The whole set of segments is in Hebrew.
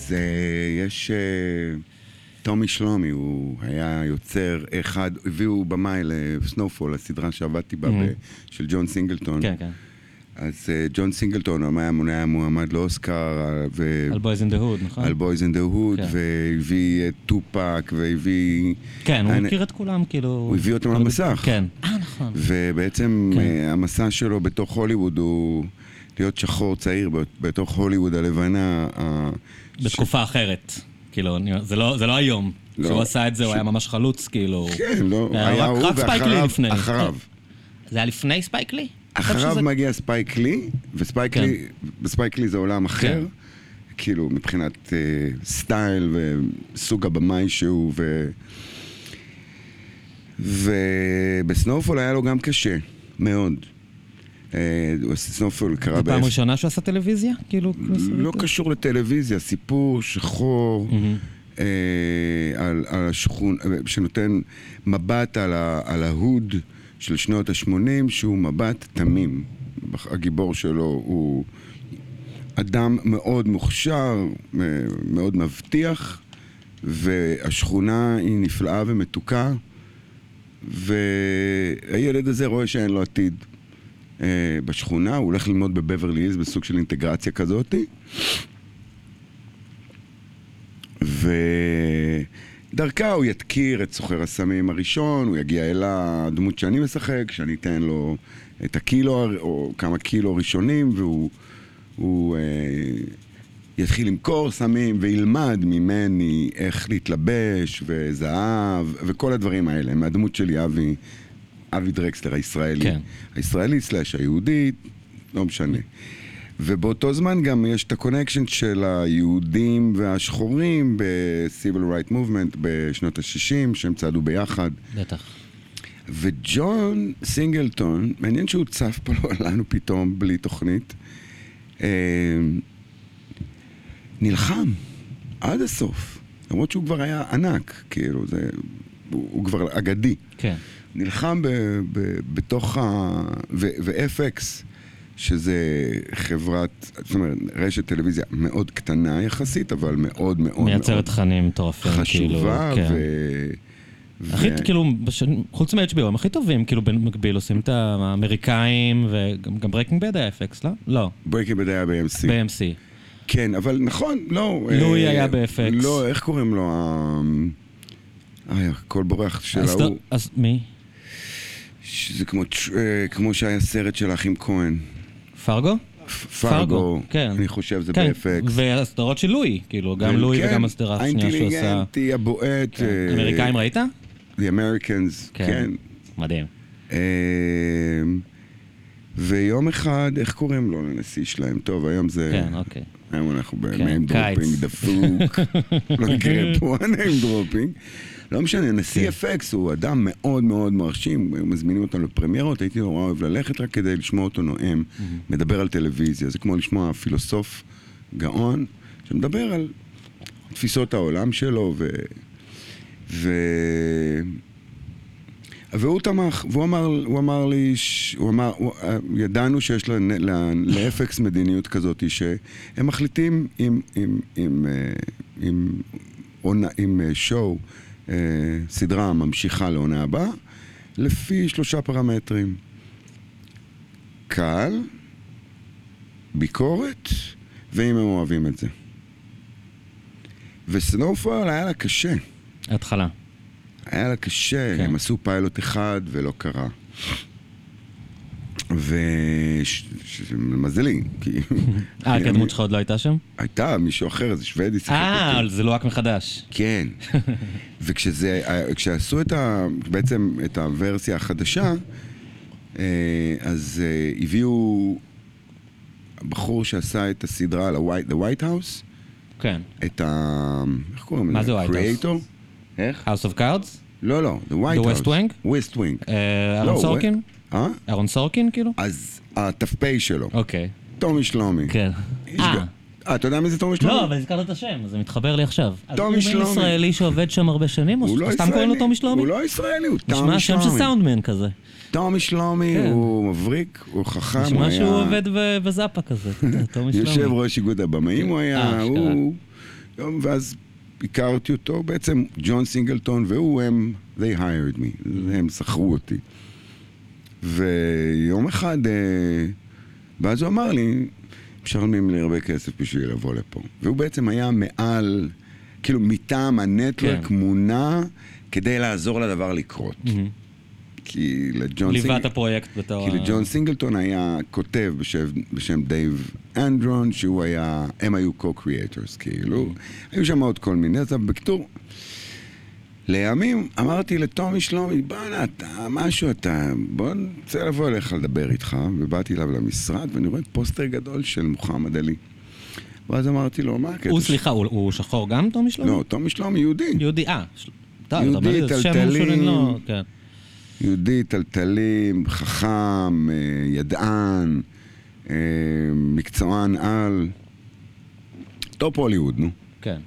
אז יש טומי שלומי, הוא היה יוצר אחד, הביאו במאי לסנופול, הסדרה שעבדתי בה של ג'ון סינגלטון. כן, כן. אז ג'ון סינגלטון היה מועמד לאוסקר. על בויז אין דה הוד, נכון? על בויז אין דה הוד, והביא את טופק, והביא... כן, הוא מכיר את כולם, כאילו... הוא הביא אותם על מסך. כן. נכון. ובעצם המסע שלו בתוך הוליווד הוא להיות שחור צעיר בתוך הוליווד הלבנה. בתקופה אחרת. כאילו, זה לא היום. כשהוא עשה את זה, הוא היה ממש חלוץ, כאילו... כן, לא. היה הוא ואחריו. זה היה לפני ספייק לי? אחריו מגיע ספייק לי, וספייק לי זה עולם אחר, כאילו מבחינת סטייל וסוג הבמאי שהוא, ובסנופול היה לו גם קשה, מאוד. סנופול קרה זה פעם ראשונה שהוא עשה טלוויזיה? לא קשור לטלוויזיה, סיפור שחור, על השכונה, שנותן מבט על ההוד, של שנות ה-80, שהוא מבט תמים. הגיבור שלו הוא אדם מאוד מוכשר, מאוד מבטיח, והשכונה היא נפלאה ומתוקה, והילד הזה רואה שאין לו עתיד בשכונה, הוא הולך ללמוד בבברלי הילס בסוג של אינטגרציה כזאת, דרכה הוא יתכיר את סוחר הסמים הראשון, הוא יגיע אל הדמות שאני משחק, שאני אתן לו את הקילו או כמה קילו ראשונים, והוא יתחיל למכור סמים וילמד ממני איך להתלבש וזהב וכל הדברים האלה, מהדמות שלי אבי דרקסלר הישראלי, כן. הישראלי סלש היהודית, לא משנה. ובאותו זמן גם יש את הקונקשן של היהודים והשחורים ב-Civil Rights Movement בשנות ה-60, שהם צעדו ביחד. בטח. וג'ון סינגלטון, מעניין שהוא צף פה לנו פתאום בלי תוכנית, נלחם עד הסוף, למרות שהוא כבר היה ענק, כאילו, הוא כבר אגדי. כן. נלחם בתוך ו-FX, שזה חברת, זאת אומרת, רשת טלוויזיה מאוד קטנה יחסית, אבל מאוד מאוד מייצרת תכנים מטורפים, חשובה, הכי, כאילו, חוץ מ-HBO, הם הכי טובים, כאילו, במקביל, עושים את האמריקאים, וגם Breaking Bad היה FX, לא? לא. Breaking Bad היה ב-AMC. ב-AMC. כן, אבל נכון, לא. לואי היה ב-FX. לא, איך קוראים לו? הכל בורח של ההוא. אז מי? זה כמו שהיה סרט של האחים כהן. פרגו? פרגו, כן. אני חושב זה ב-FX. והסדרות של לואי, כאילו, גם לואי וגם הסדרה השנייה שהוא עושה. האינטליגנטי, הבועט. אמריקאים ראית? The Americans, כן. מדהים. ויום אחד, איך קוראים לו לנשיא שלהם? טוב, היום זה... כן, אוקיי. היום אנחנו ב-name dropping, דפוק. לא יקרה פה ה-name dropping. לא משנה, נשיא FX הוא אדם מאוד מאוד מרשים, מזמינים אותנו לפרמיירות, הייתי נורא אוהב ללכת רק כדי לשמוע אותו נואם, מדבר על טלוויזיה, זה כמו לשמוע פילוסוף גאון, שמדבר על תפיסות העולם שלו, והוא תמך, והוא אמר לי, ידענו שיש ל-FX מדיניות כזאת, שהם מחליטים עם שואו, סדרה ממשיכה לעונה הבאה, לפי 3 פרמטרים. קהל, ביקורת, ואם הם אוהבים את זה. וסנופול היה לה קשה. התחלה. היה לה קשה, הם עשו פיילוט אחד ולא קרה. מזלי. כי הדמות שלך עוד לא הייתה שם? הייתה, מישהו אחר, זה שוודי. זה לא רק מחדש. כן. וכשעשו בעצם את הוורסיה החדשה, אז הביאו בחור שעשה את הסדרה על The White House. כן. את איך קוראים לזה? מה זה White House? Creator? איך? House of Cards? לא, The White House. The West Wing? West Wing. אהרון סורקין? אהרון סורקין, כאילו? אז התפפי שלו. אוקיי. טומי שלומי. כן. אתה יודע מי זה טומי שלומי? לא, אבל הזכרת את השם, אז זה מתחבר לי עכשיו. טומי שלומי. אז הוא ישראלי שעובד שם הרבה שנים, או סתם קוראים לו טומי שלומי? הוא לא ישראלי, הוא טומי שלומי. נשמע שם של סאונדמן כזה. טומי שלומי הוא מבריק, הוא חכם. נשמע שהוא עובד בזאפה כזה. יושב ראש איגוד הבמאים הוא היה, ואז הכרתי אותו, בעצם ג'ון סינגלטון והוא, they hired me, הם שכרו אותי. ויום אחד, ואז הוא אמר לי, משלמים לי הרבה כסף בשביל לבוא לפה. והוא בעצם היה מעל, כאילו מטעם הנטוורק מונה, כדי לעזור לדבר לקרות. כי ליווה את הפרויקט בתור... כי לג'ון סינגלטון היה כותב בשם דייב אנדרון, שהוא היה, הם היו co-creators, כאילו. היו שם עוד כל מיני, אז בכתור. לימים אמרתי לטומי שלומי, בוא אתה, משהו אתה, בוא נצא לבוא אליך לדבר איתך, ובאתי אליו למשרד, ואני רואה פוסטר גדול של מוחמד עלי. ואז אמרתי לו, מה הקטע? סליחה, הוא שחור גם, טומי שלומי? לא, טומי שלומי יהודי. יהודי, יהודי, טלטלים, יהודי, טלטלים, חכם, ידען, מקצוען על, טופ הוליווד, נו. כן.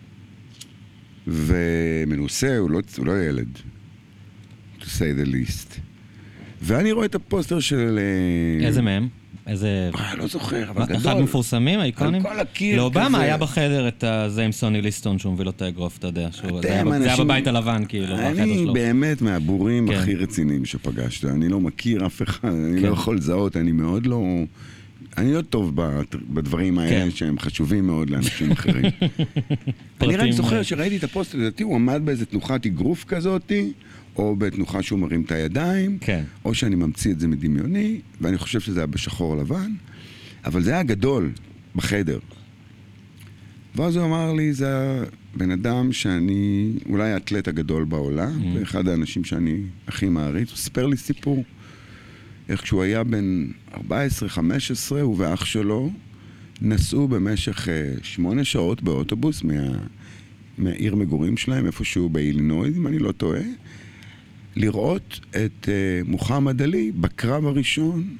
ומנוסה, הוא לא ילד, to say the least. ואני רואה את הפוסטר של... איזה מהם? איזה... לא זוכר, אבל גדול. אחד מפורסמים, האיקונים? על כל הקיר לאובמה היה בחדר את זה עם סוני ליסטון, שהוא מביא לו את האגרוף, אתה יודע. זה היה בבית הלבן, כאילו, בחדר שלו. אני באמת מהבורים הכי רציניים שפגשת. אני לא מכיר אף אחד, אני לא יכול לזהות, אני מאוד לא... אני לא טוב בדברים האלה שהם חשובים מאוד לאנשים אחרים. אני רק זוכר שראיתי את הפוסט, לדעתי הוא עמד באיזה תנוחת אגרוף כזאת, או בתנוחה שהוא מרים את הידיים, או שאני ממציא את זה מדמיוני, ואני חושב שזה היה בשחור לבן, אבל זה היה גדול בחדר. ואז הוא אמר לי, זה בן אדם שאני אולי האתלט הגדול בעולם, ואחד האנשים שאני הכי מעריץ, הוא סיפר לי סיפור. איך כשהוא היה בן 14-15, הוא ואח שלו נסעו במשך 8 שעות באוטובוס מהעיר מגורים שלהם, איפשהו באילינוי, אם אני לא טועה, לראות את מוחמד עלי בקרב הראשון,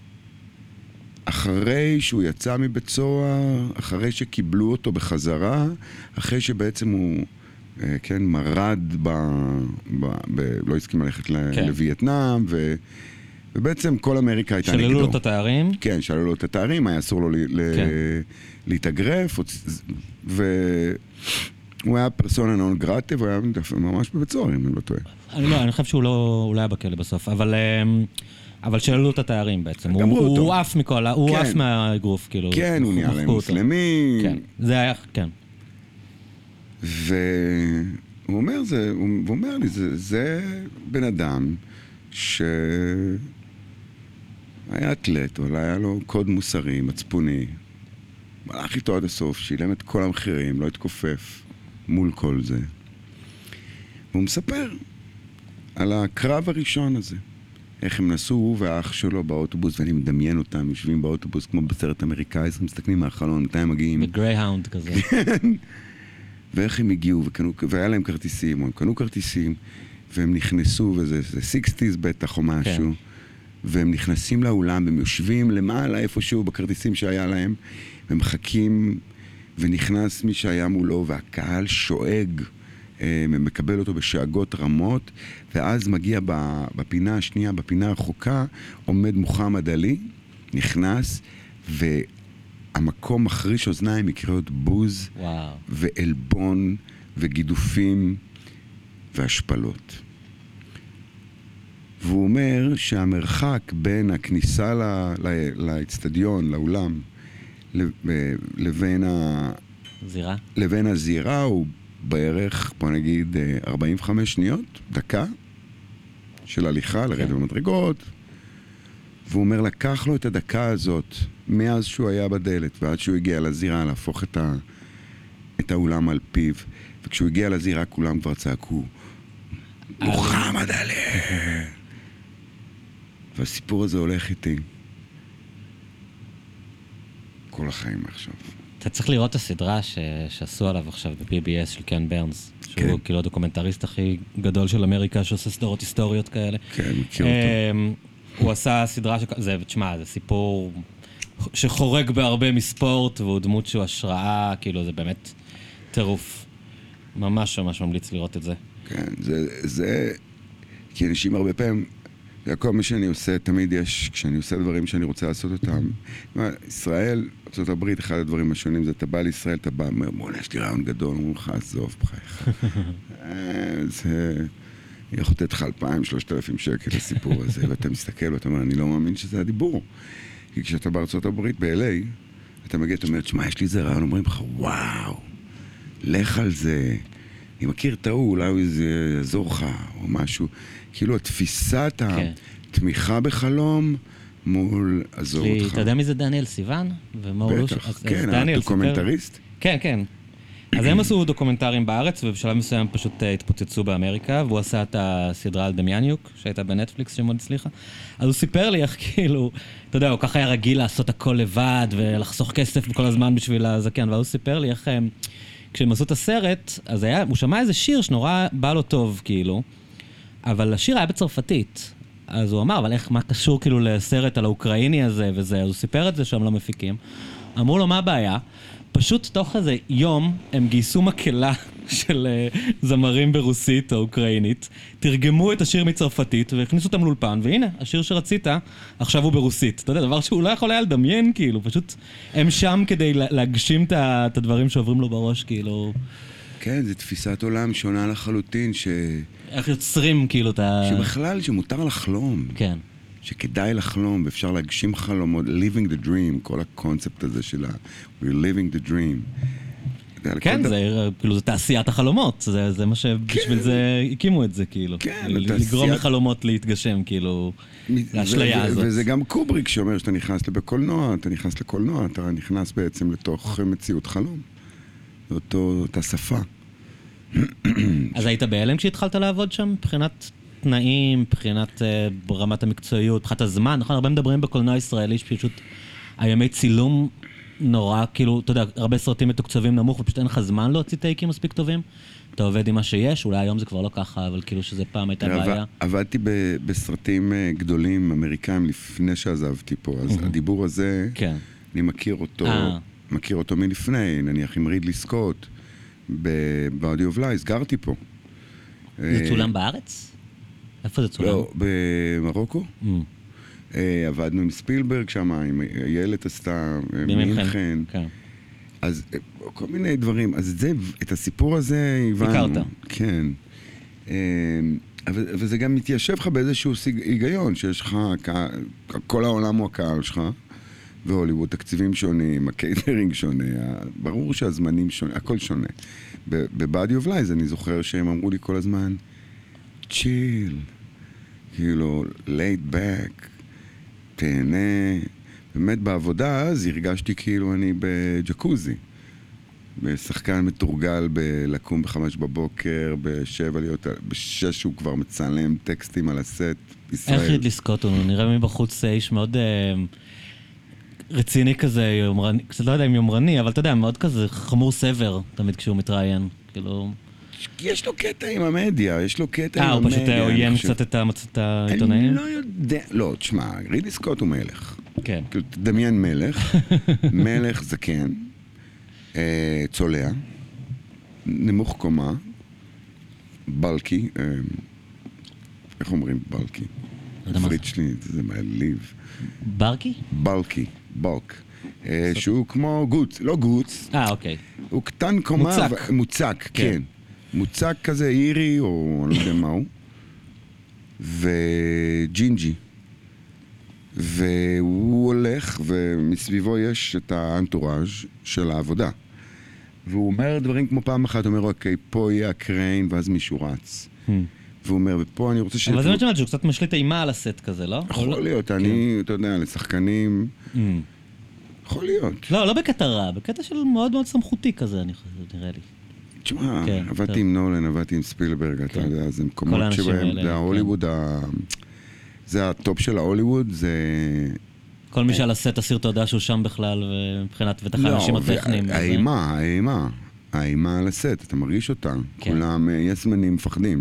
אחרי שהוא יצא מבית סוהר, אחרי שקיבלו אותו בחזרה, אחרי שבעצם הוא מרד לא הסכים ללכת לווייטנאם, ובעצם כל אמריקה הייתה נגדו. שללו לו את התארים? כן, שללו לו את התארים, היה אסור לו להתאגרף, והוא היה פרסונה נון גרטה, והוא היה ממש בבית סוהר, אם אני לא טועה. אני חושב שהוא לא היה בכלא בסוף, אבל שללו לו את התארים בעצם. הוא עף הוא עף מהאגרוף, כאילו. כן, הוא נהיה להם מוסלמי. כן, זה היה, כן. והוא אומר לי, זה בן אדם היה אתלט, אבל היה לו קוד מוסרי, מצפוני. הלך איתו עד הסוף, שילם את כל המחירים, לא התכופף מול כל זה. והוא מספר על הקרב הראשון הזה. איך הם נסעו, הוא והאח שלו באוטובוס, ואני מדמיין אותם, יושבים באוטובוס כמו בסרט אמריקאי, הם מסתכלים מהחלון, מתי הם מגיעים. בגרייהאונד כזה. ואיך הם הגיעו, והיה להם כרטיסים, הם קנו כרטיסים, והם נכנסו, וזה 60s בטח או משהו, והם נכנסים לאולם, הם יושבים למעלה איפשהו בכרטיסים שהיה להם, והם מחכים, ונכנס מי שהיה מולו, והקהל שואג, מקבל אותו בשאגות רמות, ואז מגיע בפינה השנייה, בפינה הרחוקה, עומד מוחמד עלי, נכנס, והמקום מחריש אוזניים מקריאות בוז, ואלבון, וגידופים, והשפלות. והוא אומר שהמרחק בין הכניסה לאצטדיון, לאולם, לבין הזירה הוא בערך, בוא נגיד, 45 שניות, דקה של הליכה, לרדת במדרגות. והוא אומר, לקח לו את הדקה הזאת, מאז שהוא היה בדלת, ועד שהוא הגיע לזירה, להפוך את האולם על פיו. וכשהוא הגיע לזירה, כולם כבר צעקו, מוחמד עלי! והסיפור הזה הולך איתי כל החיים עכשיו. אתה צריך לראות את הסדרה שעשו עליו עכשיו ב-PBS של קן ברנס, שהוא כאילו הדוקומנטריסט הכי גדול של אמריקה, שעושה סדרות היסטוריות כאלה. כן, מכיר אותו. הוא עשה סדרה, תשמע, זה סיפור שחורג בהרבה מספורט, והוא דמות שהוא השראה, כאילו זה באמת טירוף. ממש ממש ממליץ לראות את זה. כן, זה... כי אנשים הרבה פעמים, כל מה שאני עושה, תמיד יש, כשאני עושה דברים שאני רוצה לעשות אותם, ישראל, בארצות הברית, אחד הדברים השונים זה, אתה בא לישראל, אתה בא, אומר, בוא, יש לי רעיון גדול, אומרים לך, עזוב, בחייך. זה... אני יכול לתת לך 2,000-3,000 שקל לסיפור הזה, ואתה מסתכל ואתה אומר, אני לא מאמין שזה הדיבור. כי כשאתה בארצות הברית, ב-LA, אתה מגיע, אתה אומר, תשמע, יש לי איזה רעיון, אומרים לך, וואו, לך על זה. אני מכיר את ההוא, אולי הוא יעזור לך, או משהו. כאילו, התפיסת התמיכה בחלום מול עזור אותך. אתה יודע מי זה דניאל סיוון? בטח, כן, הדוקומנטריסט. כן, כן. אז הם עשו דוקומנטרים בארץ, ובשלב מסוים פשוט התפוצצו באמריקה, והוא עשה את הסדרה על דמיאניוק, שהייתה בנטפליקס שמאוד הצליחה. אז הוא סיפר לי איך כאילו, אתה יודע, הוא ככה היה רגיל לעשות הכל לבד, ולחסוך כסף בכל הזמן בשביל הזקן, והוא סיפר לי איך, כשהם עשו את הסרט, אז הוא שמע איזה שיר שנורא בא לו טוב, כאילו, אבל השיר היה בצרפתית. אז הוא אמר, אבל איך, מה קשור כאילו לסרט על האוקראיני הזה וזה? אז הוא סיפר את זה שהם לא מפיקים. אמרו לו, מה הבעיה? פשוט תוך איזה יום הם גייסו מקהלה של זמרים ברוסית או אוקראינית, תרגמו את השיר מצרפתית והכניסו אותם לאולפן, והנה, השיר שרצית, עכשיו הוא ברוסית. אתה יודע, דבר שהוא לא יכול היה לדמיין, כאילו, פשוט הם שם כדי להגשים את הדברים שעוברים לו בראש, כאילו... כן, זו תפיסת עולם שונה לחלוטין, איך יוצרים, כאילו, את ה... שבכלל, שמותר לחלום. כן. שכדאי לחלום, ואפשר להגשים חלומות, living the dream, כל הקונספט הזה של we're living the dream. כן, זה כאילו, זה תעשיית החלומות, זה מה שבשביל זה הקימו את זה, כאילו. כן, לגרום לחלומות להתגשם, כאילו, לאשליה הזאת. וזה גם קובריק שאומר שאתה נכנס בקולנוע, אתה נכנס בעצם לתוך מציאות חלום. אותה שפה. אז היית בהלם כשהתחלת לעבוד שם, מבחינת תנאים, מבחינת רמת המקצועיות, מבחינת הזמן, נכון? הרבה מדברים בקולנוע ישראלי שפשוט הימי צילום נורא, כאילו, אתה יודע, הרבה סרטים מתוקצבים נמוך, ופשוט אין לך זמן להוציא טייקים מספיק טובים. אתה עובד עם מה שיש, אולי היום זה כבר לא ככה, אבל כאילו שזה פעם הייתה בעיה. עבדתי בסרטים גדולים אמריקאים לפני שעזבתי פה, אז הדיבור הזה, אני מכיר אותו מלפני, נניח עם רידלי סקוט, ב-Body of Lies, גרתי פה. זה צולם בארץ? איפה זה צולם? לא, במרוקו. עבדנו עם ספילברג שם, עם הילד עשתה, מינכן. אז כל מיני דברים. אז את הסיפור הזה הבנו. הכרת. כן. וזה גם מתיישב לך באיזשהו היגיון, שיש לך, כל העולם הוא הקהל שלך, והוליווד, תקציבים שונים, הקייטרינג שונה, ברור שהזמנים שונה, הכל שונה. ב-Body of Lies אני זוכר שהם אמרו לי כל הזמן, chill, כאילו, laid back, תהנה. באמת בעבודה אז הרגשתי כאילו אני בג'קוזי. בשחקן מתורגל בלקום ב-5 בבוקר, ב-7 להיות, ב-6 הוא כבר מצלם טקסטים על הסט, ישראל. איך רידלי סקוט הוא? נראה מבחוץ איש מאוד רציני כזה, יומרני, קצת לא יודע אם יומרני, אבל אתה יודע, מאוד כזה חמור סבר תמיד כשהוא מתראיין, כאילו... יש לו קטע עם המדיה, יש לו קטע עם הוא המדיה. פשוט עוין קצת את העיתונאים? אני לא יודע, לא, תשמע, רידלי סקוט הוא מלך. כן. תדמיין מלך, מלך זקן, צולע, נמוך קומה, בלקי, איך אומרים בלקי? הפריט שלי, זה מעליב. ברקי? בלקי, בלק. שהוא כמו גוץ, לא גוץ. אוקיי. הוא קטן קומה. מוצק. מוצק, כן. מוצק כזה אירי, או אני לא יודע מה הוא. וג'ינג'י. והוא הולך, ומסביבו יש את האנטוראז' של העבודה. והוא אומר דברים כמו פעם אחת, הוא אומר, אוקיי, פה יהיה הקריין, ואז מישהו רץ. והוא אומר, ופה אני רוצה אבל זה באמת שהוא קצת משליט אימה על הסט כזה, לא? יכול להיות, אני, אתה יודע, לשחקנים... יכול להיות. לא בקטע רע, בקטע של מאוד מאוד סמכותי כזה, אני חושב, נראה לי. תשמע, עבדתי עם נולן, עבדתי עם ספילברג, אתה יודע, זה מקומות שבהם, זה ההוליווד, זה הטופ של ההוליווד, זה... כל מי שעל הסט הסיר תודה שהוא שם בכלל, מבחינת ותח האנשים הטכניים. האימה על הסט, אתה מרגיש אותה. כולם, יש זמנים מפחדים,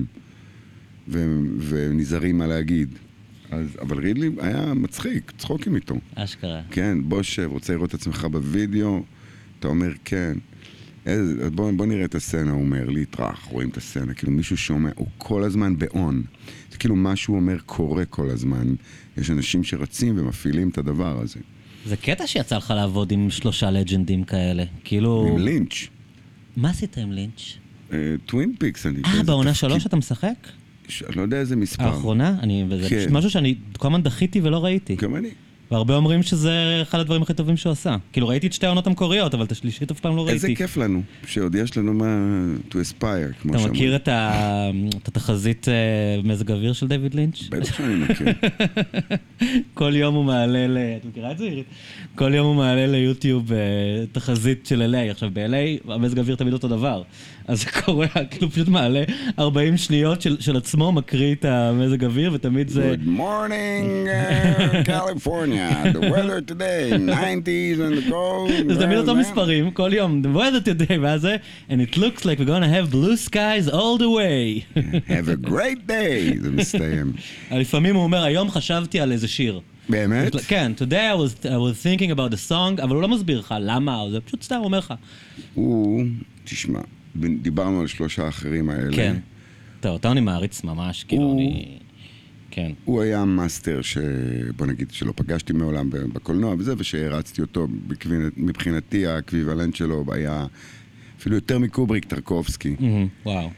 ונזהרים מה להגיד. אבל רידלי היה מצחיק, צחוקים איתו. אשכרה. כן, בוא שב, רוצה לראות את עצמך בווידאו, אתה אומר כן. בוא נראה את הסצנה, הוא אומר, להתרח, רואים את הסצנה, כאילו מישהו שומע, הוא כל הזמן באון. זה כאילו מה שהוא אומר קורה כל הזמן. יש אנשים שרצים ומפעילים את הדבר הזה. זה קטע שיצא לך לעבוד עם 3 לג'נדים כאלה, כאילו... עם לינץ'. מה עשית עם לינץ'? טווין פיקס, אני... בעונה 3 אתה משחק? אני לא יודע איזה מספר. האחרונה? זה פשוט משהו שאני כל הזמן דחיתי ולא ראיתי. גם אני. והרבה אומרים שזה אחד הדברים הכי טובים שהוא עשה. כאילו ראיתי את 2 העונות המקוריות, אבל את השלישית אף פעם לא ראיתי. איזה כיף לנו, שעוד יש לנו מה to aspire, כמו אתה שאומרים. מכיר את התחזית מזג אוויר של דיוויד לינץ'? בטח שאני מכיר. כל יום הוא מעלה את מכירה את זה, עירית? כל יום הוא מעלה ליוטיוב תחזית של LA. עכשיו, ב-LA המזג האוויר תמיד אותו דבר. אז זה קורה, כאילו פשוט מעלה 40 שניות של עצמו, מקריא את המזג האוויר, ותמיד זה... Good morning, California. The weather today, 90s and the cold. זה תמיד אותו מספרים, כל יום. The weather today, ואז זה, and it looks like we're gonna have blue skies all the way. Have a great day. זה מסתיים. לפעמים הוא אומר, היום חשבתי על איזה שיר. באמת? כן, today I was thinking about the song, אבל הוא לא מסביר לך למה, זה פשוט סתם אומר לך. תשמע, דיברנו על 3 האחרים האלה. כן. טוב, אותה אני מעריץ ממש, כאילו אני... כן. הוא היה מאסטר בוא נגיד שלא פגשתי מעולם בקולנוע וזה, ושהרצתי אותו מבחינתי, האקוויוולנט שלו היה אפילו יותר מקובריק, טרקובסקי. וואו.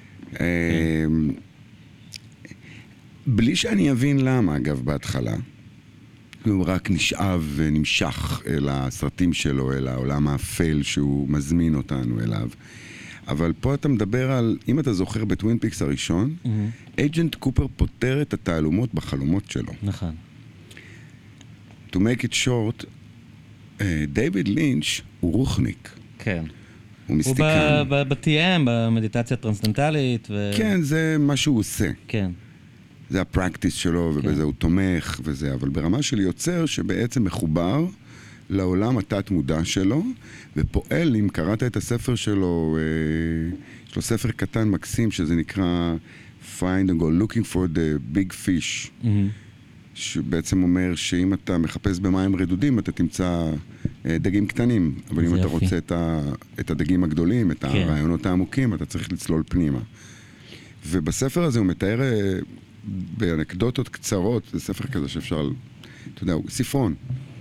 בלי שאני אבין למה, אגב, בהתחלה. הוא רק נשאב ונמשך אל הסרטים שלו, אל העולם האפל שהוא מזמין אותנו אליו. אבל פה אתה מדבר על, אם אתה זוכר בטווין פיקס הראשון, אייג'נט קופר פותר את התעלומות בחלומות שלו. נכון. To make it short, דיוויד לינץ' הוא רוחניק. כן. הוא מיסטיקן. הוא ב-TM, במדיטציה טרנסצנדנטלית. כן, זה מה שהוא עושה. כן. זה הפרקטיס שלו, ובזה הוא תומך וזה, אבל ברמה של יוצר שבעצם מחובר לעולם התת-מודע שלו, ופועל, אם קראת את הספר שלו, יש לו ספר קטן מקסים, שזה נקרא Find and Go, Looking for the Big Fish, שבעצם אומר שאם אתה מחפש במים רדודים, אתה תמצא דגים קטנים, אבל אם אתה רוצה את הדגים הגדולים, את הרעיונות העמוקים, אתה צריך לצלול פנימה. ובספר הזה הוא מתאר באנקדוטות קצרות, זה ספר כזה שאפשר, אתה יודע, הוא ספרון.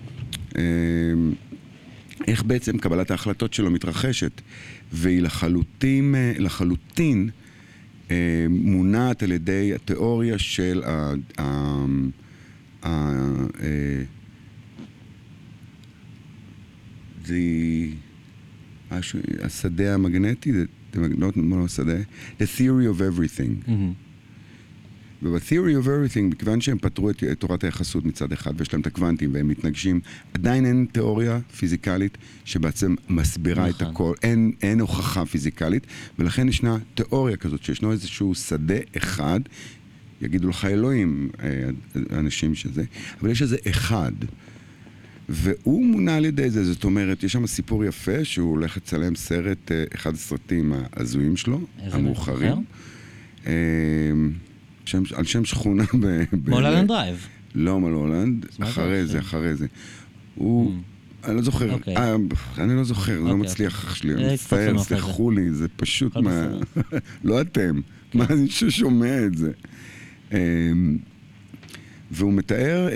איך בעצם קבלת ההחלטות שלו מתרחשת, והיא לחלוטין מונעת על ידי התיאוריה של השדה המגנטי, לא השדה, the theory of everything. וב-theory of everything, מכיוון שהם פתרו את תורת היחסות מצד אחד, ויש להם את הקוונטים והם מתנגשים, עדיין אין תיאוריה פיזיקלית שבעצם מסבירה את הכל, אין הוכחה פיזיקלית, ולכן ישנה תיאוריה כזאת, שישנו איזשהו שדה אחד, יגידו לך אלוהים, אנשים שזה, אבל יש איזה אחד, והוא מונה על ידי זה, זאת אומרת, יש שם סיפור יפה, שהוא הולך לצלם סרט, אחד הסרטים ההזויים שלו, המאוחרים. על שם שכונה מולנד דרייב. לא מולנד, אחרי זה. הוא, אני לא זוכר, זה לא מצליח שלי, מצטער, סלחו לי, זה פשוט לא אתם, מה אני ששומע את זה. והוא מתאר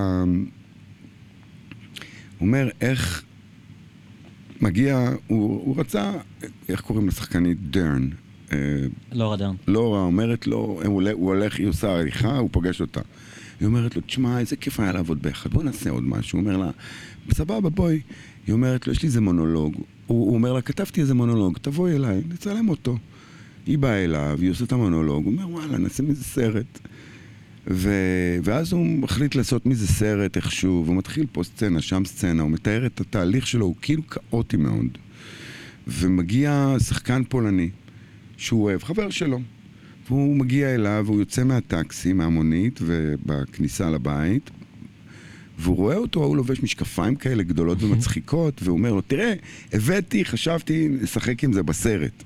הוא אומר איך מגיע, הוא רצה, איך קוראים לשחקנית? דרן. לורה דרן. לורה אומרת לו, הוא הולך, היא עושה עריכה, הוא פוגש אותה. היא אומרת לו, תשמע, איזה כיף היה לעבוד ביחד, בוא נעשה עוד משהו. הוא אומר לה, סבבה, בואי. היא אומרת לו, יש לי איזה מונולוג. הוא אומר לה, כתבתי איזה מונולוג, תבואי אליי, נצלם אותו. היא באה אליו, היא עושה את המונולוג, הוא אומר, וואלה, נעשה מזה סרט. ואז הוא מחליט לעשות מזה סרט איכשהו, והוא מתחיל פה סצנה, שם סצנה, הוא מתאר את התהליך שלו, הוא כאילו כאוטי מאוד. ומגיע שחקן פולני, שהוא אוהב, חבר שלו. והוא מגיע אליו, והוא יוצא מהטקסי, מהמונית, ובכניסה לבית, והוא רואה אותו, הוא לובש משקפיים כאלה גדולות ומצחיקות, והוא אומר לו, תראה, הבאתי, חשבתי, נשחק עם זה בסרט.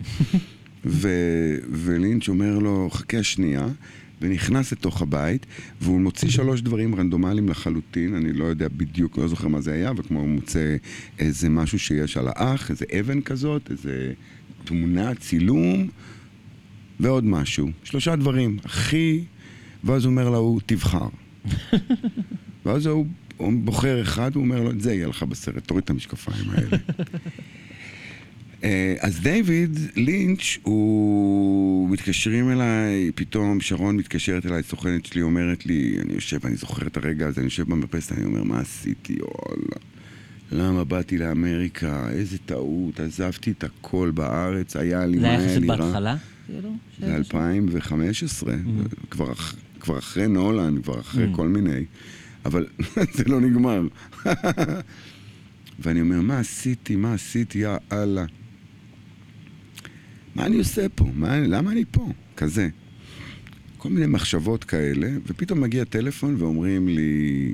ולינץ' אומר לו, חכה שנייה, ונכנס לתוך הבית, והוא מוציא 3 דברים רנדומליים לחלוטין, אני לא יודע בדיוק, לא זוכר מה זה היה, וכמו הוא מוצא איזה משהו שיש על האח, איזה אבן כזאת, איזה תמונה, צילום, ועוד משהו. 3 דברים, ואז הוא אומר לה, הוא תבחר. ואז הוא הוא בוחר אחד, הוא אומר לו, זה יהיה לך בסרט, תוריד את המשקפיים האלה. אז דיוויד לינץ', הוא מתקשרים אליי, פתאום שרון מתקשרת אליי, סוכנת שלי אומרת לי, אני יושב, אני זוכר את הרגע הזה, אני יושב במרפסת, אני אומר, מה עשיתי? למה באתי לאמריקה? איזה טעות, עזבתי את הכל בארץ, היה לי זה מה היה היה יחסית לי רע. בהתחלה? זה 2015, כבר אחרי נולן, כבר אחרי כל מיני, אבל זה לא נגמר. ואני אומר, מה עשיתי, יא אללה. מה אני עושה פה? למה אני פה? כזה. כל מיני מחשבות כאלה, ופתאום מגיע טלפון ואומרים לי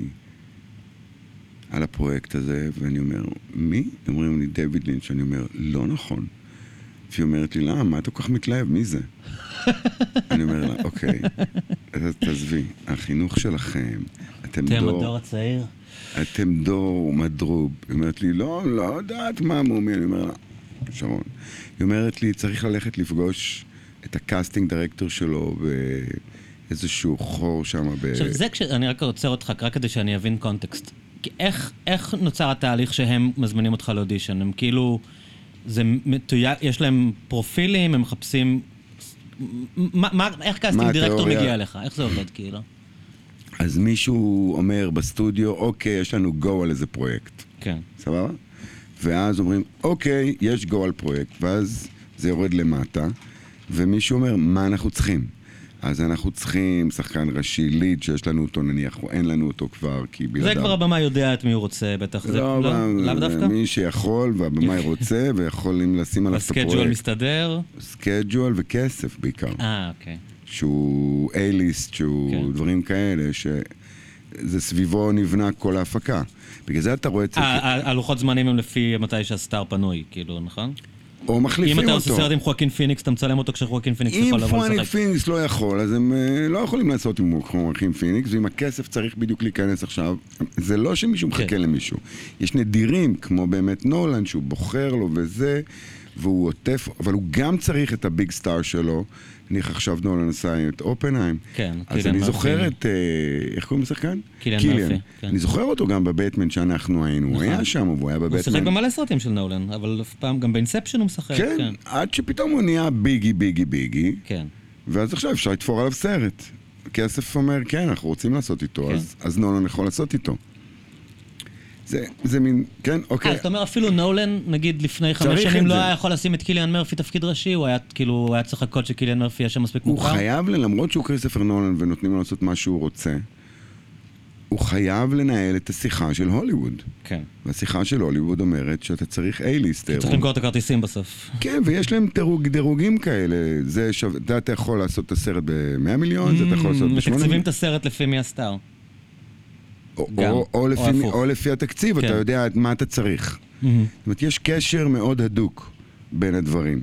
על הפרויקט הזה, ואני אומר, מי? אומרים לי, דיוויד לינץ', אני אומר, לא נכון. והיא אומרת לי, למה? מה אתה כל כך מתלהב? מי זה? אני אומר לה, אוקיי, תעזבי, החינוך שלכם, אתם הדור הצעיר. אתם דור מדרוב. היא אומרת לי, לא יודעת מה מומי. אני אומר לה, שרון. היא אומרת לי, צריך ללכת לפגוש את הקאסטינג דירקטור שלו באיזשהו חור שם. עכשיו, זה אני רק עוצר אותך, רק כדי שאני אבין קונטקסט. איך נוצר התהליך שהם מזמינים אותך לאודישן? הם כאילו, יש להם פרופילים, הם מחפשים... איך קאסטינג דירקטור מגיע אליך? איך זה עובד כאילו? אז מישהו אומר בסטודיו, אוקיי, יש לנו גו על איזה פרויקט. כן. סבבה? ואז אומרים, אוקיי, יש גו על פרויקט, ואז זה יורד למטה, ומישהו אומר, מה אנחנו צריכים? אז אנחנו צריכים שחקן ראשי, ליד, שיש לנו אותו נניח, או אין לנו אותו כבר, כי בלעדיו. זה כבר הבמה יודע את מי הוא רוצה, בטח. לא דווקא? מי שיכול, והבמה רוצה, ויכולים לשים עליו את הפרויקט. הסקייג'ואל מסתדר? סקייג'ואל וכסף בעיקר. אוקיי. שהוא A-ליסט, שהוא דברים כאלה, שזה סביבו נבנה כל ההפקה. בגלל זה אתה רואה את זה... הלוחות זמנים הם לפי מתי שהסטאר פנוי, כאילו, נכון? או מחליפים אותו. אם אתה עושה סרט עם חואקין פיניקס, אתה מצלם אותו כשחואקין פיניקס יכול לבוא לשחק. אם חואקין פיניקס לא יכול, אז הם לא יכולים לעשות עם חואקין פיניקס, ואם הכסף צריך בדיוק להיכנס עכשיו, זה לא שמישהו מחכה למישהו. יש נדירים, כמו באמת נולן, שהוא בוחר לו וזה, והוא עוטף, אבל הוא גם צריך את הביג סטאר שלו. אני עכשיו נולן עשה את אופנהיים. כן, אז אני זוכר את... איך קוראים לשחקן? קיליאן מרפי. אני זוכר אותו גם בבטמן שאנחנו היינו. הוא היה שם, והוא היה בבטמן. הוא שיחק במלא סרטים של נולן, אבל אף פעם גם באינספשן הוא משחק. כן, עד שפתאום הוא נהיה ביגי. כן. ואז עכשיו אפשר לתפור עליו סרט. כסף אומר, כן, אנחנו רוצים לעשות איתו, אז נולן יכול לעשות איתו. זה מין, כן, אוקיי. אז אתה אומר, אפילו נולן, נגיד לפני 5 שנים, לא היה יכול לשים את קיליאן מרפי תפקיד ראשי, הוא היה כאילו, היה צריך לחכות שקיליאן מרפי יהיה שם מספיק מוכר. הוא חייב, למרות שהוא כריסטופר נולן ונותנים לו לעשות מה שהוא רוצה, הוא חייב לנהל את השיחה של הוליווד. כן. והשיחה של הוליווד אומרת שאתה צריך A-ליסטר. צריך למכור את הכרטיסים בסוף. כן, ויש להם דירוגים כאלה. אתה יכול לעשות את הסרט ב100 מיליון, זה אתה יכול לעשות ב8 מיליון. מתקציבים את הסרט לפי מי הסטאר. או לפי התקציב, אתה יודע מה אתה צריך. זאת אומרת, יש קשר מאוד הדוק בין הדברים.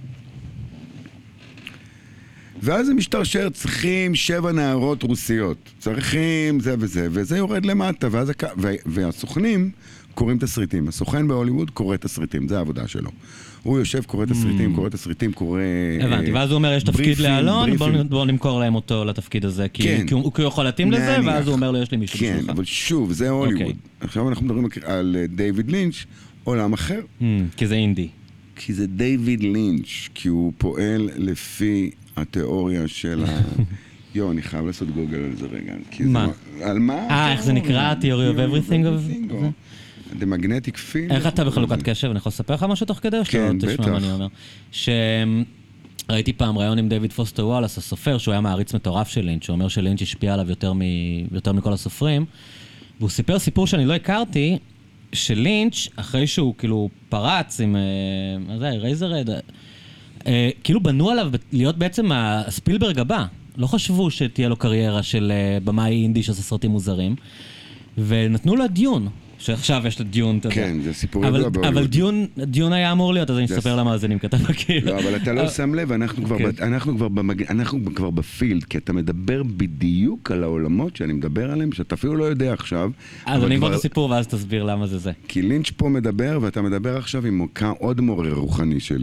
ואז הם משתרשר, צריכים 7 נערות רוסיות. צריכים זה וזה, וזה יורד למטה, והסוכנים קוראים תסריטים. הסוכן בהוליווד קורא תסריטים, זה העבודה שלו. הוא יושב, קורא תסריטים, קורא... הבנתי, ואז הוא אומר, יש תפקיד לאלון, בואו נמכור להם אותו לתפקיד הזה, כי הוא יכול להתאים לזה, ואז הוא אומר לו, יש לי מישהו בשבילך. כן, אבל שוב, זה הוליווד. עכשיו אנחנו מדברים על דיוויד לינץ', עולם אחר. כי זה אינדי. כי זה דיוויד לינץ', כי הוא פועל לפי התיאוריה של אני חייב לעשות גוגל על זה רגע. מה? על מה? איך זה נקרא? Theory of everything? The magnetic field. איך אתה בחלוקת קשב? אני יכול לספר לך משהו תוך כדי? כן, בטח. מה אני אומר? שראיתי פעם רעיון עם דיוויד פוסטר וואלאס, הסופר, שהוא היה מעריץ מטורף של לינץ', שהוא אומר שלינץ' השפיע עליו יותר מכל הסופרים, והוא סיפר סיפור שאני לא הכרתי, שלינץ', אחרי שהוא כאילו פרץ עם, מה זה, רייזרד, כאילו בנו עליו להיות בעצם הספילברג הבא. לא חשבו שתהיה לו קריירה של במאי אינדי שעושה סרטים מוזרים, ונתנו לו דיון. שעכשיו יש לדיון, אתה יודע. כן, זה סיפור ידוע בהוליווד. אבל דיון היה אמור להיות, אז אני אספר למאזינים, כתב כאילו. לא, אבל אתה לא שם לב, אנחנו כבר בפילד, כי אתה מדבר בדיוק על העולמות שאני מדבר עליהם, שאתה אפילו לא יודע עכשיו. אז אני אגמור את הסיפור, ואז תסביר למה זה זה. כי לינץ' פה מדבר, ואתה מדבר עכשיו עם עוד מורה רוחני שלי.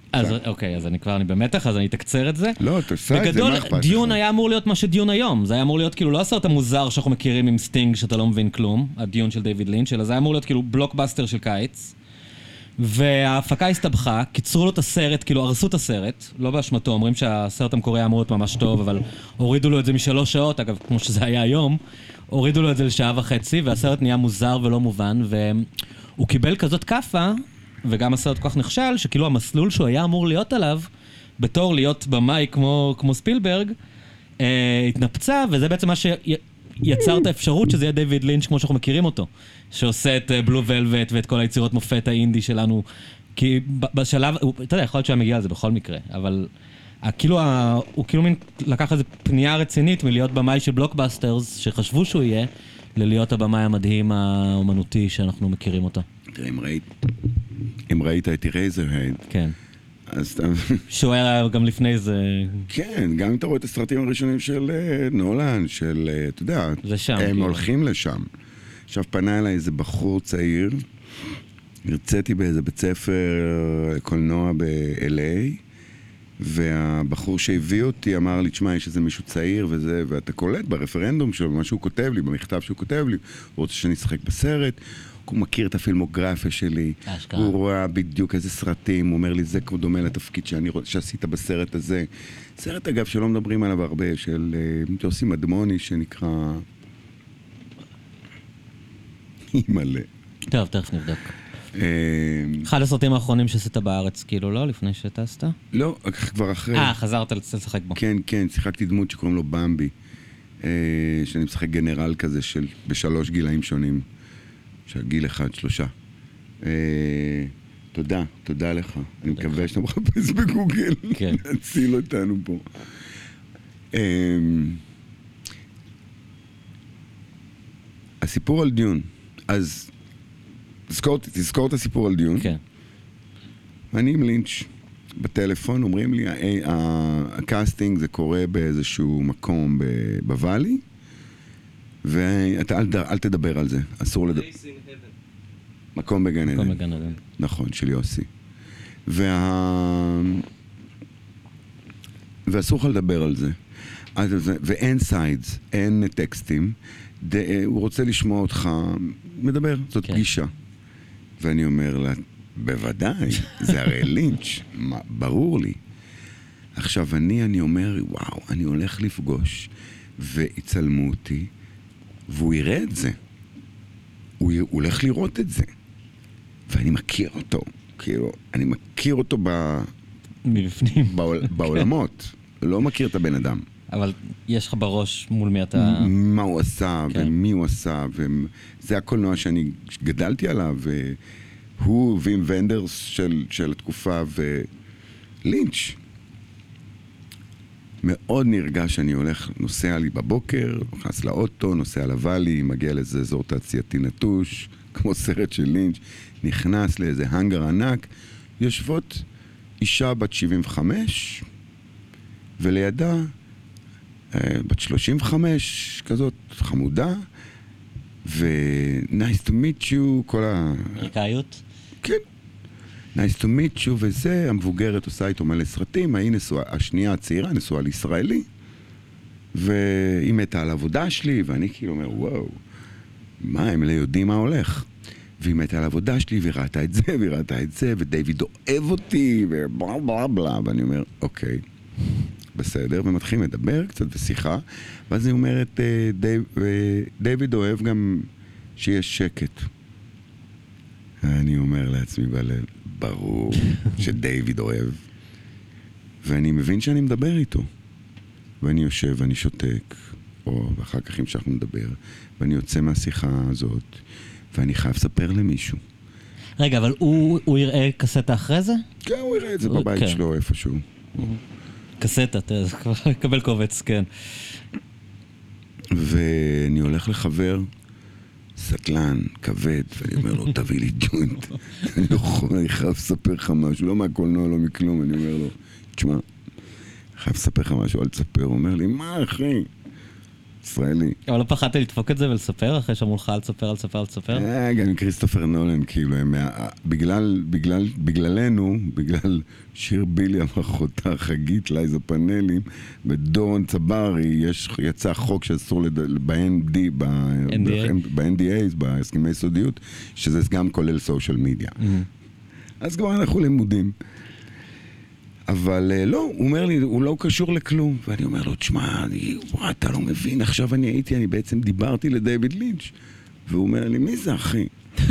אז אוקיי, אז אני במתח, אז אני אתקצר את זה. לא, תעשה את זה, מה אכפת לך? דיון היה אמור להיות מה שדיון היום. זה היה אמור להיות כאילו לא הסרט המוזר שאנחנו מכירים עם סטינג שאתה לא מבין כלום, הדיון של דיוויד לינץ', אלא זה היה אמור להיות כאילו בלוקבאסטר של קיץ. וההפקה הסתבכה, קיצרו לו את הסרט, כאילו הרסו את הסרט, לא באשמתו, אומרים שהסרט המקורי אמור להיות ממש טוב, אבל הורידו לו את זה מ3 שעות, אגב, כמו שזה היה היום, הורידו לו את זה ל1.5 שעה, והסרט נהיה מוזר ולא מובן, והוא קיבל כזאת קפה, וגם הסרט כל כך נכשל, שכאילו המסלול שהוא היה אמור להיות עליו, בתור להיות במאי כמו ספילברג, התנפצה, וזה בעצם מה שיצר את האפשרות שזה יהיה דיוויד לינץ' כמו שאנחנו מכירים אותו, שעושה את בלו ולווט ואת כל היצירות מופת האינדי שלנו, כי בשלב, אתה יודע, יכול להיות שהוא מגיע על זה בכל מקרה, אבל הוא כאילו מין לקח איזו פנייה רצינית מלהיות במאי של בלוקבאסטרס, שחשבו שהוא יהיה, ללהיות הבמאי המדהים האומנותי שאנחנו מכירים אותו. תראה, אם ראית את רייזרהד, כן. אז שהוא היה גם לפני זה... כן, גם אם אתה רואה את הסרטים הראשונים של נולן, אתה יודע, הם הולכים לשם. עכשיו פנה אליי איזה בחור צעיר, הרציתי באיזה בית ספר קולנוע ב-LA, והבחור שהביא אותי אמר לי, תשמע, יש איזה מישהו צעיר וזה, ואתה קולט ברפרנדום שלו, במה שהוא כותב לי, במכתב שהוא כותב לי, הוא רוצה שאני אשחק בסרט, הוא מכיר את הפילמוגרפיה שלי, הוא רואה בדיוק איזה סרטים, הוא אומר לי, זה דומה לתפקיד שעשית בסרט הזה. סרט, אגב, שלא מדברים עליו הרבה, של יוסי מדמוני, שנקרא... מלא. טוב, תכף נבדוק. אחד הסרטים האחרונים שעשית בארץ, כאילו לא? לפני שטסת? לא, כבר אחרי. חזרת לשחק בו. כן, כן, שיחקתי דמות שקוראים לו במבי, שאני משחק גנרל כזה ב3 גילאים שונים. של גיל 1, 3. תודה לך. אני מקווה שאתה מחפש בגוגל. כן. להציל אותנו פה. הסיפור על דיון. אז תזכור את הסיפור על דיון. כן. אני עם לינץ' בטלפון, אומרים לי, הקאסטינג זה קורה באיזשהו מקום בוואלי, ואתה אל תדבר על זה, אסור לדבר. מקום בגן עדן. נכון, של יוסי. ואסור לך לדבר על זה. ואין סיידס, אין טקסטים. הוא רוצה לשמוע אותך, מדבר, זאת פגישה. ואני אומר לה, בוודאי, זה הרי לינץ', ברור לי. עכשיו אני אומר, וואו, אני הולך לפגוש, והצלמו אותי, והוא יראה את זה. הוא הולך לראות את זה. ואני מכיר אותו. כאילו, אני מכיר אותו מבפנים. בעולמות. לא מכיר את הבן אדם. אבל יש לך בראש מול מי אתה... מה הוא עשה, ומי הוא עשה, וזה הקולנוע שאני גדלתי עליו, והוא וים ונדרס של התקופה, ולינץ'. מאוד נרגש שאני הולך, נוסע לי בבוקר, נכנס לאוטו, נוסע לוואלי, מגיע לאיזה אזור תעשייתי נטוש, כמו סרט של לינץ', נכנס לאיזה הנגר ענק, יושבות אישה בת 75, ולידה בת 35, כזאת חמודה, ו-nice to meet you, כל אמריקאיות? כן. nice to meet you, וזה, המבוגרת עושה איתו מלא סרטים, השנייה הצעירה נשואה לישראלי, והיא מתה על העבודה שלי, ואני כאילו אומר, וואו, מה, הם לא יודעים מה הולך. והיא מתה על העבודה שלי, והיא ראתה את זה, והיא ראתה את זה, ודייוויד אוהב אותי, ובלה בלה בלה, ואני אומר, אוקיי, בסדר, ומתחילים לדבר קצת בשיחה, ואז היא אומרת, דיוויד אוהב גם שיש שקט. אני אומר לעצמי בלב, ברור שדיוויד אוהב, ואני מבין שאני מדבר איתו, ואני יושב ואני שותק, ואחר כך המשכנו לדבר, ואני יוצא מהשיחה הזאת, ואני חייב לספר למישהו. רגע, אבל הוא יראה קסטה אחרי זה? כן, הוא יראה את זה בבית שלו איפשהו. קסטה, כבר לקבל קובץ, כן. ואני הולך לחבר סטלן, כבד, ואני אומר לו, תביא לי ג'וינט. אני לא יכול, אני חייב לספר לך משהו, לא מהקולנוע, לא מכלום. אני אומר לו, תשמע, חייב לספר לך משהו, אל תספר. הוא אומר לי, מה אחי? ישראלי. אבל לא פחדת לדפוק את זה ולספר, אחרי שאמרו לך לספר? גם עם כריסטופר נולן, כאילו, בגללנו, בגלל שיר בילי המחותה, חגית, לייזה פאנלים, ודורון צברי, יצא חוק שאסור ב-NDAs, בהסכמי סודיות, שזה גם כולל סושיאל מדיה. אז כבר אנחנו לימודים. אבל לא, הוא אומר לי, הוא לא קשור לכלום. ואני אומר לו, תשמע, אתה לא מבין, עכשיו אני בעצם דיברתי לדייוויד לינץ'. והוא אומר לי, מי זה אחי?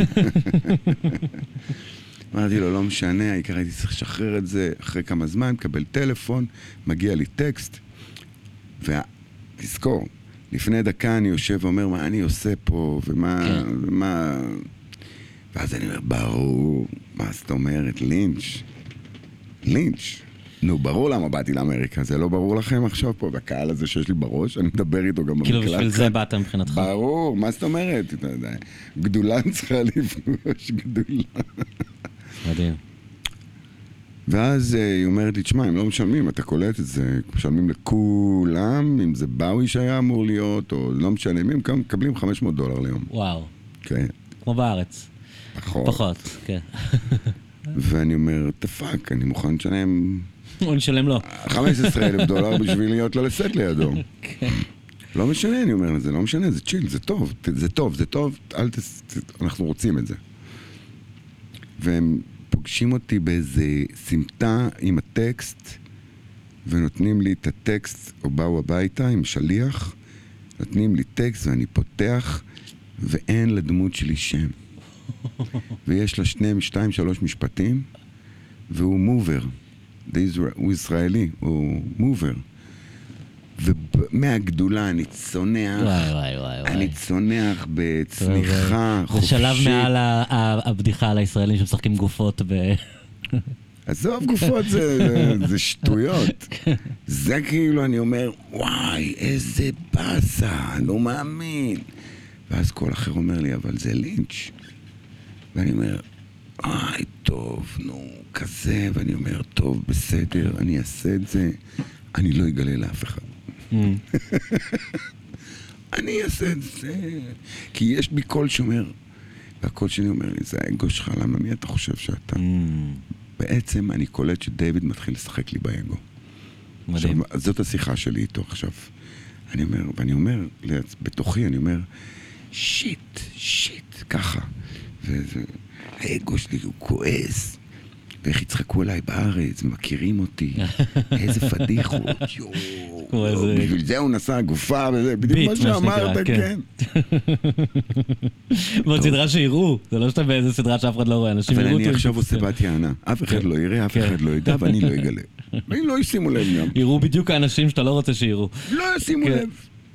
אמרתי לו, לא משנה, העיקר הייתי צריך לשחרר את זה אחרי כמה זמן, מקבל טלפון, מגיע לי טקסט, ותזכור, לפני דקה אני יושב ואומר, מה אני עושה פה, ומה... ואז אני אומר, ברור, מה זאת אומרת, לינץ'. נו, ברור למה באתי לאמריקה, זה לא ברור לכם עכשיו פה, בקהל הזה שיש לי בראש, אני מדבר איתו גם במקלט. כאילו בשביל זה באת מבחינתך. ברור, מה זאת אומרת? גדולה צריכה לפגוש, גדולה. מדהים. ואז היא אומרת לי, תשמע, הם לא משלמים, אתה קולט את זה, משלמים לכולם, אם זה באוי שהיה אמור להיות, או לא משלמים, הם מקבלים $500 ליום. וואו. כן. כמו בארץ. פחות, כן. ואני אומר, תפק, אני מוכן לשלם... הוא נשלם לו. $15,000 בשביל להיות לו לסט לידו. לא משנה, אני אומר, זה לא משנה, זה צ'יל, זה טוב, זה טוב, אנחנו רוצים את זה. והם פוגשים אותי באיזה סמטה עם הטקסט, ונותנים לי את הטקסט, או באו הביתה עם שליח, נותנים לי טקסט ואני פותח, ואין לדמות שלי שם. ויש לה 2-3 משפטים, והוא מובר. הוא ישראלי, הוא מובר. ומהגדולה אני צונח, אני צונח בצניחה חופשית. זה שלב מעל הבדיחה על הישראלים שמשחקים גופות עזוב, גופות זה שטויות. זה כאילו אני אומר, וואי, איזה בסה, לא מאמין. ואז כל אחר אומר לי, אבל זה לינץ'. ואני אומר, טוב, נו, כזה. ואני אומר, טוב, בסדר, אני אעשה את זה. אני לא אגלה לאף אחד. אני אעשה את זה. כי יש בי קול שאומר, והקול שלי אומר לי, זה האגו שלך, למה מי אתה חושב שאתה? בעצם אני קולט שדייוויד מתחיל לשחק לי באגו. מדהים. עכשיו, זאת השיחה שלי איתו עכשיו. ואני אומר, בתוכי אני אומר, שיט, ככה. והאגו שלי הוא כועס. ואיך יצחקו עליי בארץ, מכירים אותי, איזה פדיחות, בשביל זה הוא נסע גופה, וזה בדיוק מה שאמרת, כן. ועוד סדרה שיראו, זה לא שאתה באיזה סדרה שאף אחד לא רואה, אנשים יראו אותי. אבל אני עכשיו עושה בת יענה, אף אחד לא יראה, אף אחד לא ידע, ואני לא אגלה. ואם לא ישימו לב גם. יראו בדיוק האנשים שאתה לא רוצה שיראו. לא ישימו לב.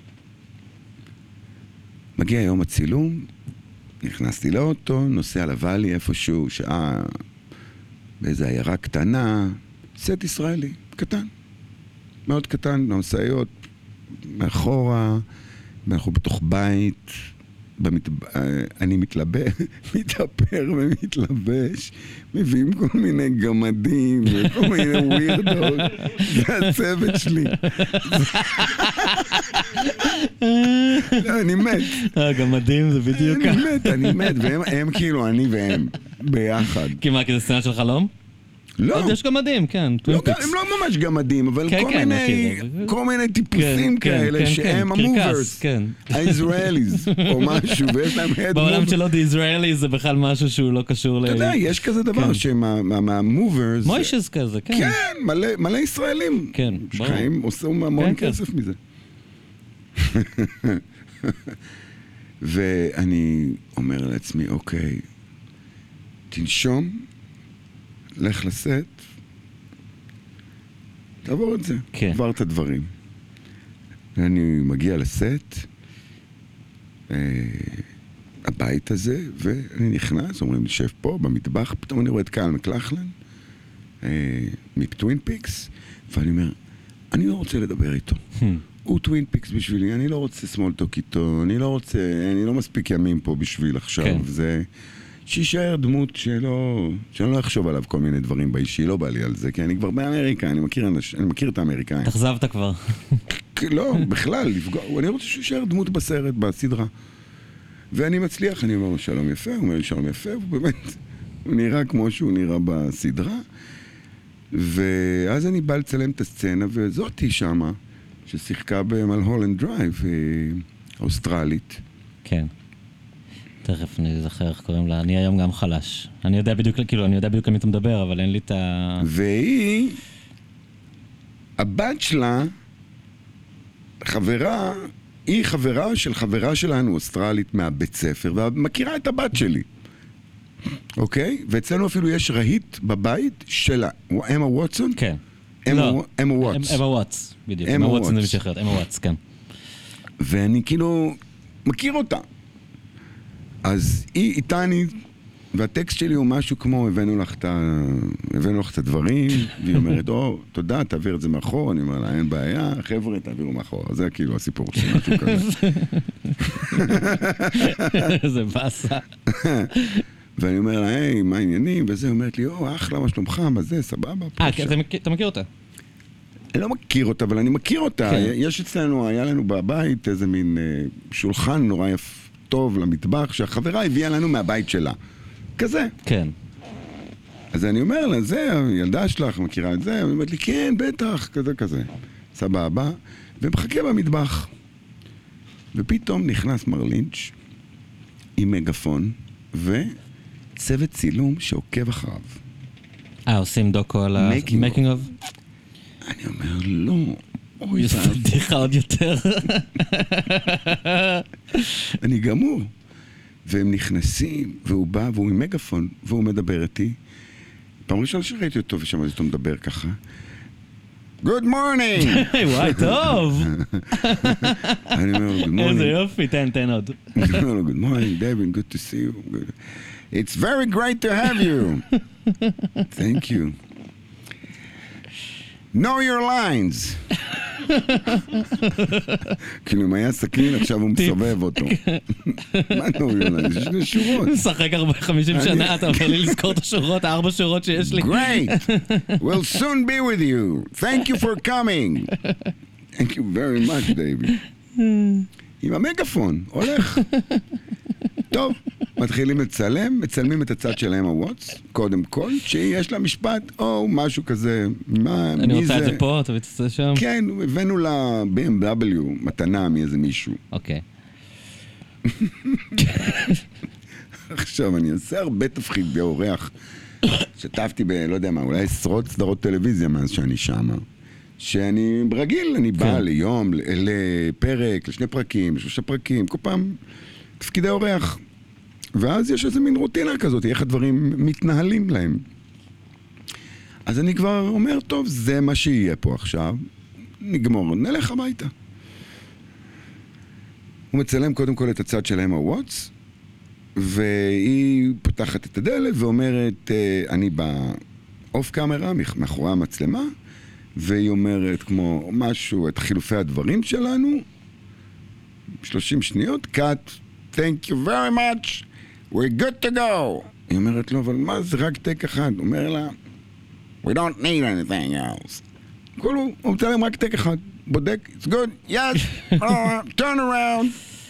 מגיע יום הצילום, נכנסתי לאוטו, נוסע לוואלי איפשהו, שעה... באיזו עיירה קטנה, סט ישראלי, קטן. מאוד קטן, במשאיות, מאחורה, ואנחנו בתוך בית, אני מתאפר ומתלבש, מביאים כל מיני גמדים וכל מיני ווירדות, זה הצוות שלי. לא, אני מת. גמדים זה בדיוק. אני מת, והם כאילו אני והם, ביחד. כי מה, כי זה סצנה של חלום? לא. עוד יש גמדים, כן. הם לא ממש גמדים, אבל כל מיני טיפוסים כאלה שהם המוברס, הישראליז, או משהו, ויש להם הד מובר. בעולם שלו, the Israelis זה בכלל משהו שהוא לא קשור ל... אתה יודע, יש כזה דבר שמהמוברס... מוישס כזה, כן. כן, מלא ישראלים. כן, ברור. שחיים עושים המון כסף מזה. ואני אומר לעצמי, אוקיי, תנשום, לך לסט, תעבור את זה, עבר את הדברים. ואני מגיע לסט, הבית הזה, ואני נכנס, אומרים, שב פה במטבח, פתאום אני רואה את קהל מקלחלן, מטווין פיקס, ואני אומר, אני לא רוצה לדבר איתו. הוא טווין פיקס בשבילי, אני לא רוצה סמולטוק איתו, אני לא מספיק ימים פה בשביל עכשיו, זה... שישאר דמות שאני לא אחשוב עליו כל מיני דברים באישי, לא בא לי על זה, כי אני כבר באמריקה, אני מכיר את האמריקאים. תחזבת כבר. לא, בכלל, לפגוע, אני רוצה שהוא יישאר דמות בסרט, בסדרה. ואני מצליח, אני אומר לו שלום יפה, הוא אומר לי שלום יפה, הוא באמת, הוא נראה כמו שהוא נראה בסדרה. ואז אני בא לצלם את הסצנה, וזאתי שמה, ששיחקה במלהולנד דרייב, אוסטרלית. כן. תכף אני זוכר איך קוראים לה, אני היום גם חלש. אני יודע בדיוק, כאילו, אני יודע בדיוק על מי אתה מדבר, אבל אין לי את ה... והיא, הבת שלה, חברה, היא חברה של חברה שלנו, אוסטרלית, מהבית ספר, ומכירה את הבת שלי. אוקיי? ואצלנו אפילו יש רהיט בבית שלה. אמה ווטסון? כן. אמה ווטס. אמה ווטס, בדיוק. אמה ווטסון זה מישהו אחרת, אמה ווטס, כן. ואני כאילו מכיר אותה. אז היא איתני, והטקסט שלי הוא משהו כמו, הבאנו לך את הדברים, והיא אומרת, תודה, תעביר את זה מאחור. אני אומר לה, אין בעיה, חבר'ה, תעבירו מאחור. זה כאילו הסיפור של משהו כזה. זה בסה. ואני אומר לה, היי, מה העניינים? וזה אומרת לי, אחלה, מה שלומך, מה זה, סבבה. אתה מכיר אותה? אני לא מכיר אותה, אבל אני מכיר אותה. יש אצלנו, היה לנו בבית איזה מין שולחן נורא טוב למטבח, שהחברה הביאה לנו מהבית שלה. כזה. כן. אז אני אומר לה, זה, הילדה שלך מכירה את זה? היא אומרת לי, כן, בטח, כזה. סבבה. ומחכה במטבח. ופתאום נכנס מר לינץ' עם מגפון, וצוות צילום שעוקב אחריו. עושים דוקו על ה-making of? אני אומר, לא. יש פדיחה עוד יותר. אני גמור. והם נכנסים, והוא בא, והוא עם מגפון, והוא מדבר איתי. פעם ראשונה שראיתי אותו, ושמעתי אותו מדבר ככה. Good morning! וואי, טוב! אני אומר לו, good morning. איזה יופי, תן עוד. אני אומר לו, good morning, David, good to see you. It's very great to have you. Thank you. Know your lines. כאילו, אם היה סכין, עכשיו הוא מסובב אותו. מה know your lines? יש שני שורות. משחק 50 שנה, אתה אומר לי לזכור את השורות, 4 שורות שיש לי. Great! We'll soon be with you. Thank you for coming. Thank you very much, David. עם המגפון, הולך. טוב, מתחילים לצלם, מצלמים את הצד של אמה ווטס, קודם כל, שיש לה משפט, או משהו כזה, מי זה? אני רוצה את זה פה, אתה רוצה את זה שם? כן, הבאנו לה BMW, מתנה מאיזה מישהו. אוקיי. עכשיו, אני אעשה הרבה תפקידי אורח. שתפתי לא יודע מה, אולי עשרות סדרות טלוויזיה מאז שאני שמה. שאני ברגיל, אני בא ליום, לפרק, לשני פרקים, לשלושה פרקים, כל פעם תפקידי אורח. ואז יש איזה מין רוטינה כזאת, איך הדברים מתנהלים להם. אז אני כבר אומר, טוב, זה מה שיהיה פה עכשיו, נגמור, נלך הביתה. הוא מצלם קודם כל את הצד של אמה ווטס, והיא פותחת את הדלת ואומרת, אני באוף קאמרה, מאחורי המצלמה, והיא אומרת כמו משהו, את חילופי הדברים שלנו, 30 שניות, cut, thank you very much, we're good to go. היא אומרת לו, אבל מה זה רק טק אחד? הוא אומר לה, we don't need anything else. כולו, הוא מצלם רק טק אחד, בודק, it's good, yes, turn around.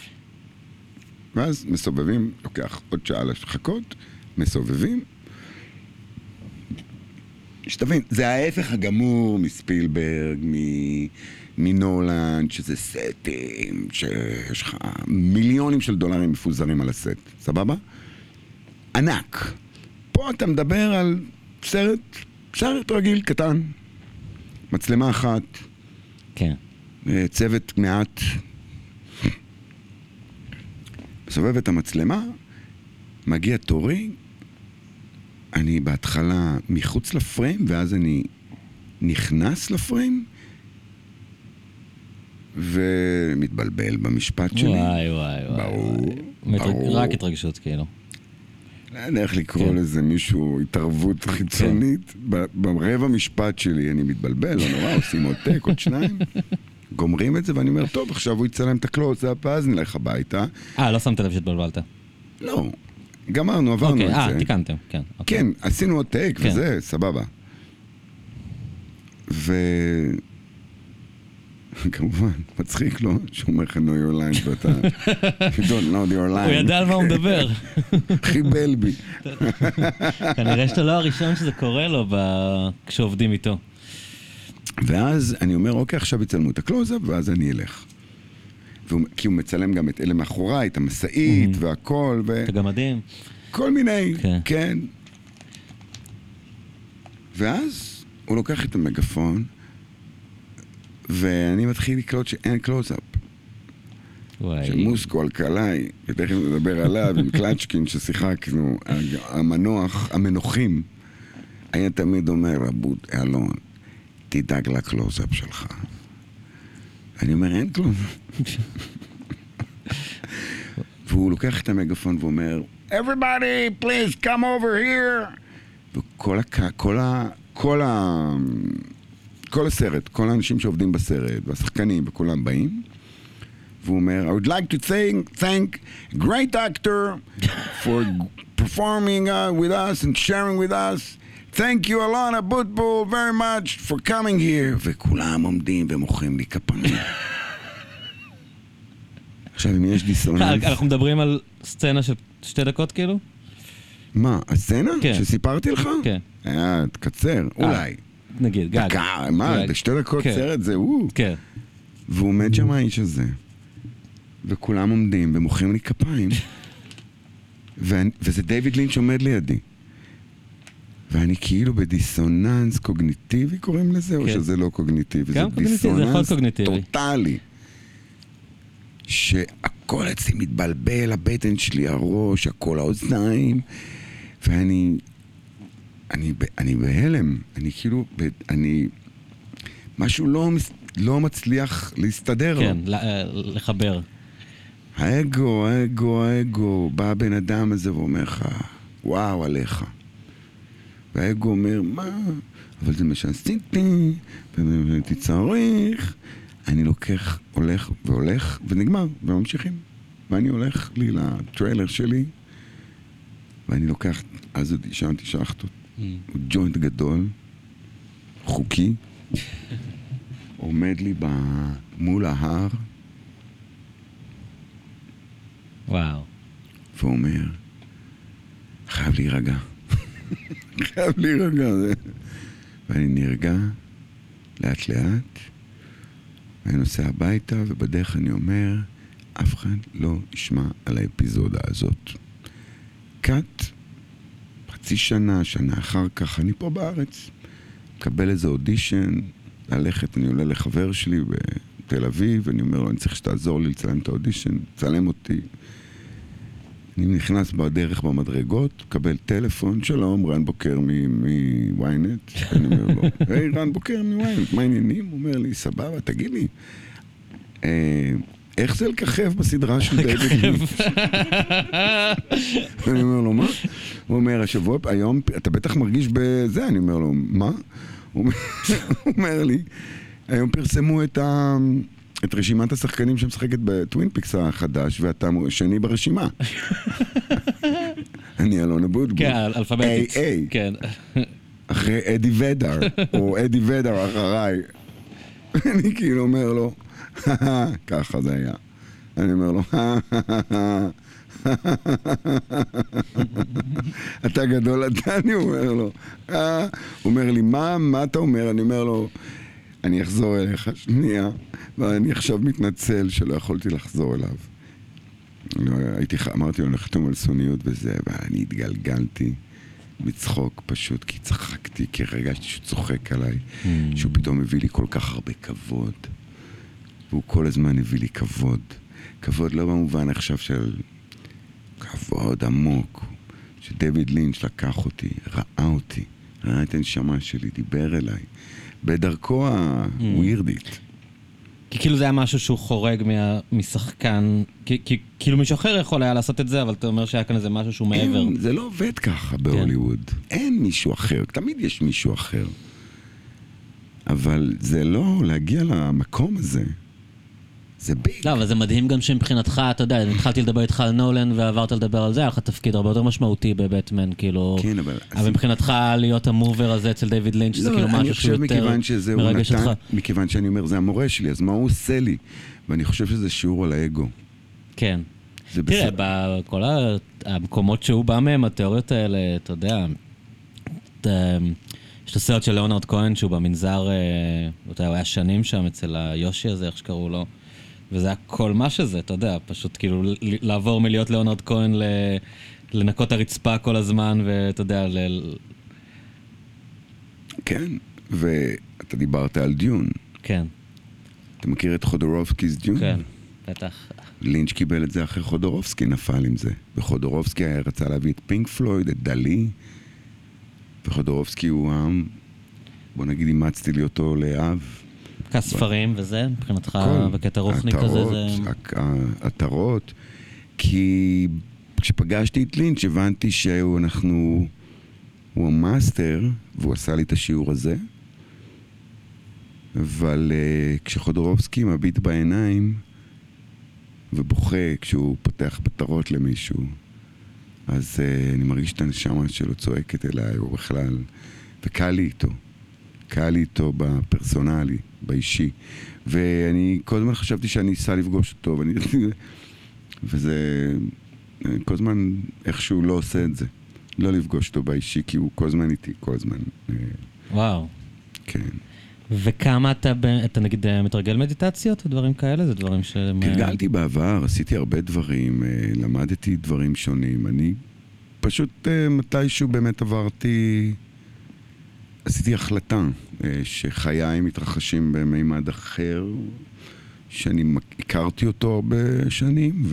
ואז מסובבים, לוקח עוד שעה לחכות, מסובבים. שתבין, זה ההפך הגמור מספילברג, מנולנד, שזה סטים, שיש לך מיליונים של דולרים מפוזרים על הסט, סבבה? ענק. פה אתה מדבר על סרט רגיל, קטן, מצלמה אחת, כן. צוות מעט, מסובב את המצלמה, מגיע תורי, אני בהתחלה מחוץ לפריים, ואז אני נכנס לפריים, ומתבלבל במשפט שלי. וואי. ברור. רק התרגשות, כאילו. לא יודע איך לקרוא לזה מישהו, התערבות חיצונית. ברבע משפט שלי אני מתבלבל, לא נורא, עושים עוד טק, עוד שניים. גומרים את זה, ואני אומר, טוב, עכשיו הוא יצלם את הקלוט, ואז נלך הביתה. לא שמת לב שהתבלבלת. לא, גמרנו, עברנו את זה. תיקנתם, כן. כן, עשינו עוד טייק וזה, סבבה. כמובן, מצחיק לו, שהוא אומר לך know your line, ואתה, you don't know your line. הוא ידע על מה הוא מדבר. חיבל בי. כנראה שאתה לא הראשון שזה קורה לו כשעובדים איתו. ואז אני אומר, אוקיי, עכשיו יצלמו את הקלוזאפ, ואז אני אלך. כי הוא מצלם גם את אלה מאחוריי, את המסעית והכל, את הגמדים. כל מיני, כן. ואז הוא לוקח את המגפון, ואני מתחיל לקלוט שאין קלוזאפ. שמוסקו על קלעי, ותכף נדבר עליו, עם קלצ'קין ששיחקנו, המנוחים, היה תמיד אומר, רבוד אלון, תדאג לקלוזאפ שלך. אני אומר, אין קלוזאפ. והוא לוקח את המגפון ואומר, everybody, please come over here. כל הסרט, כל האנשים שעובדים בסרט, והשחקנים וכולם באים, והוא אומר, I would like to thank a great actor for performing with us and sharing with us. Thank you, Alana Butbul, very much for coming here. וכולם עומדים ומוחאים לי כפיים. עכשיו, אם יש דיסוננס... אנחנו מדברים על סצנה של 2 דקות כאילו? מה, הסצנה? כן. שסיפרתי לך? כן. תקצר, אולי. נגיד, גג. מה, 2 דקות סרט זה הוא? כן. והוא עומד שם האיש הזה, וכולם עומדים ומוחאים לי כפיים, וזה דיוויד לינץ' עומד לידי. ואני כאילו בדיסוננס קוגניטיבי קוראים לזה, או שזה לא קוגניטיבי? גם קוגניטיבי, זה יכול קוגניטיבי. טוטלי. שהכל אצלי מתבלבל, הבטן שלי, הראש, הכל האוזניים, ואני בהלם, אני כאילו, משהו לא מצליח להסתדר לו. כן, לחבר. האגו, בא הבן אדם הזה ואומר לך, וואו עליך. והאגו אומר, מה? אבל זה מה שעשיתי, ואתה צריך. אני לוקח, הולך, ונגמר, וממשיכים. ואני הולך לי לטריילר שלי, ואני לוקח, אז עוד ישנתי שחטות. הוא ג'וינט גדול, חוקי, עומד לי מול ההר, וואו. והוא אומר, חייב להירגע. חייב להירגע. ואני נרגע, לאט לאט, ואני נוסע הביתה, ובדרך אני אומר, אף אחד לא ישמע על האפיזודה הזאת. קאט, חצי שנה אחר כך, אני פה בארץ, מקבל איזה אודישן, ללכת, אני עולה לחבר שלי בתל אביב, ואני אומר לו, אני צריך שתעזור לי לצלם את האודישן, צלם אותי. אני נכנס בדרך במדרגות, מקבל טלפון, שלום, רן בוקר מוויינט. אני אומר לו, היי, רן בוקר מוויינט, מה העניינים? הוא אומר לי, סבבה, תגיד לי, איך זה לככב בסדרה של דיוויד לינץ'? אני אומר לו, מה? הוא אומר, השבוע, היום, אתה בטח מרגיש בזה, אני אומר לו, מה? הוא אומר לי, היום פרסמו את רשימת השחקנים שמשחקת בטווין פיקס החדש, ואתה שני ברשימה. אני אלונה בוטבול. כן, אלפאבטית. כן. אחרי אדי ודר, או אדי ודר אחריי. אני כאילו אומר לו, ככה זה היה. אני אומר לו, אתה גדול אתה, אני אומר לו. הוא אומר לי, מה אתה אומר? אני אומר לו, אני אחזור אליך שנייה, ואני עכשיו מתנצל שלא יכולתי לחזור אליו. אמרתי לו, נחתום על סוניות וזה, ואני התגלגלתי מצחוק פשוט, כי צחקתי, כי הרגשתי שהוא צוחק עליי, שהוא פתאום הביא לי כל כך הרבה כבוד, והוא כל הזמן הביא לי כבוד. כבוד לא במובן עכשיו של כבוד עמוק, שדויד לינץ' לקח אותי, ראה אותי, ראה את הנשמה שלי, דיבר אליי, בדרכו הווירדית. כי כאילו זה היה משהו שהוא חורג משחקן, כי כאילו מישהו אחר יכול היה לעשות את זה, אבל אתה אומר שהיה כאן איזה משהו שהוא מעבר. זה לא עובד ככה בהוליווד. אין מישהו אחר, תמיד יש מישהו אחר. אבל זה לא להגיע למקום הזה. זה ביג. לא, אבל זה מדהים גם שמבחינתך, אתה יודע, התחלתי לדבר איתך על נולן ועברת לדבר על זה, היה לך תפקיד הרבה יותר משמעותי בבטמן, כאילו... כן, אבל מבחינתך להיות המובר הזה אצל דיוויד לינץ' זה כאילו משהו שהוא יותר מרגש אותך. מכיוון שאני אומר, זה המורה שלי, אז מה הוא עושה לי? ואני חושב שזה שיעור על האגו. כן. תראה, בכל המקומות שהוא בא מהם, התיאוריות האלה, אתה יודע, יש את הסרט של ליאונרד כהן, שהוא במנזר, הוא היה שנים שם אצל היושי הזה, איך שקראו לו, וזה היה כל מה שזה, אתה יודע, פשוט כאילו לעבור מלהיות ליאונרד כהן לנקות הרצפה כל הזמן, ואתה יודע, כן, ואתה דיברת על דיון. כן. אתה מכיר את חודורובסקי's דיון? כן, בטח. לינץ' קיבל את זה אחרי חודורובסקי, נפל עם זה. וחודורובסקי רצה להביא את פינק פלויד, את דלי, וחודורובסקי הוא בוא נגיד, אימצתי לי אותו לאב. כספרים וזה, מבחינתך בקטע רוחני כזה זה... עטרות, כי כשפגשתי את לינץ' הבנתי הוא המאסטר, והוא עשה לי את השיעור הזה, אבל כשחודורובסקי מביט בעיניים ובוכה כשהוא פותח בטרות למישהו, אז אני מרגיש את הנשמה שלו צועקת אליי, או בכלל, וקל לי איתו. קל לי איתו בפרסונלי, באישי. ואני כל הזמן חשבתי שאני אסע לפגוש אותו, וזה... כל הזמן איכשהו לא עושה את זה. לא לפגוש אותו באישי, כי הוא כל הזמן איתי, כל הזמן. וואו. כן. וכמה אתה נגיד מתרגל מדיטציות ודברים כאלה? זה דברים ש... תרגלתי בעבר, עשיתי הרבה דברים, למדתי דברים שונים. אני פשוט מתישהו באמת עשיתי החלטה שחיי מתרחשים במימד אחר, שאני הכרתי אותו הרבה שנים,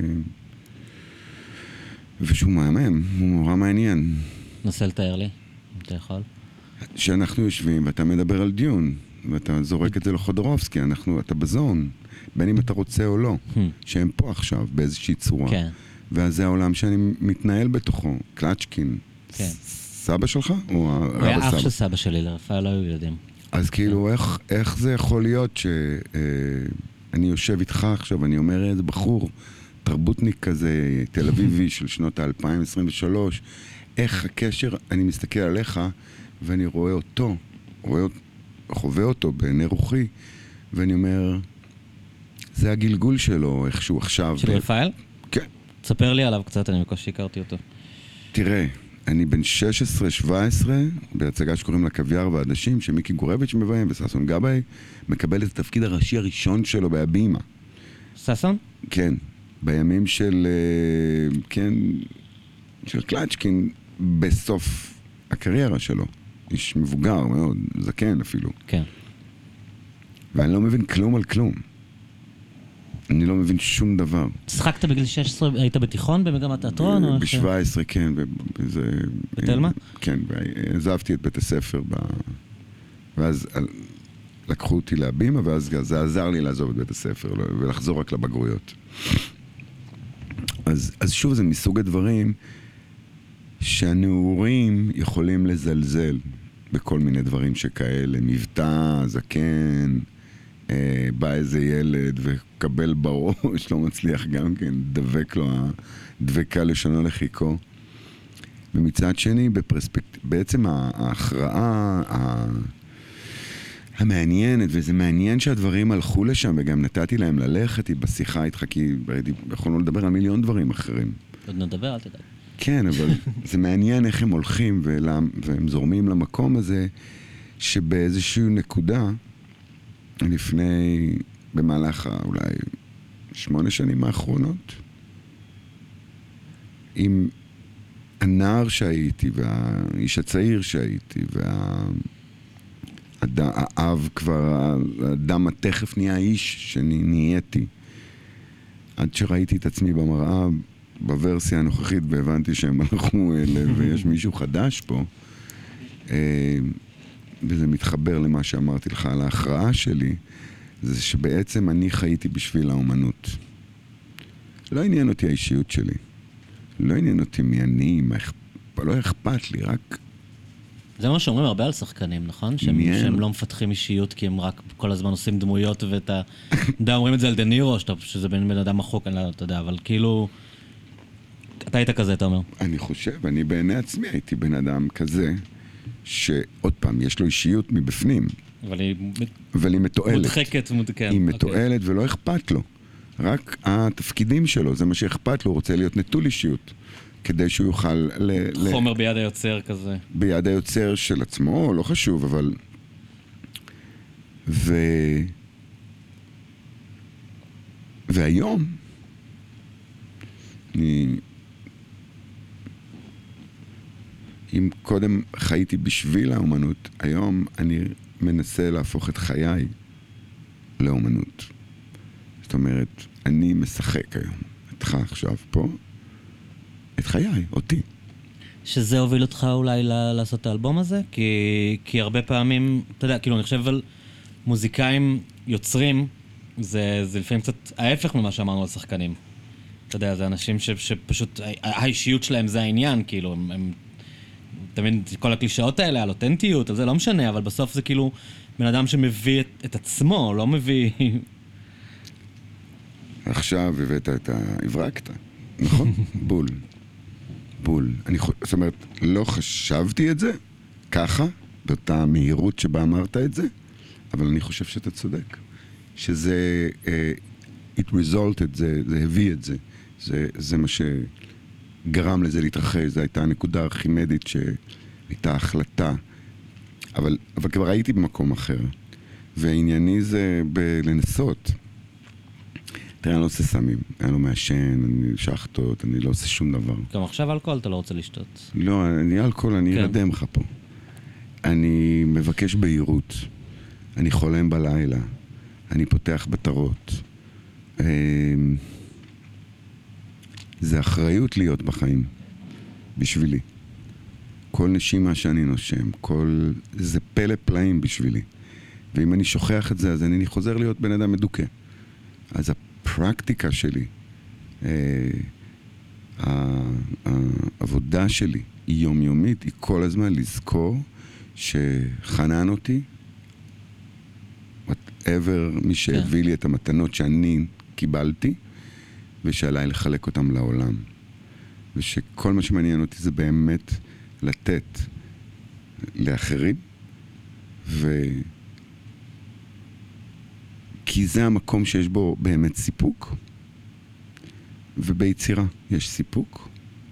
ושהוא מהמם, הוא נורא מעניין. נסה לתאר לי, אם אתה יכול. שאנחנו יושבים ואתה מדבר על דיון, ואתה זורק את זה לחודורובסקי, אתה בזון, בין אם אתה רוצה או לא, שהם פה עכשיו באיזושהי צורה. כן. ואז זה העולם שאני מתנהל בתוכו, קלצ'קין. כן. סבא שלך? או הרב הסבא? הוא היה אח של סבא שלי, לרפאל לא היו ילדים. אז כאילו, איך זה יכול להיות שאני יושב איתך עכשיו, אני אומר איזה בחור, תרבותניק כזה, תל אביבי של שנות ה-2023, איך הקשר, אני מסתכל עליך, ואני רואה אותו, חווה אותו בעיני רוחי, ואני אומר, זה הגלגול שלו, איכשהו עכשיו. של רפאל? כן. תספר לי עליו קצת, אני בקושי הכרתי אותו. תראה, אני בן 16-17, בהצגה שקוראים לה קוויאר ועדשים, שמיקי גורביץ' מביים, וססון גבאי מקבל את התפקיד הראשי הראשון שלו בהבימה. ססון? כן. בימים של, כן, של קלצ'קין, בסוף הקריירה שלו. איש מבוגר מאוד, זקן אפילו. כן. ואני לא מבין כלום על כלום. אני לא מבין שום דבר. שחקת בגיל 16, היית בתיכון במגמת תיאטרון? ב-17, כן. בתלמה? כן, ועזבתי את בית הספר, ואז לקחו אותי להבימה, ואז זה עזר לי לעזוב את בית הספר, ולחזור רק לבגרויות. אז שוב, זה מסוג הדברים שהנעורים יכולים לזלזל בכל מיני דברים שכאלה, מבטא, זקן, בא איזה ילד וקבל בראש, לא מצליח גם כן, דבקה לשונו לחיקו. ומצד שני, בעצם ההכרעה המעניינת, וזה מעניין שהדברים הלכו לשם, וגם נתתי להם ללכת בשיחה איתך, כי יכולנו לדבר על מיליון דברים אחרים. עוד נדבר, אל תדאג. כן, אבל זה מעניין איך הם הולכים, והם זורמים למקום הזה, שבאיזושהי נקודה, במהלך אולי 8 שנים האחרונות, עם הנער שהייתי, והאיש הצעיר שהייתי, האב כבר, האדם התכף נהיה האיש שנהייתי. עד שראיתי את עצמי במראה, בוורסיה הנוכחית, והבנתי שהם הלכו אלה, ויש מישהו חדש פה, וזה מתחבר למה שאמרתי לך על ההכרעה שלי, זה שבעצם אני חייתי בשביל האומנות. לא עניין אותי האישיות שלי. לא עניין אותי מי אני, לא אכפת לי, רק זה מה שאומרים הרבה על שחקנים, נכון? שהם לא מפתחים אישיות כי הם רק כל הזמן עושים דמויות ואתה... אומרים את זה על דנירו, שזה בן אדם מחוק, אני לא יודע, אבל כאילו... אתה היית כזה, אתה אומר. אני חושב, אני בעיני עצמי הייתי בן אדם כזה, שעוד פעם, יש לו אישיות מבפנים. אבל היא מתועלת. מודחקת, כן. היא מתועלת ולא אכפת לו. רק התפקידים שלו, זה מה שאכפת לו, הוא רוצה להיות נטול אישיות. כדי שהוא יוכל חומר ביד היוצר כזה. ביד היוצר של עצמו, לא חשוב, אבל... והיום, אם קודם חייתי בשביל האומנות, היום אני מנסה להפוך את חיי לאומנות. זאת אומרת, אני משחק היום, איתך עכשיו פה, את חיי, אותי. שזה הוביל אותך אולי לעשות את האלבום הזה? כי הרבה פעמים, אתה יודע, כאילו אני חושב על מוזיקאים יוצרים, זה לפעמים קצת ההפך ממה שאמרנו על שחקנים. אתה יודע, זה אנשים שפשוט, האישיות שלהם זה העניין, כאילו, הם תמיד כל הקלישאות האלה על אותנטיות, אז זה לא משנה, אבל בסוף זה כאילו בן אדם שמביא את עצמו, לא מביא... עכשיו הבאת את הברקת, נכון? בול. בול. זאת אומרת, לא חשבתי את זה ככה, באותה מהירות שבה אמרת את זה, אבל אני חושב שאתה צודק. שזה, it resulted, זה הביא את זה. זה מה שגרם לזה להתרחש, זו הייתה הנקודה הארכימדית שהייתה החלטה. אבל כבר הייתי במקום אחר. וענייני זה בלנסות. תראה, אני לא עושה סמים, אני לא מעשן, אני שחטות, אני לא עושה שום דבר. גם עכשיו אלכוהול אתה לא רוצה לשתות. לא, אני אלכוהול, אני ארדם לך פה. אני מבקש בהירות, אני חולם בלילה, אני פותח בטרות. זה אחריות להיות בחיים, בשבילי. כל נשימה שאני נושם, זה פלא פלאים בשבילי. ואם אני שוכח את זה, אז אני חוזר להיות בן אדם מדוכא. אז הפרקטיקה שלי, העבודה שלי היא יומיומית, היא כל הזמן לזכור שחנן אותי, whatever מי שהביא לי את המתנות שאני קיבלתי, ושעליי לחלק אותם לעולם. ושכל מה שמעניין אותי זה באמת לתת לאחרים, כי זה המקום שיש בו באמת סיפוק, וביצירה יש סיפוק,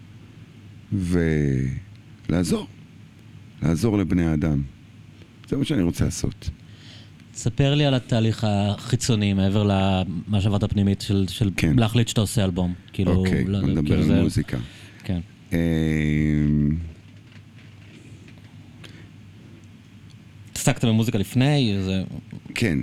ולעזור לבני האדם. זה מה שאני רוצה לעשות. תספר לי על התהליך החיצוני, מעבר למה שעברת פנימית של להחליט שאתה עושה אלבום. אוקיי, בוא נדבר על מוזיקה. כן. עסקת במוזיקה לפני? כן.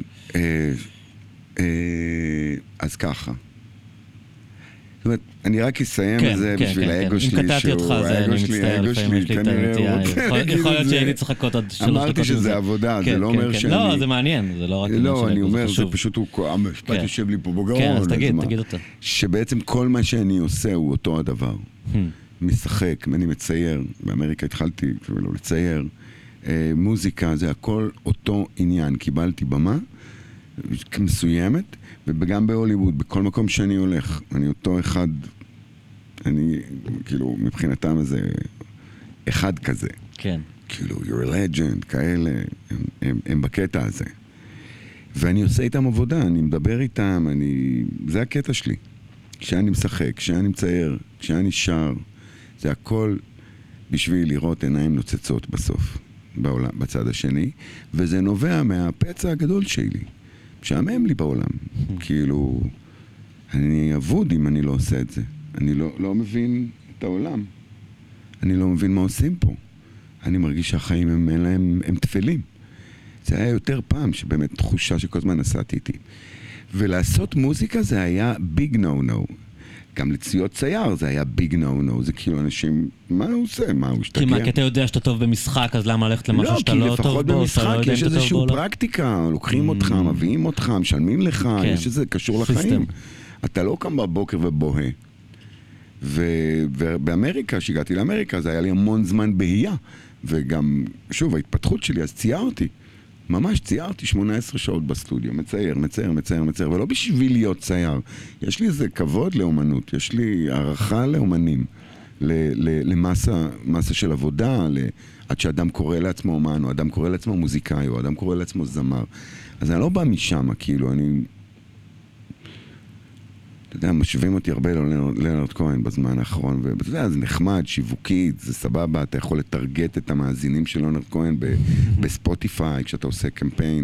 אז ככה. זאת אומרת, אני רק אסיים את זה בשביל האגו שלי. אם קטעתי אותך, אני מצטער, לפעמים יש לי את הנטייה. יכול להיות שהייתי צחקות עוד 3 דקות. אמרתי שזה עבודה, זה לא אומר שאני... לא, זה מעניין, זה לא רק... לא, אני אומר, זה פשוט, המשפט יושב לי פה בגרון. כן, אז תגיד אותה. שבעצם כל מה שאני עושה הוא אותו הדבר. משחק, אני מצייר, באמריקה התחלתי לצייר, מוזיקה, זה הכל אותו עניין. קיבלתי במה מסוימת, וגם בהוליווד, בכל מקום שאני הולך, אני אותו אחד, אני, כאילו, מבחינתם איזה אחד כזה. כן. כאילו, you're a legend, כאלה, הם בקטע הזה. ואני עושה איתם עבודה, אני מדבר איתם, זה הקטע שלי. כשאני משחק, כשאני מצייר, כשאני שר, זה הכל בשביל לראות עיניים נוצצות בסוף, בעולם, בצד השני, וזה נובע מהפצע הגדול שלי. משעמם לי בעולם. כאילו, אני אבוד אם אני לא עושה את זה. אני לא מבין את העולם. אני לא מבין מה עושים פה. אני מרגיש שהחיים הם תפלים. זה היה יותר פעם שבאמת תחושה שכל הזמן נסעתי איתי. ולעשות מוזיקה זה היה ביג נו-נו. גם לציות צייר זה היה ביג נו-נו. זה כאילו אנשים, מה הוא עושה? מה הוא השתגע? כי אתה יודע שאתה טוב במשחק, אז למה ללכת למשהו שאתה לא טוב בו? לא, כי לפחות במשחק יש איזושהי פרקטיקה. לוקחים אותך, מביאים אותך, משלמים לך, יש איזה קשור לחיים. אתה לא קם בבוקר ובוהה. ובאמריקה, שהגעתי לאמריקה, זה היה לי המון זמן בהייה. וגם, שוב, ההתפתחות שלי, אז ציירתי. ממש ציירתי 18 שעות בסטודיו, מצייר, ולא בשביל להיות צייר. יש לי איזה כבוד לאומנות, יש לי הערכה לאומנים, למסה של עבודה, עד שאדם קורא לעצמו אומן, או אדם קורא לעצמו מוזיקאי, או אדם קורא לעצמו זמר. אז אני לא בא משם, כאילו, אתה יודע, משווים אותי הרבה ללנרד כהן בזמן האחרון, ואתה יודע, זה נחמד, שיווקית, זה סבבה, אתה יכול לטרגט את המאזינים של לנרד כהן בספוטיפיי, כשאתה עושה קמפיין,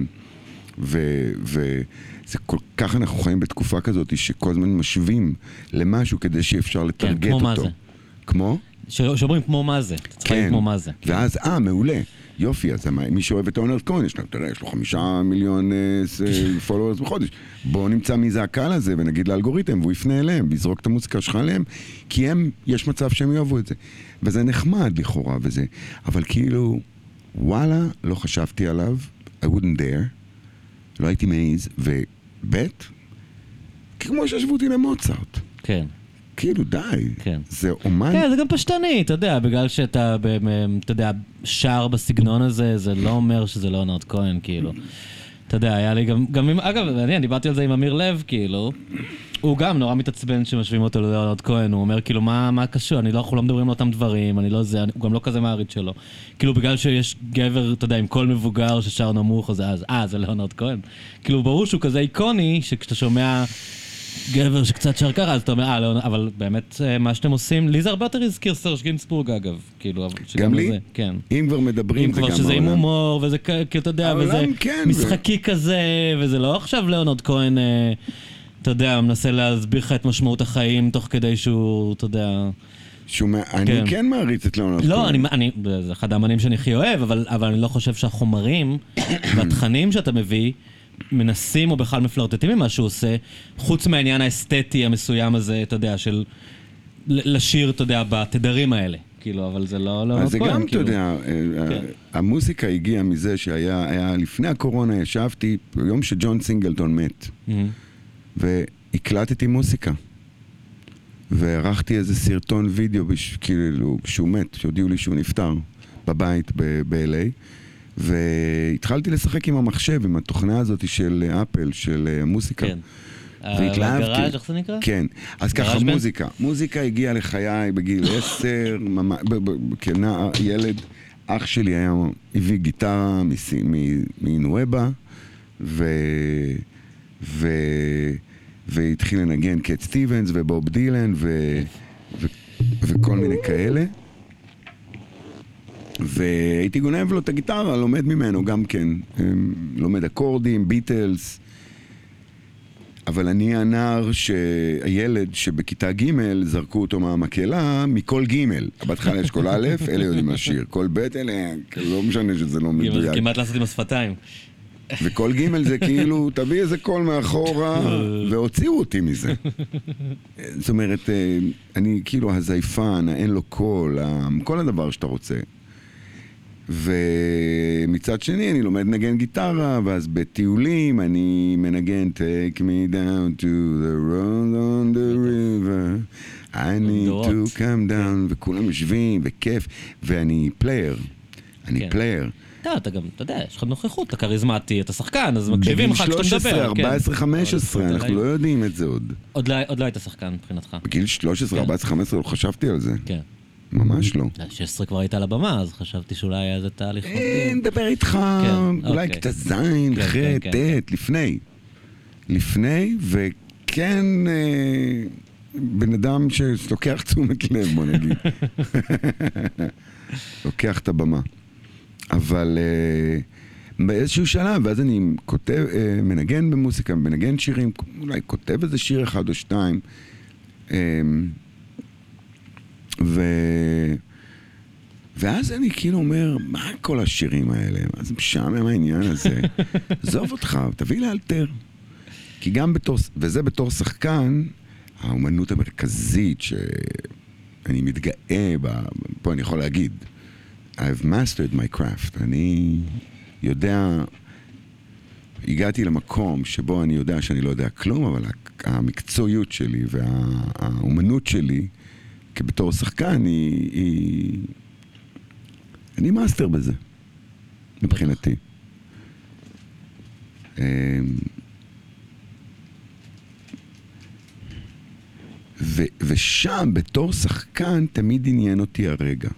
וזה כל כך אנחנו חיים בתקופה כזאת, שכל הזמן משווים למשהו כדי שאפשר לטרגט אותו. כן, כמו מה זה. כמו? שאומרים כמו מה זה, אתה צריך להגיד כמו מה זה. ואז, מעולה. יופי, אז מי שאוהב את לנרד כהן, יש לו 5 מיליון פולוורס בחודש. בואו נמצא מי זה הקהל הזה, ונגיד לאלגוריתם, והוא יפנה אליהם, ויזרוק את המוזיקה שלך אליהם, כי יש מצב שהם יאהבו את זה. וזה נחמד לכאורה וזה, אבל כאילו, וואלה, לא חשבתי עליו, I wouldn't dare, לא הייתי מעיז, ובית, כמו שהשוו אותי למוצרט. כן. כאילו די, כן. זה אומן. כן, זה גם פשטני, אתה יודע, בגלל שאתה, אתה יודע, שר בסגנון הזה, זה לא אומר שזה לא לנרד כהן, כאילו. אתה יודע, היה לי גם אגב, אני דיברתי על זה עם אמיר לב, כאילו, הוא גם נורא מתעצבן שמשווים אותו ללנרד כהן, הוא אומר, כאילו, מה קשור? אנחנו לא מדברים על אותם דברים, אני לא זה, הוא גם לא כזה מעריץ שלו. כאילו, בגלל שיש גבר, אתה יודע, עם קול מבוגר ששר נמוך, אז זה לנרד כהן. כאילו, ברור שהוא כזה איקוני, שכשאתה שומע גבר שקצת שר ככה, אז אתה אומר, אבל באמת, מה שאתם עושים, לי זה הרבה יותר הזכיר סרש גינסבורג, אגב, כאילו, גם לי? זה, כן. אם כבר מדברים, זה גם העולם. שזה עם הומור, וזה, כאילו, אתה יודע, וזה משחקי כזה, וזה לא עכשיו לנרד כהן, אתה יודע, מנסה להסביר לך את משמעות החיים, תוך כדי שהוא, אתה יודע... אני כן מעריץ את לנרד כהן. לא, זה אחד האמנים שאני הכי אוהב, אבל אני לא חושב שהחומרים והתכנים שאתה מביא, מנסים או בכלל מפלרטטים ממה שהוא עושה, חוץ מהעניין האסתטי המסוים הזה, אתה יודע, של לשיר, אתה יודע, בתדרים האלה, כאילו, אבל זה לא... אז זה גם, אתה יודע, המוסיקה הגיעה מזה שהיה לפני הקורונה, ישבתי, ביום שג'ון סינגלטון מת, והקלטתי מוסיקה, וערכתי איזה סרטון וידאו, כאילו, כשהוא מת, שהודיעו לי שהוא נפטר, בבית ב-LA, והתחלתי לשחק עם המחשב, עם התוכנה הזאת של אפל, של מוזיקה. כן. והתלהבתי. גראז' איך זה נקרא? כן. אז ככה מוזיקה. מוזיקה הגיעה לחיי בגיל 10, כנער, ילד. אח שלי הביא גיטרה מנואבה, והתחיל לנגן קט סטיבנס ובוב דילן וכל מיני כאלה. והייתי גונב לו את הגיטרה, לומד ממנו גם כן, לומד אקורדים, ביטלס, אבל אני הנער הילד שבכיתה ג' זרקו אותו מהמקהלה מכל ג', בהתחלה יש כל א', אלה יודעים לשיר, כל ב' אלה, לא משנה שזה לא מדויק. זה כמעט לעשות עם השפתיים. וכל ג' זה כאילו, תביא איזה קול מאחורה, והוציאו אותי מזה. זאת אומרת, אני כאילו הזייפן, אין לו קול, כל הדבר שאתה רוצה. ומצד שני אני לומד לנגן גיטרה, ואז בטיולים אני מנגן Take me down to the road on the river I need to come down, וכולם יושבים וכיף, ואני פלייר, אני פלייר. אתה גם, אתה יודע, יש לך נוכחות, אתה כריזמטי, אתה שחקן, אז מקשיבים לך כשאתה מדבר. בגיל 13, 14, 15, אנחנו לא יודעים את זה עוד. עוד לא היית שחקן מבחינתך. בגיל 13, 14, 15, לא חשבתי על זה. כן. ממש לא. 16 כבר היית על הבמה, אז חשבתי שאולי היה איזה תהליך. נדבר איתך, אולי כתה זין, ח', ת', לפני, וכן בן אדם שלוקח תשומת לב, בוא נגיד. לוקח את הבמה. אבל באיזשהו שלב, ואז אני כותב, מנגן במוסיקה, מנגן שירים, אולי כותב איזה שיר אחד או שתיים, ואז אני כאילו אומר, מה כל השירים האלה? מה זה משעמם העניין הזה? עזוב אותך, תביא לאלתר. כי גם וזה בתור שחקן, האומנות המרכזית שאני מתגאה בה, פה אני יכול להגיד, I've mastered my craft. אני יודע, הגעתי למקום שבו אני יודע שאני לא יודע כלום, אבל המקצועיות שלי והאומנות שלי, כבתור שחקן, אני מאסטר בזה, מבחינתי. ושם, בתור שחקן, תמיד עניין אותי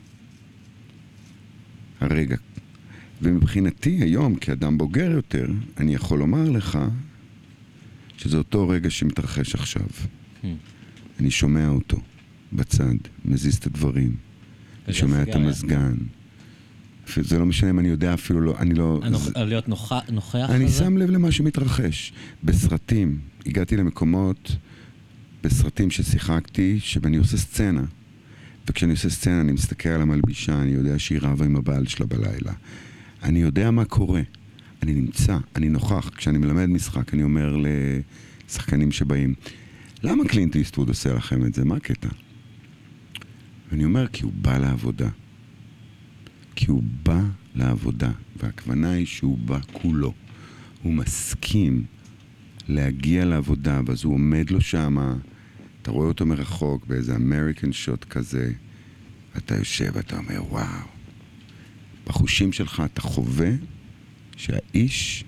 הרגע. ומבחינתי היום, כאדם בוגר יותר, אני יכול לומר לך שזה אותו רגע שמתרחש עכשיו. אני שומע אותו בצד, מזיז את הדברים, אני שומע את המזגן. זה לא משנה אם אני יודע אפילו לא, אני לא... להיות נוכח? אני שם לב למה שמתרחש. בסרטים, הגעתי למקומות, בסרטים ששיחקתי, שאני עושה סצנה. וכשאני עושה סצנה, אני מסתכל על המלבישה, אני יודע שהיא רבה עם הבעל שלה בלילה. אני יודע מה קורה. אני נמצא, אני נוכח. כשאני מלמד משחק, אני אומר לשחקנים שבאים, למה קלינט איסטווד עושה לכם את זה? מה הקטע? ואני אומר, כי הוא בא לעבודה. כי הוא בא לעבודה, והכוונה היא שהוא בא כולו. הוא מסכים להגיע לעבודה, ואז הוא עומד לו שמה, אתה רואה אותו מרחוק באיזה אמריקן שוט כזה, אתה יושב ואתה אומר, וואו. בחושים שלך אתה חווה שהאיש,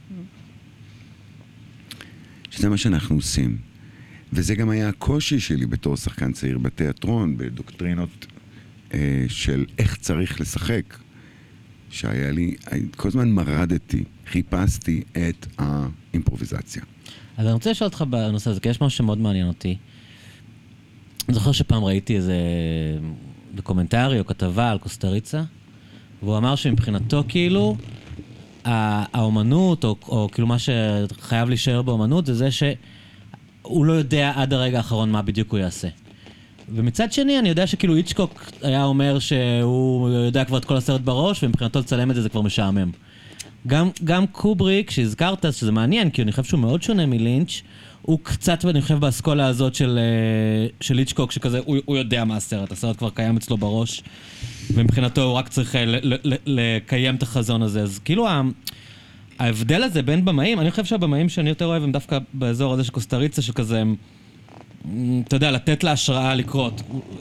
שזה מה שאנחנו עושים. וזה גם היה הקושי שלי בתור שחקן צעיר בתיאטרון, בדוקטרינות של איך צריך לשחק, שהיה לי, כל הזמן מרדתי, חיפשתי את האימפרוביזציה. אז אני רוצה לשאול אותך בנושא הזה, כי יש משהו שמאוד מעניין אותי. אני זוכר שפעם ראיתי איזה דוקומנטרי או כתבה על קוסטריצה, והוא אמר שמבחינתו כאילו, האומנות, או כאילו מה שחייב להישאר באומנות, זה שהוא לא יודע עד הרגע האחרון מה בדיוק הוא יעשה. ומצד שני, אני יודע שכאילו היצ'קוק היה אומר שהוא יודע כבר את כל הסרט בראש, ומבחינתו לצלם את זה, זה כבר משעמם. גם קובריק, שהזכרת, שזה מעניין, כי אני חושב שהוא מאוד שונה מלינץ', הוא קצת, אני חושב, באסכולה הזאת של היצ'קוק, שכזה, הוא יודע מה הסרט כבר קיים אצלו בראש, ומבחינתו הוא רק צריך לקיים את החזון הזה. אז כאילו ההבדל הזה בין במאים, אני חושב שהבמאים שאני יותר אוהב הם דווקא באזור הזה של קוסטריצה, שכזה הם, אתה יודע, לתת לה השראה לקרות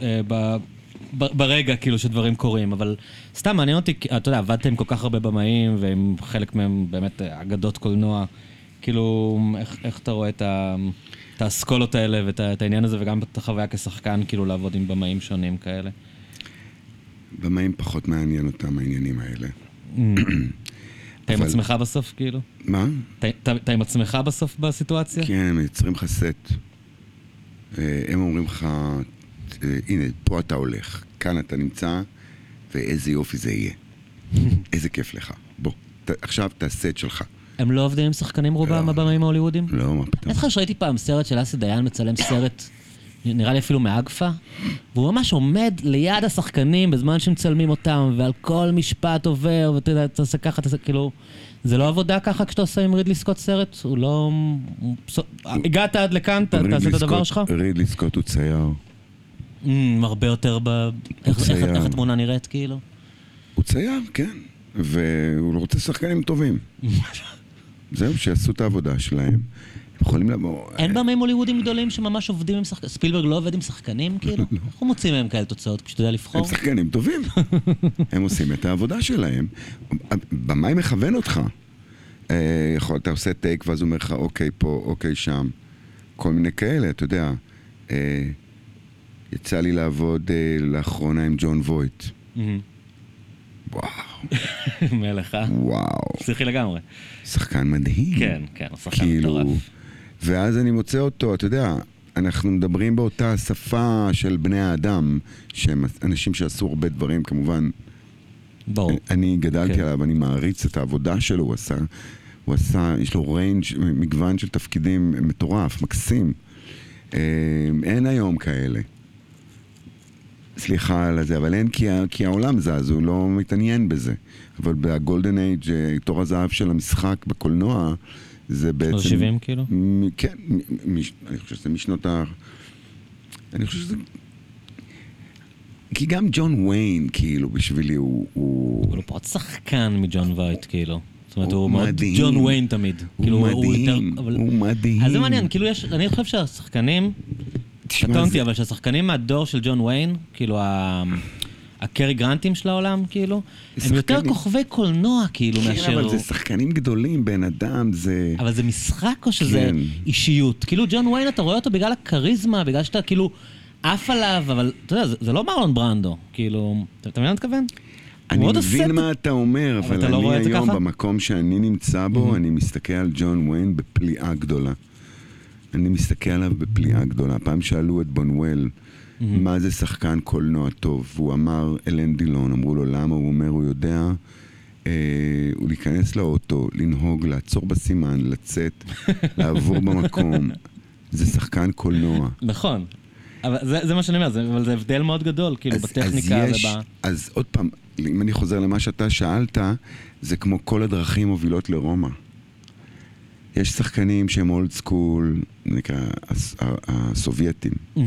ברגע כאילו שדברים קורים, אבל סתם מעניין אותי, אתה יודע, עבדתם עם כל כך הרבה במאים, ועם חלק מהם באמת אגדות קולנוע, כאילו, איך אתה רואה את האסכולות האלה ואת העניין הזה, וגם את החוויה כשחקן, כאילו, לעבוד עם במאים שונים כאלה? במאים פחות מעניין אותם העניינים האלה. אתה עם עצמך בסוף, כאילו? מה? אתה עם עצמך בסוף בסיטואציה? כן, הם יוצרים לך סט. הם אומרים לך, הנה, פה אתה הולך, כאן אתה נמצא, ואיזה יופי זה יהיה. איזה כיף לך. בוא, עכשיו תעשה את שלך. הם לא עובדים עם שחקנים רובם, הבמאים ההוליוודים? לא, מה פתאום. אני זוכר שראיתי פעם סרט של אסי דיין מצלם סרט, נראה לי אפילו מאגפה, והוא ממש עומד ליד השחקנים בזמן שמצלמים אותם, ועל כל משפט עובר, ואתה יודע, אתה עושה ככה, כאילו, זה לא עבודה ככה כשאתה עושה עם רידלי סקוט סרט? הוא לא... הגעת עד לכאן, תעשה את הדבר שלך? רידלי סקוט הוא צייר. הרבה יותר איך התמונה נראית, כאילו? הוא צייר, כן. והוא רוצה שחקנים טובים. זהו, שיעשו את העבודה שלהם. יכולים לבוא... אין במאים הוליוודים גדולים שממש עובדים עם שחקנים? ספילברג לא עובד עם שחקנים, כאילו? איך הוא מוציא מהם כאלה תוצאות, כשאתה יודע לבחור? הם שחקנים טובים. הם עושים את העבודה שלהם. במאי מכוון אותך. אתה עושה טייק, ואז הוא אומר לך, אוקיי פה, אוקיי שם. כל מיני כאלה, אתה יודע. יצא לי לעבוד לאחרונה עם ג'ון וויט. וואו. מלך, וואו. פסיכי לגמרי. שחקן מדהים. כן, כן, הוא שחקן מטורף. ואז אני מוצא אותו, אתה יודע, אנחנו מדברים באותה שפה של בני האדם, שהם אנשים שעשו הרבה דברים, כמובן. ברור. אני גדלתי עליו, אני מעריץ את העבודה שלו, הוא עשה, יש לו ריינג' מגוון של תפקידים מטורף, מקסים. אין היום כאלה. סליחה על זה, אבל אין, כי העולם זז, הוא לא מתעניין בזה. אבל בגולדן אייג', תור הזהב של המשחק בקולנוע, זה בעצם... 70 כאילו? כן, אני חושב שזה משנות אני חושב שזה... כי גם ג'ון ויין, כאילו, בשבילי הוא... אבל הוא פחות שחקן מג'ון ווייט, כאילו. זאת אומרת, הוא מדהים. ג'ון ויין תמיד. הוא מדהים, הוא מדהים. אז זה מעניין, כאילו יש... אני חושב שהשחקנים... קטונתי, אבל שהשחקנים מהדור של ג'ון ויין, כאילו הקרי גרנטים של העולם, כאילו, הם יותר כוכבי קולנוע, כאילו, מאשר... כן, אבל זה שחקנים גדולים, בן אדם, זה... אבל זה משחק או שזה אישיות? כאילו, ג'ון וויין, אתה רואה אותו בגלל הכריזמה, בגלל שאתה כאילו עף עליו, אבל אתה יודע, זה לא מרלון ברנדו, כאילו, אתה מבין מה אני מתכוון? אני מבין מה אתה אומר, אבל אני היום במקום שאני נמצא בו, אני מסתכל על ג'ון וויין בפליאה גדולה. אני מסתכל עליו בפליאה גדולה. פעם שאלו את בונוול, מה זה שחקן קולנוע טוב? והוא אמר, אלן דילון, אמרו לו למה? הוא אומר, הוא יודע, הוא להיכנס לאוטו, לנהוג, לעצור בסימן, לצאת, לעבור במקום. זה שחקן קולנוע. נכון. אבל זה מה שאני אומר, אבל זה הבדל מאוד גדול, כאילו, בטכניקה ובא... אז עוד פעם, אם אני חוזר למה שאתה שאלת, זה כמו כל הדרכים מובילות לרומא. יש שחקנים שהם אולד סקול, נקרא, הסובייטים.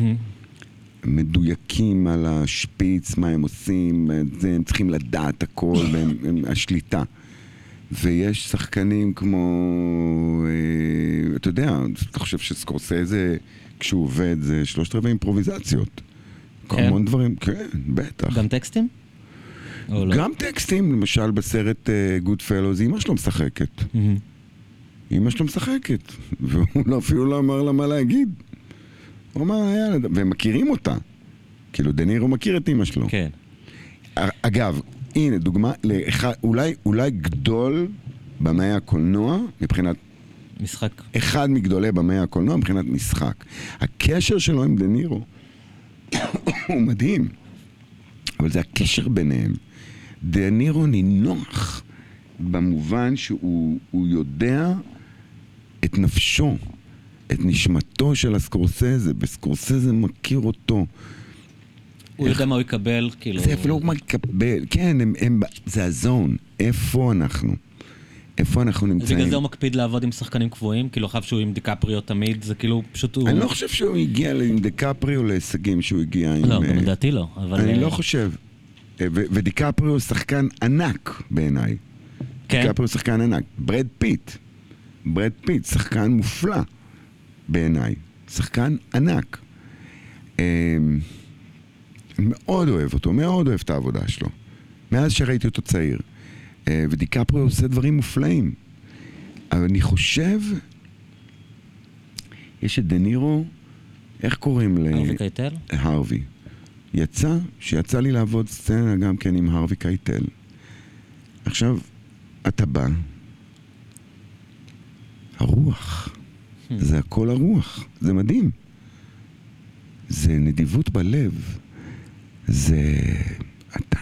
מדויקים על השפיץ, מה הם עושים, הם צריכים לדעת הכל, והם השליטה. ויש שחקנים כמו, אתה יודע, אתה חושב שסקורסזה, כשהוא עובד, זה 3/4 אימפרוביזציות. כל המון דברים, כן, בטח. גם טקסטים? גם טקסטים, למשל בסרט Good Fellows, אמא שלו משחקת. אמא שלו משחקת, והוא אפילו לא אמר לה מה להגיד. הוא אמר, יאללה, והם מכירים אותה. כאילו, דנירו מכיר את אמא שלו. כן. אגב, הנה, דוגמה, אולי גדול במאי הקולנוע, מבחינת... משחק. אחד מגדולי במאי הקולנוע, מבחינת משחק. הקשר שלו עם דנירו הוא מדהים. אבל זה הקשר ביניהם. דנירו נינוח במובן שהוא יודע את נפשו, את נשמתו של הסקורסזה, וסקורסזה מכיר אותו. הוא יודע מה הוא יקבל, כאילו... זה אפילו מה יקבל, כן, זה הזון. איפה אנחנו? איפה אנחנו נמצאים? בגלל זה הוא מקפיד לעבוד עם שחקנים קבועים? כאילו, חושב שהוא עם דיקפריו תמיד, זה כאילו פשוט הוא... אני לא חושב שהוא הגיע עם דיקפריו להישגים שהוא הגיע עם... לא, גם לדעתי לא, אבל... אני לא חושב. ודיקפריו הוא שחקן ענק בעיניי. כן? דיקפריו הוא שחקן ענק. ברד פיט, שחקן מופלא בעיניי. שחקן ענק. מאוד אוהב אותו, מאוד אוהב את העבודה שלו. מאז שראיתי אותו צעיר. ודיקפריו עושה דברים מופלאים. אבל אני חושב, יש את דנירו, איך קוראים ל... הרווי קייטל? הרווי. שיצא לי לעבוד סצנה גם כן עם הרווי קייטל. עכשיו, אתה בא, הרוח, זה הכל הרוח, זה מדהים. זה נדיבות בלב, זה... אתה...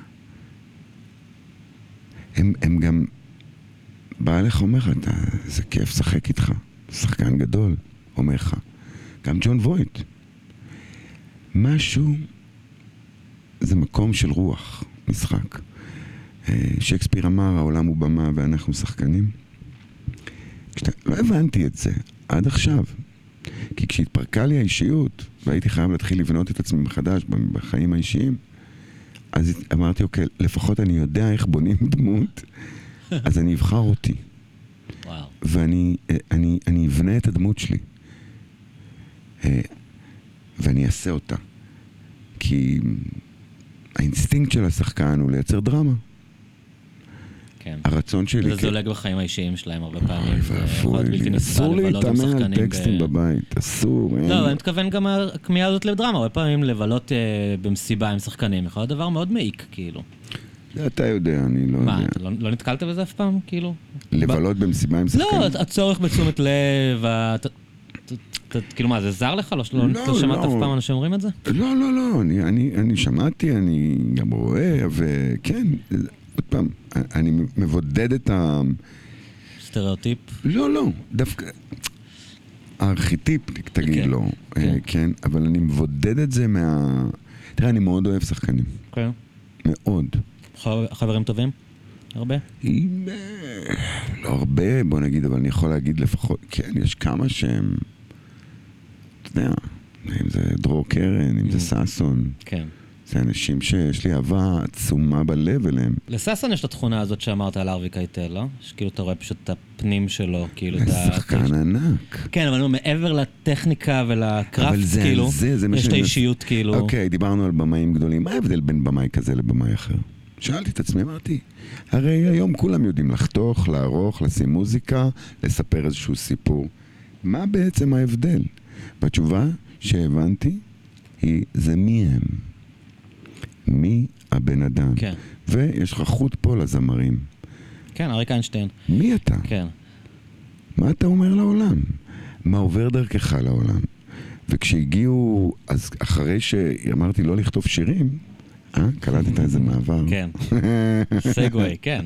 הם גם... בא לך אומר לך, זה כיף שחק איתך, שחקן גדול, אומר לך. גם ג'ון וויט. משהו... זה מקום של רוח, משחק. שייקספיר אמר, העולם הוא במה ואנחנו שחקנים. לא הבנתי את זה עד עכשיו. כי כשהתפרקה לי האישיות, והייתי חייב להתחיל לבנות את עצמי מחדש בחיים האישיים, אז אמרתי, אוקיי, לפחות אני יודע איך בונים דמות, אז אני אבחר אותי. וואו. ואני אבנה את הדמות שלי. ואני אעשה אותה. כי האינסטינקט של השחקן הוא לייצר דרמה. כן. הרצון שלי... וזה זולג בחיים האישיים שלהם הרבה פעמים. אסור להתאמן על טקסטים בבית, אסור. לא, אבל אני מתכוון גם הכמיהה הזאת לדרמה. הרבה פעמים לבלות במסיבה עם שחקנים יכול להיות דבר מאוד מעיק, כאילו. זה אתה יודע, אני לא יודע. מה, אתה לא נתקלת בזה אף פעם, כאילו? לבלות במסיבה עם שחקנים? לא, הצורך בתשומת לב, כאילו מה, זה זר לך? לא שמעת אף פעם אנשים אומרים את זה? לא, לא, לא, אני שמעתי, אני גם רואה, וכן, עוד פעם, אני מבודד את ה... סטריאוטיפ? לא, לא, דווקא... הארכיטיפ, תגיד לו, כן, אבל אני מבודד את זה מה... תראה, אני מאוד אוהב שחקנים. כן. מאוד. חברים טובים? הרבה? לא הרבה, בוא נגיד, אבל אני יכול להגיד לפחות, כן, יש כמה שהם... אתה יודע, אם זה דרור קרן, אם זה סאסון. כן. זה אנשים שיש לי אהבה עצומה בלב אליהם. לססן יש את התכונה הזאת שאמרת על ארווי קייטל, לא? שכאילו אתה רואה פשוט את הפנים שלו, כאילו את ה... שחקן ענק. כן, אבל מעבר לטכניקה ולקראפט, כאילו, יש את האישיות, כאילו... אוקיי, דיברנו על במאים גדולים. מה ההבדל בין במאי כזה לבמאי אחר? שאלתי את עצמי, אמרתי, הרי היום כולם יודעים לחתוך, לערוך, לשים מוזיקה, לספר איזשהו סיפור. מה בעצם ההבדל? והתשובה שהבנתי היא, זה מי הם. מי הבן אדם. כן. ויש לך חוט פה לזמרים. כן, אריק איינשטיין. מי אתה? כן. מה אתה אומר לעולם? מה עובר דרכך לעולם? וכשהגיעו, אז אחרי שאמרתי לא לכתוב שירים, קלטת איזה מעבר. כן. סגווי, כן.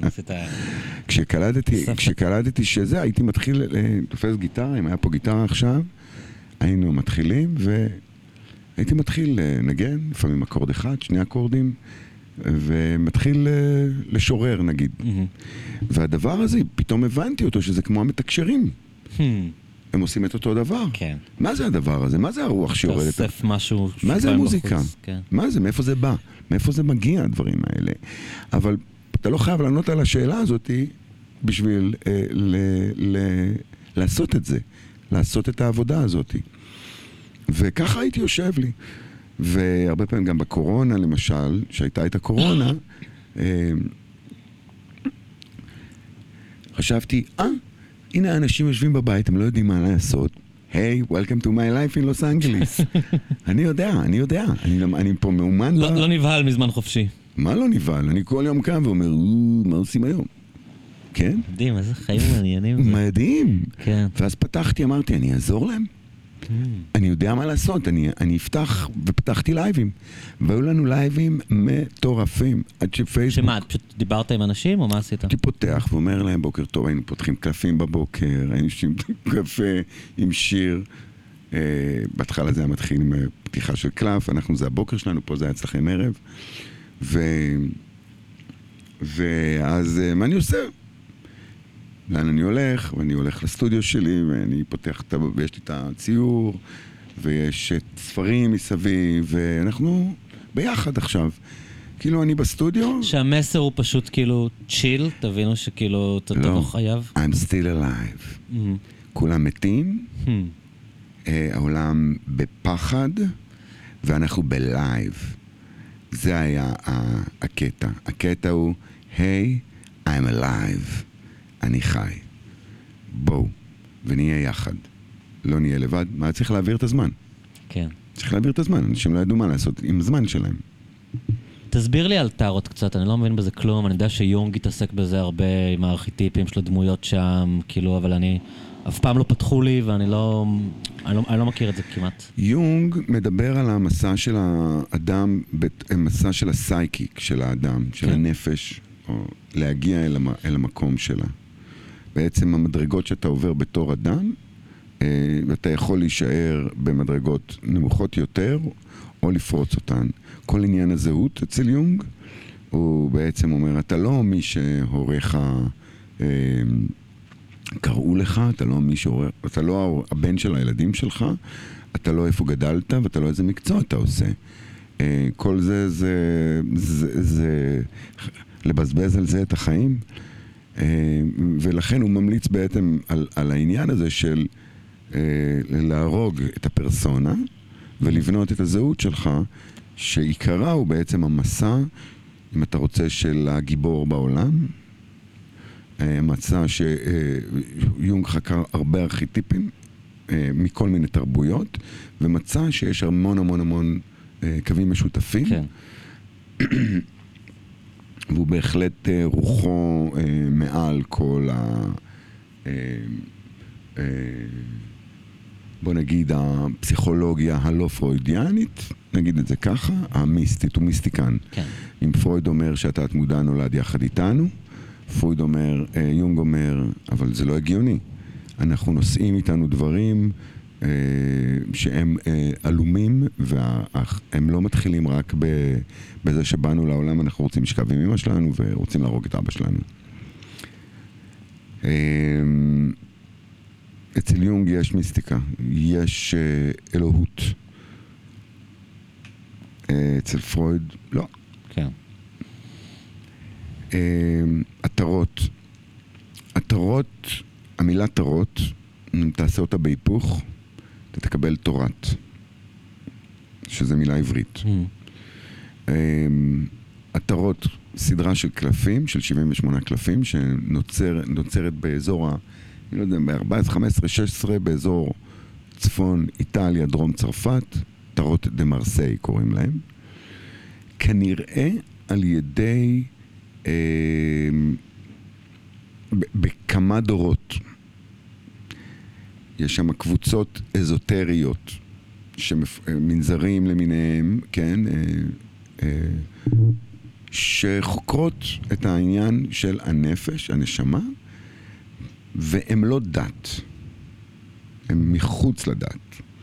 כשקלטתי שזה, הייתי מתחיל לתופס גיטרה, אם היה פה גיטרה עכשיו, היינו מתחילים, והייתי מתחיל לנגן, לפעמים אקורד אחד, 2 אקורדים, ומתחיל לשורר נגיד. והדבר הזה, פתאום הבנתי אותו, שזה כמו המתקשרים. הם עושים את אותו דבר. כן. מה זה הדבר הזה? מה זה הרוח שיורדת? תאסף משהו... מה זה המוזיקה? כן. מה זה? מאיפה זה בא? מאיפה זה מגיע, הדברים האלה? אבל אתה לא חייב לענות על השאלה הזאת בשביל לעשות את זה. לעשות את העבודה הזאת. וככה הייתי יושב לי. והרבה פעמים גם בקורונה, למשל, שהייתה את הקורונה, חשבתי, הנה האנשים יושבים בבית, הם לא יודעים מה לעשות. היי, welcome to my life in Los Angeles. אני יודע. אני פה מאומן. לא נבהל מזמן חופשי. מה לא נבהל? אני כל יום קם ואומר, מה עושים היום? כן? מדהים, איזה חיים מעניינים. מדהים. כן. ואז פתחתי, אמרתי, אני אעזור להם. אני יודע מה לעשות, אני אפתח, ופתחתי לייבים. והיו לנו לייבים מטורפים, עד שפייסבוק... שמה, פשוט דיברת עם אנשים, או מה עשית? הייתי פותח ואומר להם, בוקר טוב, היינו פותחים קלפים בבוקר, היינו שותים קפה עם שיר. בהתחלה זה היה מתחיל עם פתיחה של קלף, זה הבוקר שלנו, פה זה היה אצלכם ערב. ואז מה אני עושה? לאן אני הולך, ואני הולך לסטודיו שלי, ואני פותח, ויש לי את הציור, ויש ספרים מסביב, ואנחנו ביחד עכשיו. כאילו אני בסטודיו... שהמסר הוא פשוט כאילו צ'יל, תבינו שכאילו אתה לא חייב. I'm still alive. כולם מתים, העולם בפחד, ואנחנו בלייב. זה היה הקטע. הקטע הוא, היי, I'm alive. אני חי. בואו, ונהיה יחד. לא נהיה לבד. מה צריך להעביר את הזמן? כן. צריך להעביר את הזמן. אנשים לא ידעו מה לעשות עם הזמן שלהם. תסביר לי על טארות קצת, אני לא מבין בזה כלום. אני יודע שיונג התעסק בזה הרבה עם הארכיטיפים של הדמויות שם, כאילו, אבל אף פעם לא פתחו לי, ואני לא מכיר את זה כמעט. יונג מדבר על המסע של האדם, המסע של הסייקיק של האדם, של הנפש, או להגיע אל המקום שלה. בעצם המדרגות שאתה עובר בתור אדם, ואתה יכול להישאר במדרגות נמוכות יותר, או לפרוץ אותן. כל עניין הזהות אצל יונג, הוא בעצם אומר, אתה לא מי שהוריך קראו לך, אתה לא הבן של הילדים שלך, אתה לא איפה גדלת, ואתה לא איזה מקצוע אתה עושה. כל זה לבזבז על זה את החיים. ולכן הוא ממליץ בעצם על העניין הזה של להרוג את הפרסונה ולבנות את הזהות שלך, שעיקרה הוא בעצם המסע, אם אתה רוצה, של הגיבור בעולם. מצא שיונג חקר הרבה ארכיטיפים מכל מיני תרבויות, ומצא שיש המון קווים משותפים. כן. והוא בהחלט רוחו מעל כל בוא נגיד הפסיכולוגיה הלא פרוידיאנית, נגיד את זה ככה, המיסטית, הוא מיסטיקן. כן. אם פרויד אומר שאתה התמודע נולד יחד איתנו, פרויד אומר, יונג אומר, אבל זה לא הגיוני. אנחנו נושאים איתנו דברים שהם אלומים, והם לא מתחילים רק בזה שבאנו לעולם, אנחנו רוצים לשכב עם אמא שלנו, ורוצים להרוג את אבא שלנו. אצל יונג יש מיסטיקה, יש אלוהות. אצל פרויד, לא. כן. עטרות, המילה טרות, אם תעשה אותה בהיפוך, אתה תקבל תורת, שזה מילה עברית. עטרות, סדרה של קלפים, של 78 קלפים, שנוצרת באזור, אני לא יודע, ב-14, 15, 16, באזור צפון איטליה, דרום צרפת, עטרות דה מרסיי קוראים להם. כנראה על ידי בכמה דורות יש שם קבוצות אזוטריות מנזרים למיניהם, כן, שחוקרות את העניין של הנפש, הנשמה, והם לא דת, הם מחוץ לדת.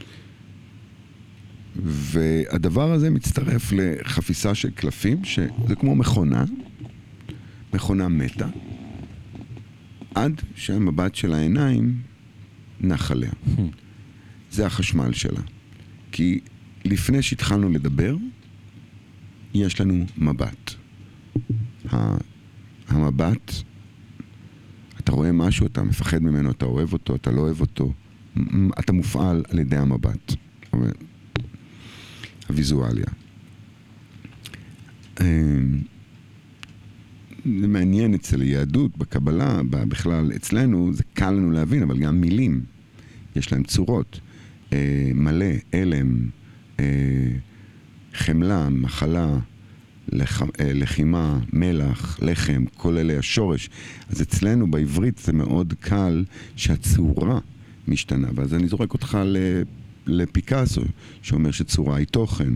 והדבר הזה מצטרף לחפיסה של קלפים, שזה כמו מכונה מתה, עד שהמבט של העיניים נח עליה. זה החשמל שלה. כי לפני שהתחלנו לדבר, יש לנו מבט. המבט, אתה רואה משהו, אתה מפחד ממנו, אתה אוהב אותו, אתה לא אוהב אותו, אתה מופעל על ידי המבט. הוויזואליה. זה מעניין אצל היהדות, בקבלה, בכלל אצלנו, זה קל לנו להבין, אבל גם מילים, יש להם צורות. מלא, אלם, חמלה, מחלה, לחימה, מלח, לחם, כל אלה השורש. אז אצלנו בעברית זה מאוד קל שהצורה משתנה. ואז אני זורק אותך לפיקאסו, שאומר שצורה היא תוכן.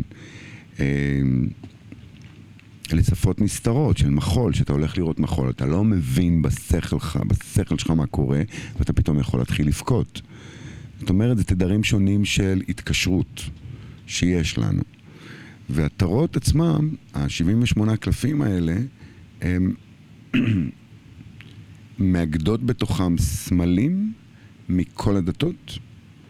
לשפות נסתרות של מחול, שאתה הולך לראות מחול, אתה לא מבין בשכל שלך מה קורה, ואתה פתאום יכול להתחיל לבכות. זאת אומרת, זה תדרים שונים של התקשרות שיש לנו. והטרות עצמם, ה-78 קלפים האלה, הם מאגדות בתוכם סמלים מכל הדתות,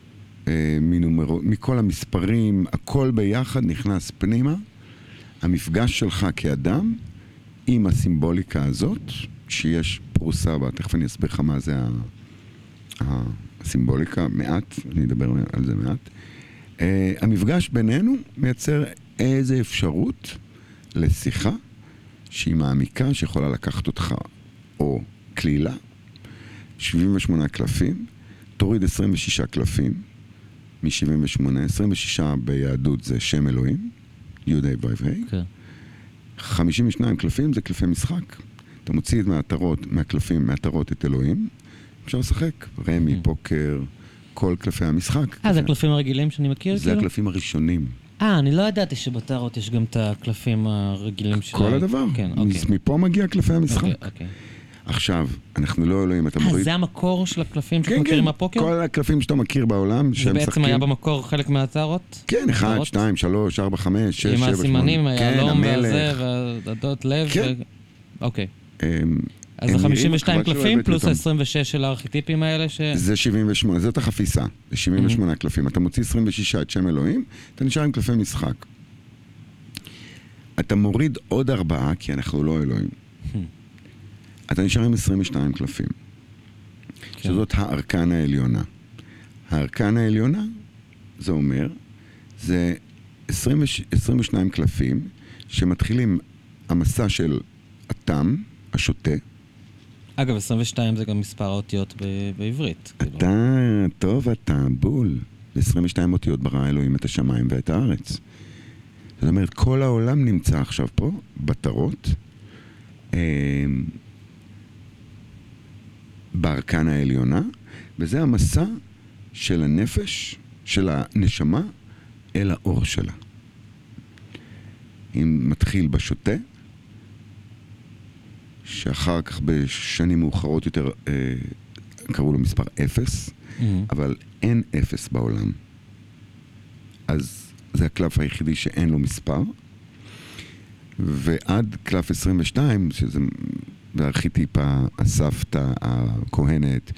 מכל המספרים, הכל ביחד נכנס פנימה. המפגש שלך כאדם עם הסימבוליקה הזאת, שיש פרוסה בה, תכף אני אסביר לך מה זה הסימבוליקה, מעט, אני אדבר על זה מעט. המפגש בינינו מייצר איזו אפשרות לשיחה שהיא מעמיקה, שיכולה לקחת אותך, או כלילה, 78 קלפים, תוריד 26 קלפים, מ-78, 26 ביהדות זה שם אלוהים, יהודי וייבהי. 52 קלפים זה קלפי משחק. אתה מוציא מהקלפים, מהעטרות את אלוהים, אפשר לשחק. רמי, פוקר, כל קלפי המשחק. זה הקלפים הרגילים שאני מכיר? זה הקלפים הראשונים. אני לא ידעתי שבטרות יש גם את הקלפים הרגילים שלה. כל הדבר. מפה מגיע קלפי המשחק. עכשיו, אנחנו לא אלוהים, אתה מוריד... זה המקור של הקלפים שאתה מכיר עם הפוקר? כל הקלפים שאתה מכיר בעולם, זה בעצם היה במקור חלק מהעטרות? כן, 1, 2, 3, 4, 5, 6, 7, 8. עם הסימנים, היהלום והזה, והדות לב. אוקיי. אז זה 52 קלפים פלוס ה-26 של הארכיטיפים האלה ש... זה 78, זאת החפיסה. זה 78 קלפים. אתה מוציא 26 את שם אלוהים, אתה נשאר עם קלפי משחק. אתה מוריד עוד 4, כי אנחנו לא אלוהים. אתה נשאר עם 22 קלפים. שזאת הארקן העליונה. הארקן העליונה, זה אומר, זה 22 קלפים שמתחילים המסע של התם, השוטה. אגב, 22 זה גם מספר האותיות בעברית. אתה בול. 22 אותיות ברא אלוהים את השמיים ואת הארץ. זאת אומרת, כל העולם נמצא עכשיו פה, בטרות, בארקן העליונה, וזה המסע של הנפש, של הנשמה, אל האור שלה. אם מתחיל בשוטה, שאחר כך בשנים מאוחרות יותר קראו לו מספר 0, אבל אין 0 בעולם. אז זה הקלף היחידי שאין לו מספר, ועד קלף 22, שזה הארכיטיפה, הסבתא, הכהנת,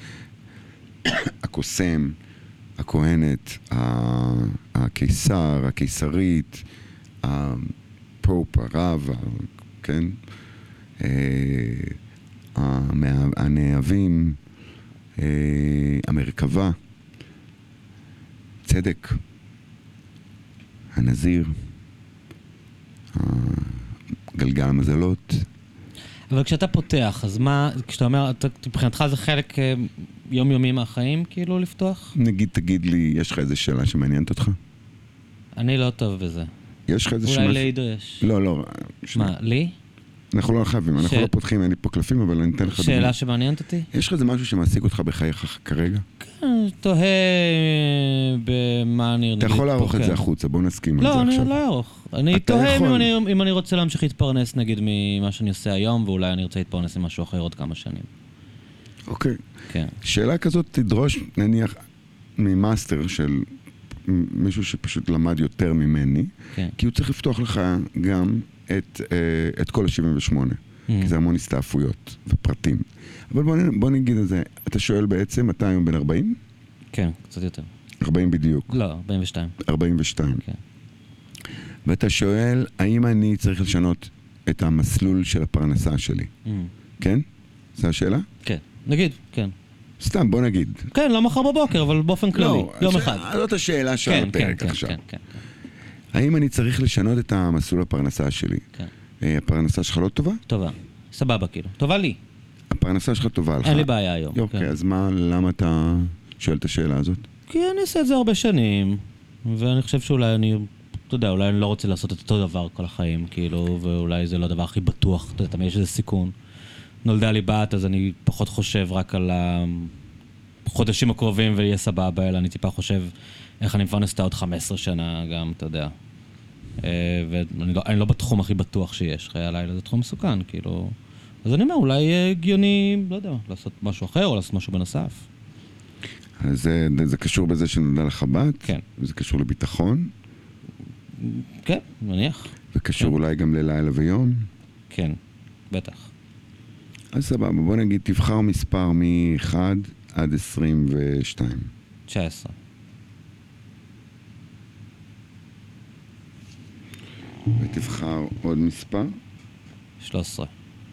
הקוסם, הכהנת, הקיסר, הקיסרית, הפופ, הרב, כן? הנאהבים, המרכבה, צדק, הנזיר, גלגל המזלות. אבל כשאתה פותח, אז מה, כשאתה אומר, מבחינתך זה חלק יומיומי מהחיים, כאילו, לפתוח? נגיד, תגיד לי, יש לך איזה שאלה שמעניינת אותך? אני לא טוב בזה. יש לך איזה אולי לעידו יש. לא. מה, לי? אנחנו לא חייבים, אנחנו לא פותחים, אין לי פה קלפים, אבל אני אתן לך... שאלה שמעניינת אותי? יש לך איזה משהו שמעסיק אותך בחייך כרגע? כן, תוהה במה אני... אתה יכול לערוך את זה החוצה, בוא נסכים על זה עכשיו. לא, אני לא אערוך. אני תוהה אם אני רוצה להמשיך להתפרנס, נגיד, ממה שאני עושה היום, ואולי אני רוצה להתפרנס עם משהו אחר עוד כמה שנים. אוקיי. כן. שאלה כזאת תדרוש, נניח, ממאסטר של מישהו שפשוט למד יותר ממני, כי הוא צריך לפתוח לך גם את כל ה-78, כי זה המון הסתעפויות ופרטים. אבל בוא נגיד את זה, אתה שואל בעצם, אתה היום בן 40? כן, קצת יותר. 40 בדיוק. לא, 42. 42. כן. ואתה שואל, האם אני צריך לשנות את המסלול של הפרנסה שלי? כן? זו השאלה? כן. נגיד, כן. סתם, בוא נגיד. כן, לא מחר בבוקר, אבל באופן כללי, יום אחד. זאת השאלה של הפרק עכשיו. כן, כן. האם אני צריך לשנות את המסלול הפרנסה שלי? כן. הפרנסה שלך לא טובה? טובה. סבבה, כאילו. טובה לי. הפרנסה שלך טובה לך. אין לי בעיה היום. אוקיי, אז למה אתה שואל את השאלה הזאת? כי אני עושה את זה הרבה שנים, ואני חושב שאולי אתה יודע, אולי אני לא רוצה לעשות את אותו דבר כל החיים, כאילו, ואולי זה לא הדבר הכי בטוח, אתה יודע, תמיד יש איזה סיכון. נולדה לי בת, אז אני פחות חושב רק על החודשים הקרובים ויהיה סבבה, אלא אני טיפה חושב איך אני מפרנס אותה עוד 15 שנה גם, אתה יודע. ואני לא בתחום הכי בטוח שיש, חיי הלילה זה תחום מסוכן, כאילו. אז אני אומר, אולי יהיה הגיוני, לא יודע, לעשות משהו אחר או לעשות משהו בנוסף. אז זה קשור בזה שנולדה לך בת? כן. וזה קשור לביטחון? כן, נניח. וקשור אולי גם ללילה ויום? כן, בטח. אז סבבה, בוא נגיד, תבחר מספר מ-1 עד 22. 19. ותבחר עוד מספר? 13.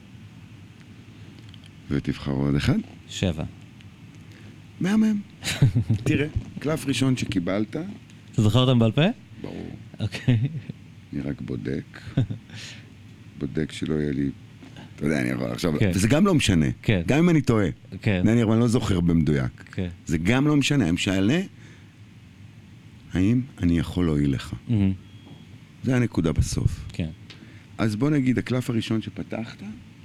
ותבחר עוד אחד? 7. מהמם. תראה, קלף ראשון שקיבלת. אתה זוכר אותם בעל פה? ברור. אוקיי. אני רק בודק שלא יהיה לי... אתה יודע, אני יכול עכשיו... כן. וזה גם לא משנה. כן. גם אם אני טועה. כן. אני לא זוכר במדויק. כן. זה גם לא משנה. הם שאלה, האם אני יכול להועיל לך? זה הנקודה בסוף. כן. אז בוא נגיד, הקלף הראשון שפתחת,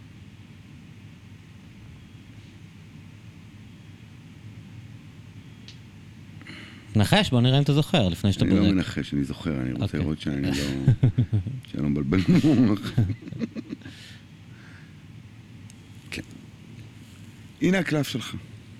נחש, בוא נראה אם אתה זוכר, לפני שאתה בודק. אני לא מנחש, אני זוכר, אני רוצה לראות שאני לא מבלבל מוח. כן. הנה הקלף שלך.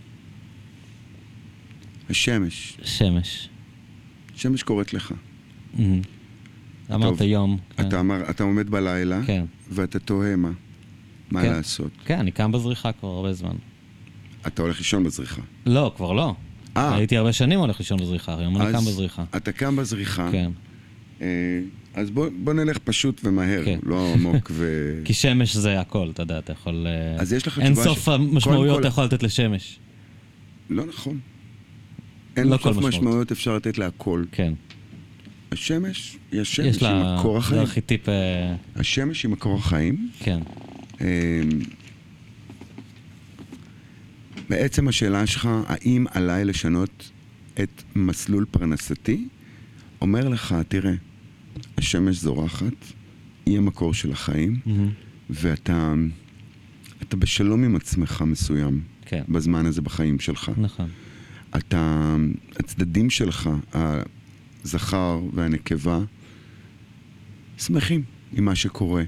השמש. שמש קוראת לך. אמרת יום. אתה עומד בלילה, ואתה תוהה מה לעשות. כן, אני קם בזריחה כבר הרבה זמן. אתה הולך לישון בזריחה. לא, כבר לא. הייתי הרבה שנים הולך לישון בזריחה, היום אני קם בזריחה. אתה קם בזריחה. כן. אז בוא נלך פשוט ומהר, לא עמוק ו... כי שמש זה הכל, אתה יודע, אתה יכול... אז יש לך אין סוף המשמעויות אתה יכול לתת לשמש. לא נכון. אין סוף משמעויות אפשר לתת להכל. כן. השמש היא השמש, היא מקור החיים. זה ארכיטיפ... השמש היא מקור החיים. כן. בעצם השאלה שלך, האם עליי לשנות את מסלול פרנסתי? אומר לך, תראה, השמש זורחת, היא המקור של החיים, ואתה בשלום עם עצמך מסוים, בזמן הזה בחיים שלך. נכון. הצדדים שלך, הזכר והנקבה, שמחים עם מה שקורה.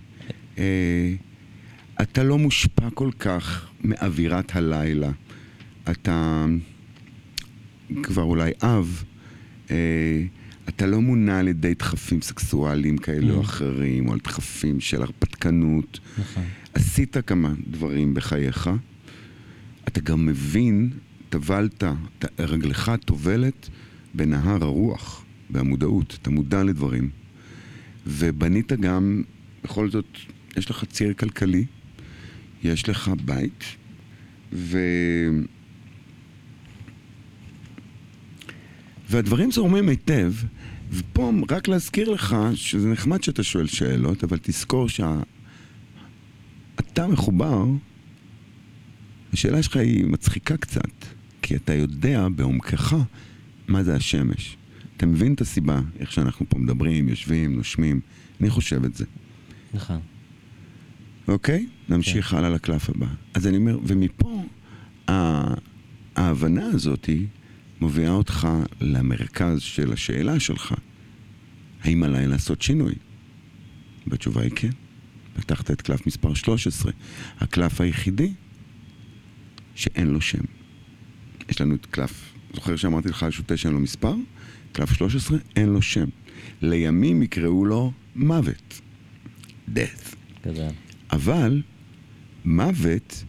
אתה לא מושפע כל כך מאווירת הלילה. אתה כבר אולי אב, אתה לא מונע על ידי דחפים סקסואליים כאלה או אחרים, או על דחפים של הרפתקנות. נכון. עשית כמה דברים בחייך. אתה גם מבין, טבלת, רגלך טובלת בנהר הרוח, במודעות. אתה מודע לדברים. ובנית גם, בכל זאת, יש לך ציר כלכלי, יש לך בית, והדברים זורמים היטב, ופה רק להזכיר לך שזה נחמד שאתה שואל שאלות, אבל תזכור שאתה מחובר, השאלה שלך היא מצחיקה קצת, כי אתה יודע בעומקך מה זה השמש. אתה מבין את הסיבה, איך שאנחנו פה מדברים, יושבים, נושמים, אני חושב את זה. נכון. אוקיי? נמשיך הלאה לקלף הבא. אז אני אומר, ומפה ההבנה הזאת מובילה אותך למרכז של השאלה שלך. האם עליי לעשות שינוי? בתשובה היא כן. פתחת את קלף מספר 13. הקלף היחידי שאין לו שם. יש לנו את קלף, זוכר שאמרתי לך על שוטה שאין לו מספר? קלף 13 אין לו שם. לימים יקראו לו מוות. death. כזה. אבל מוות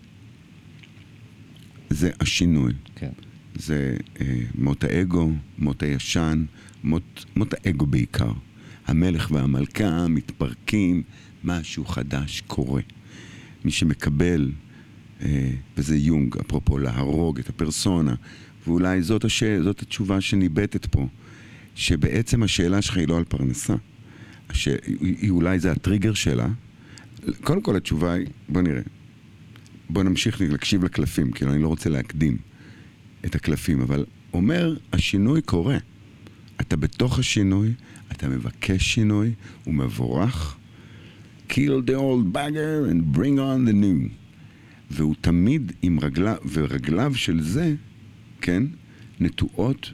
זה השינוי. כן. זה מות האגו, מות הישן, מות האגו בעיקר. המלך והמלכה מתפרקים, משהו חדש קורה. מי שמקבל, וזה יונג, אפרופו להרוג את הפרסונה, ואולי זאת התשובה שניבטת פה, שבעצם השאלה שלך היא לא על פרנסה. היא אולי זה הטריגר שלה. קודם כל התשובה היא, בוא נראה. בוא נמשיך להקשיב לקלפים, כי אני לא רוצה להקדים את הקלפים, אבל אומר, השינוי קורה. אתה בתוך השינוי, אתה מבקש שינוי, הוא מבורך. Kill the old bagger and bring on the new. והוא תמיד עם רגליו של זה, כן, נטועות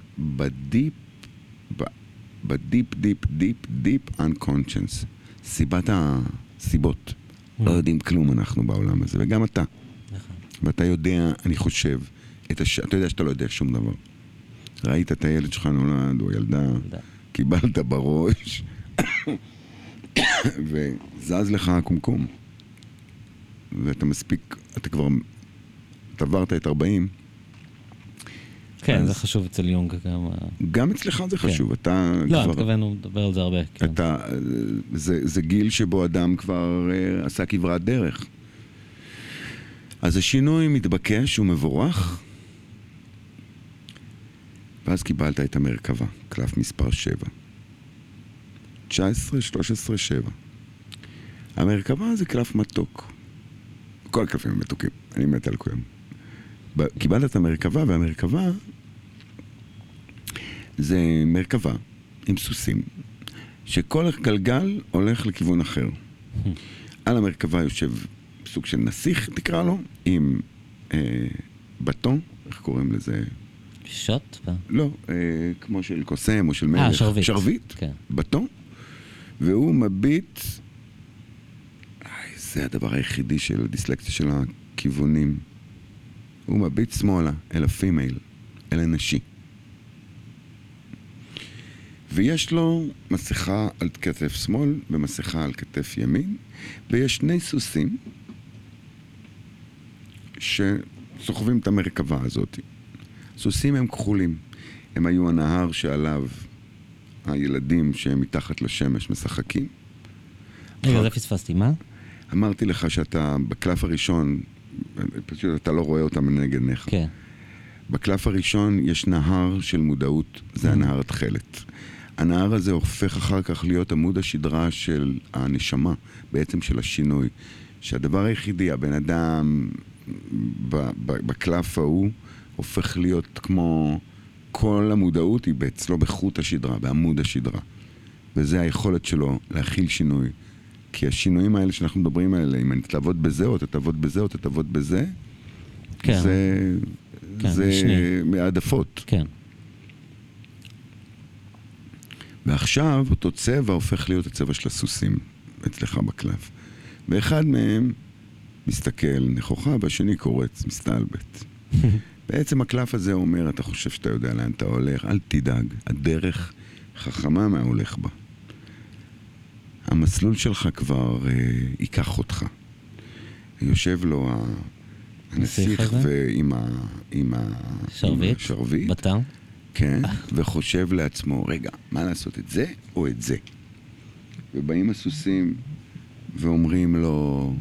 בדיפ unconscious. הסיבות. לא יודעים כלום אנחנו בעולם הזה, וגם אתה. נכון. ואתה יודע, אני חושב, אתה יודע שאתה לא יודע שום דבר. ראית את הילד שלך נולד, או ילדה, קיבלת בראש, וזז לך הקומקום. ואתה מספיק, אתה כבר, אתה עברת את 40. כן, זה חשוב אצל יונג גם. גם אצלך זה חשוב, אתה כבר... לא, אני מתכוון, הוא מדבר על זה הרבה. זה גיל שבו אדם כבר עשה כברת דרך. אז השינוי מתבקש, הוא מבורך, ואז קיבלת את המרכבה, קלף מספר 7. 19, 13, 7. המרכבה זה קלף מתוק. כל הקלפים הם מתוקים, אני מת על כולם. קיבלת את המרכבה, והמרכבה זה מרכבה עם סוסים, שכל גלגל הולך לכיוון אחר. על המרכבה יושב סוג של נסיך, תקרא לו, עם בטון, איך קוראים לזה? שוט? לא, כמו של קוסם או של מלך. שרביט. שרביט, כן. בטון. והוא מביט, זה הדבר היחידי של הדיסלקציה של הכיוונים. הוא מביט שמאלה, אל הפימייל, אל הנשי. ויש לו מסכה על כתף שמאל ומסכה על כתף ימין, ויש שני סוסים שסוחבים את המרכבה הזאת. סוסים הם כחולים. הם היו הנהר שעליו הילדים שהם מתחת לשמש משחקים. רגע, זה פספסתי, מה? אמרתי לך שאתה בקלף הראשון, פשוט אתה לא רואה אותם מנגד עיניך. כן. בקלף הראשון יש נהר של מודעות, זה הנהר התכלת. הנהר הזה הופך אחר כך להיות עמוד השדרה של הנשמה, בעצם של השינוי. שהדבר היחידי, הבן אדם בקלף ההוא, הופך להיות כמו כל המודעות היא אצלו בחוט השדרה, בעמוד השדרה. וזה היכולת שלו להכיל שינוי. כי השינויים האלה שאנחנו מדברים עליהם, אם אני תעבוד בזה או תעבוד בזה או תעבוד בזה, כן. זה מעדפות. כן. ועכשיו אותו צבע הופך להיות הצבע של הסוסים אצלך בקלף. ואחד מהם מסתכל נכוחה, והשני קורץ, מסתלבט. בעצם הקלף הזה אומר, אתה חושב שאתה יודע לאן אתה הולך, אל תדאג, הדרך חכמה מה הולך בה. המסלול שלך כבר ייקח אותך. יושב לו הנסיך ועם השרביט. בתר. כן, וחושב לעצמו, רגע, מה לעשות, את זה או את זה? ובאים הסוסים ואומרים לו,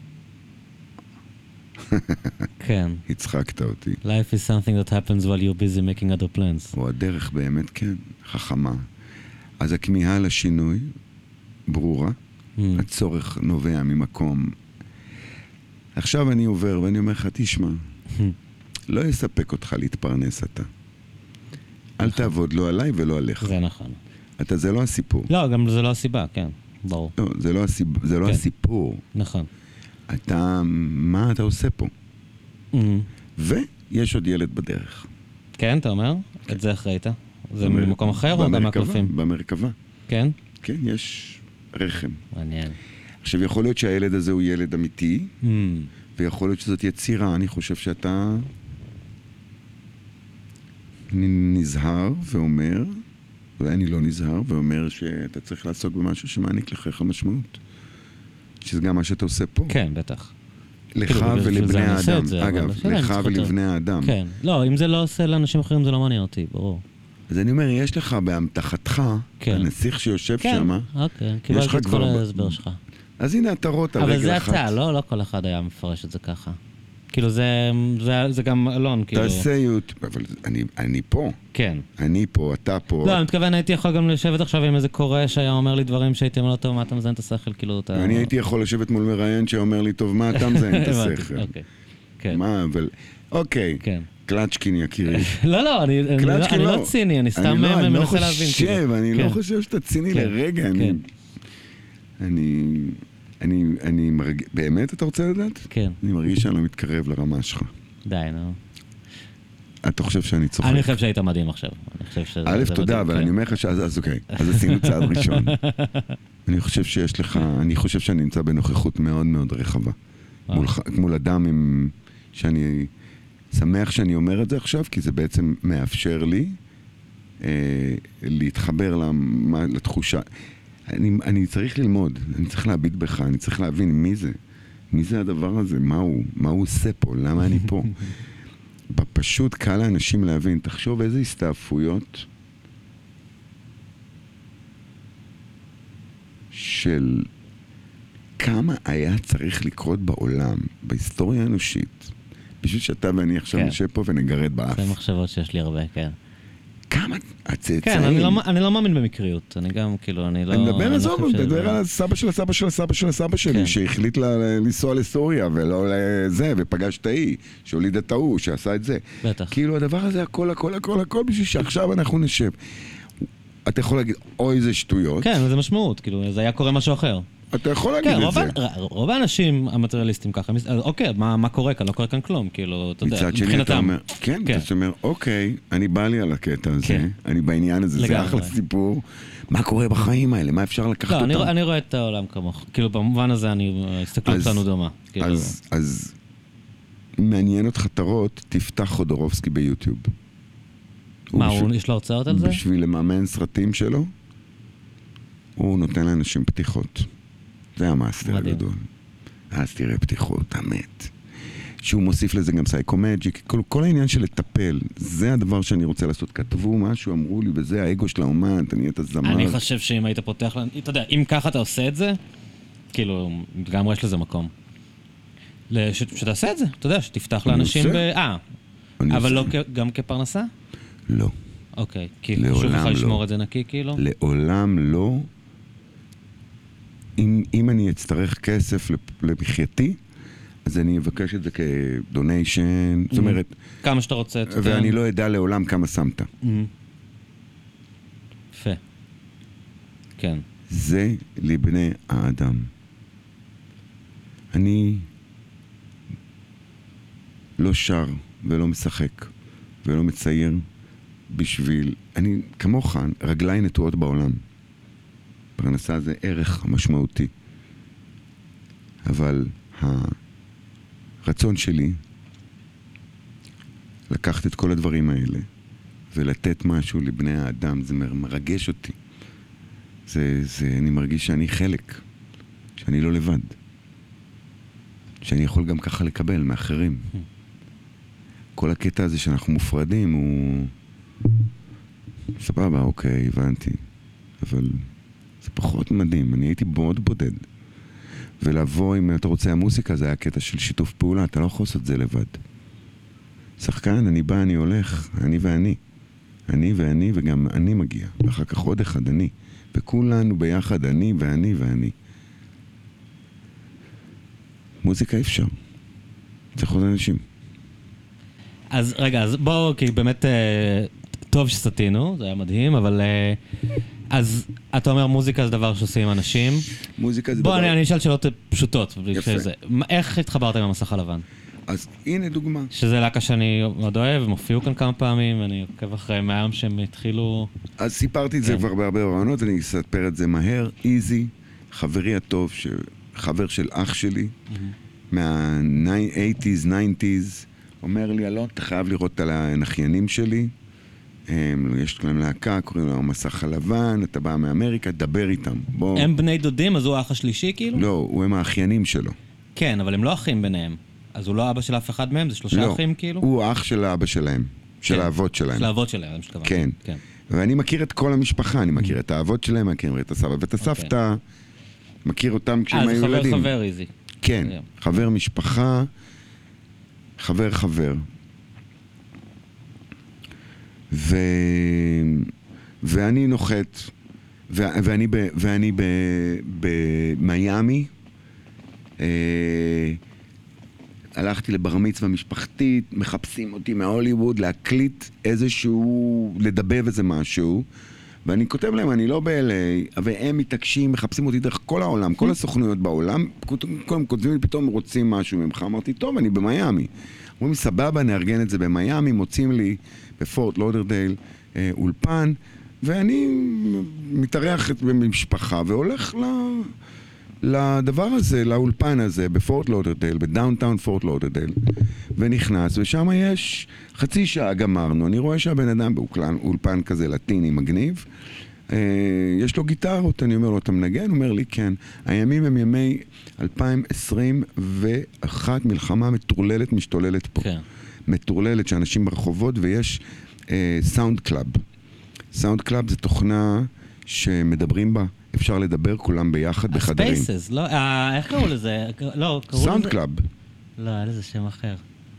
כן. הצחקת אותי. Life is something that happens while you're busy making other plans. או הדרך באמת, כן, חכמה. אז הכמיהה לשינוי ברורה, הצורך נובע ממקום. עכשיו אני עובר ואני אומר לך, תשמע, לא יספק אותך להתפרנס אתה. אל תעבוד לא עליי ולא עליך. זה נכון. זה לא הסיפור. לא, גם זה לא הסיבה, כן, ברור. לא, זה לא הסיפור. נכון. מה אתה עושה פה? ויש עוד ילד בדרך. כן, אתה אומר? את זה איך ראית? זה במקום אחר או גם מהקלפים? במרכבה. כן? כן, יש רחם. מעניין. עכשיו, יכול להיות שהילד הזה הוא ילד אמיתי, ויכול להיות שזאת יצירה. אני חושב שאתה נזהר ואומר, אולי אני לא נזהר, ואומר שאתה צריך לעסוק במשהו שמעניק לך משמעות. שזה גם מה שאתה עושה פה. כן, בטח. לך ולבני האדם. אגב, לך ולבני האדם. כן. לא, אם זה לא עושה לאנשים אחרים, זה לא מעניין אותי, ברור. אז אני אומר, יש לך באמתחתך, הנסיך שיושב שם, כן, אוקיי, קיבלתי את כל ההסבר שלך. אז הנה התרות על רגל אחת. אבל זה אתה, לא כל אחד היה מפרש את זה ככה. כאילו זה גם אלון, כאילו. תעשה יוטיוב, אבל אני פה. כן. אני פה, אתה פה. לא, אני מתכוון, הייתי יכול גם לשבת עכשיו עם איזה קורא שהיה אומר לי דברים שהייתי אומר לו, טוב, מה אתה מזיין את השכל, כאילו אתה... אני הייתי יכול לשבת מול מראיין שאומר לי, טוב, מה אתה מזיין את השכל? אוקיי. כן. מה, אבל... אוקיי. כן. קלצ'קין יקירי. לא, אני לא ציני, אני סתם מנסה להבין. אני לא חושב שאתה ציני לרגע. אני מרגיש... באמת אתה רוצה לדעת? כן. אני מרגיש שאני לא מתקרב לרמה שלך. די, נו. אתה חושב שאני צוחק? אני חושב שהיית מדהים עכשיו. א', תודה, אבל אני אומר לך אז אוקיי. אז עשינו צעד ראשון. אני חושב שיש לך... אני חושב שאני נמצא בנוכחות מאוד מאוד רחבה. מול אדם שאני שמח שאני אומר את זה עכשיו, כי זה בעצם מאפשר לי להתחבר לתחושה. אני צריך ללמוד, אני צריך להביט בך, אני צריך להבין מי זה. מי זה הדבר הזה? מה הוא עושה פה? למה אני פה? פשוט קל לאנשים להבין. תחשוב איזה הסתעפויות של כמה היה צריך לקרות בעולם, בהיסטוריה האנושית, בשביל שאתה ואני עכשיו נשב פה ונגרד באף. זה מחשבות שיש לי הרבה, כן. כמה הצאצאים... כן, אני לא מאמין במקריות. אני גם, כאילו, אני לא... אני מדבר, עזוב, אני מדבר על הסבא של הסבא של הסבא של הסבא שלי, שהחליט לנסוע לסוריה, ולא לזה, ופגש את ההיא, שהוליד את ההוא, שעשה את זה. בטח. כאילו, הדבר הזה, הכל, בשביל שעכשיו אנחנו נשב. אתה יכול להגיד, אוי, זה שטויות. כן, זה משמעות, כאילו, זה היה קורה משהו אחר. אתה יכול להגיד את זה. רוב האנשים המטריאליסטים ככה, אוקיי, מה קורה כאן? לא קורה כאן כלום, כאילו, אתה יודע, מבחינתם. כן, אתה אומר, אוקיי, אני בא לי על הקטע הזה, אני בעניין הזה, זה אחלה סיפור. מה קורה בחיים האלה? מה אפשר לקחת אותם? לא, אני רואה את העולם כמוך. כאילו, במובן הזה, הסתכלות אותנו דומה. אז מעניין אותך תרות, תפתח חודורובסקי ביוטיוב. מה, יש לו הרצאות על זה? בשביל למאמן סרטים שלו, הוא נותן לאנשים פתיחות. זה המאסטר הגדול. אז תראה פתיחות, המת. שהוא מוסיף לזה גם סייקומג'יק. כל העניין של לטפל, זה הדבר שאני רוצה לעשות. כתבו משהו, אמרו לי, וזה האגו של האומן, אתה נהיית זמר. אני חושב שאם היית פותח, אתה יודע, אם ככה אתה עושה את זה, כאילו, גם יש לזה מקום. שתעשה את זה, אתה יודע, שתפתח לאנשים אבל לא גם כפרנסה? לא. אוקיי, כי חשוב לך לשמור את זה נקי, כאילו? לעולם לא. אם אני אצטרך כסף למחייתי, אז אני אבקש את זה כדוניישן, זאת אומרת... כמה שאתה רוצה. ואני לא אדע לעולם כמה שמת. יפה. כן. זה לבני האדם. אני לא שר ולא משחק ולא מצייר בשביל... אני כמוך, רגליי נטועות בעולם. פרנסה זה ערך משמעותי. אבל הרצון שלי לקחת את כל הדברים האלה ולתת משהו לבני האדם, זה מרגש אותי. אני מרגיש שאני חלק, שאני לא לבד. שאני יכול גם ככה לקבל מאחרים. כל הקטע הזה שאנחנו מופרדים הוא... סבבה, אוקיי, הבנתי. אבל זה פחות מדהים, אני הייתי מאוד בודד. ולבוא, אם אתה רוצה, המוסיקה זה היה קטע של שיתוף פעולה, אתה לא יכול לעשות את זה לבד. שחקן, אני בא, אני הולך, אני ואני. אני ואני, וגם אני מגיע. ואחר כך עוד אחד, אני. וכולנו ביחד, אני ואני ואני. מוזיקה אפשר. צריך עוד אנשים. אז רגע, אז בואו, כי באמת טוב שסתינו, זה היה מדהים, אבל אז אתה אומר מוזיקה זה דבר שעושים אנשים. מוזיקה זה דבר... בוא, אני אשאל שאלות פשוטות. יפה. איך התחברת עם המסך הלבן? אז הנה דוגמה. שזה להקה שאני מאוד אוהב, הם הופיעו כאן כמה פעמים, אני עוקב אחרי מהיום שהם התחילו... אז סיפרתי את זה כבר בהרבה רעיונות, אני אספר את זה מהר. איזי, חברי הטוב, חבר של אח שלי, מה-80s, 90s, אומר לי, אלון, אתה חייב לראות על הנחיינים שלי, יש להם להקה, קוראים להם המסך הלבן, אתה בא מאמריקה, דבר איתם. בוא. הם בני דודים, אז הוא האח השלישי כאילו? לא, הם האחיינים שלו. כן, אבל הם לא אחים ביניהם. אז הוא לא אבא של אף אחד מהם? זה שלושה אחים כאילו? לא, הוא האח של האבא שלהם, של האבות שלהם. של האבות שלהם, זה שכבר. כן. ואני מכיר את כל המשפחה, אני מכיר את האבות שלהם, מכיר את הסבא ואת הסבתא, מכיר אותם כשהם היו ילדים. אז חבר איזי. כן, חבר משפחה, חבר. ואני נוחת, ואני במיימי, הלכתי לבר מצווה משפחתית, מחפשים אותי מהוליווד להקליט איזשהו, לדבב איזה משהו, ואני כותב להם, אני לא ב-LA, והם מתעקשים, מחפשים אותי דרך כל העולם, כל הסוכנויות בעולם, כולם כותבים לי, פתאום רוצים משהו ממך, אמרתי, טוב, אני במיימי. אומרים לי, סבבה, נארגן את זה במיימי, מוצאים לי בפורט לודרדייל אולפן, ואני מתארח במשפחה והולך לדבר הזה, לאולפן הזה, בפורט לודרדייל, בדאונטאון פורט לודרדייל, ונכנס, ושם יש חצי שעה גמרנו, אני רואה שהבן אדם באולפן כזה לטיני מגניב, יש לו גיטרות, אני אומר לו, אתה מנגן? הוא אומר לי, כן. הימים הם ימי 2021, מלחמה מטורללת, משתוללת פה. כן. מטורללת, שאנשים ברחובות, ויש סאונד קלאב. סאונד קלאב זה תוכנה שמדברים בה, אפשר לדבר כולם ביחד בחדרים. הספייסס, לא, איך קראו לזה? לא, קראו לזה... סאונד קלאב. לא, היה לזה שם אחר.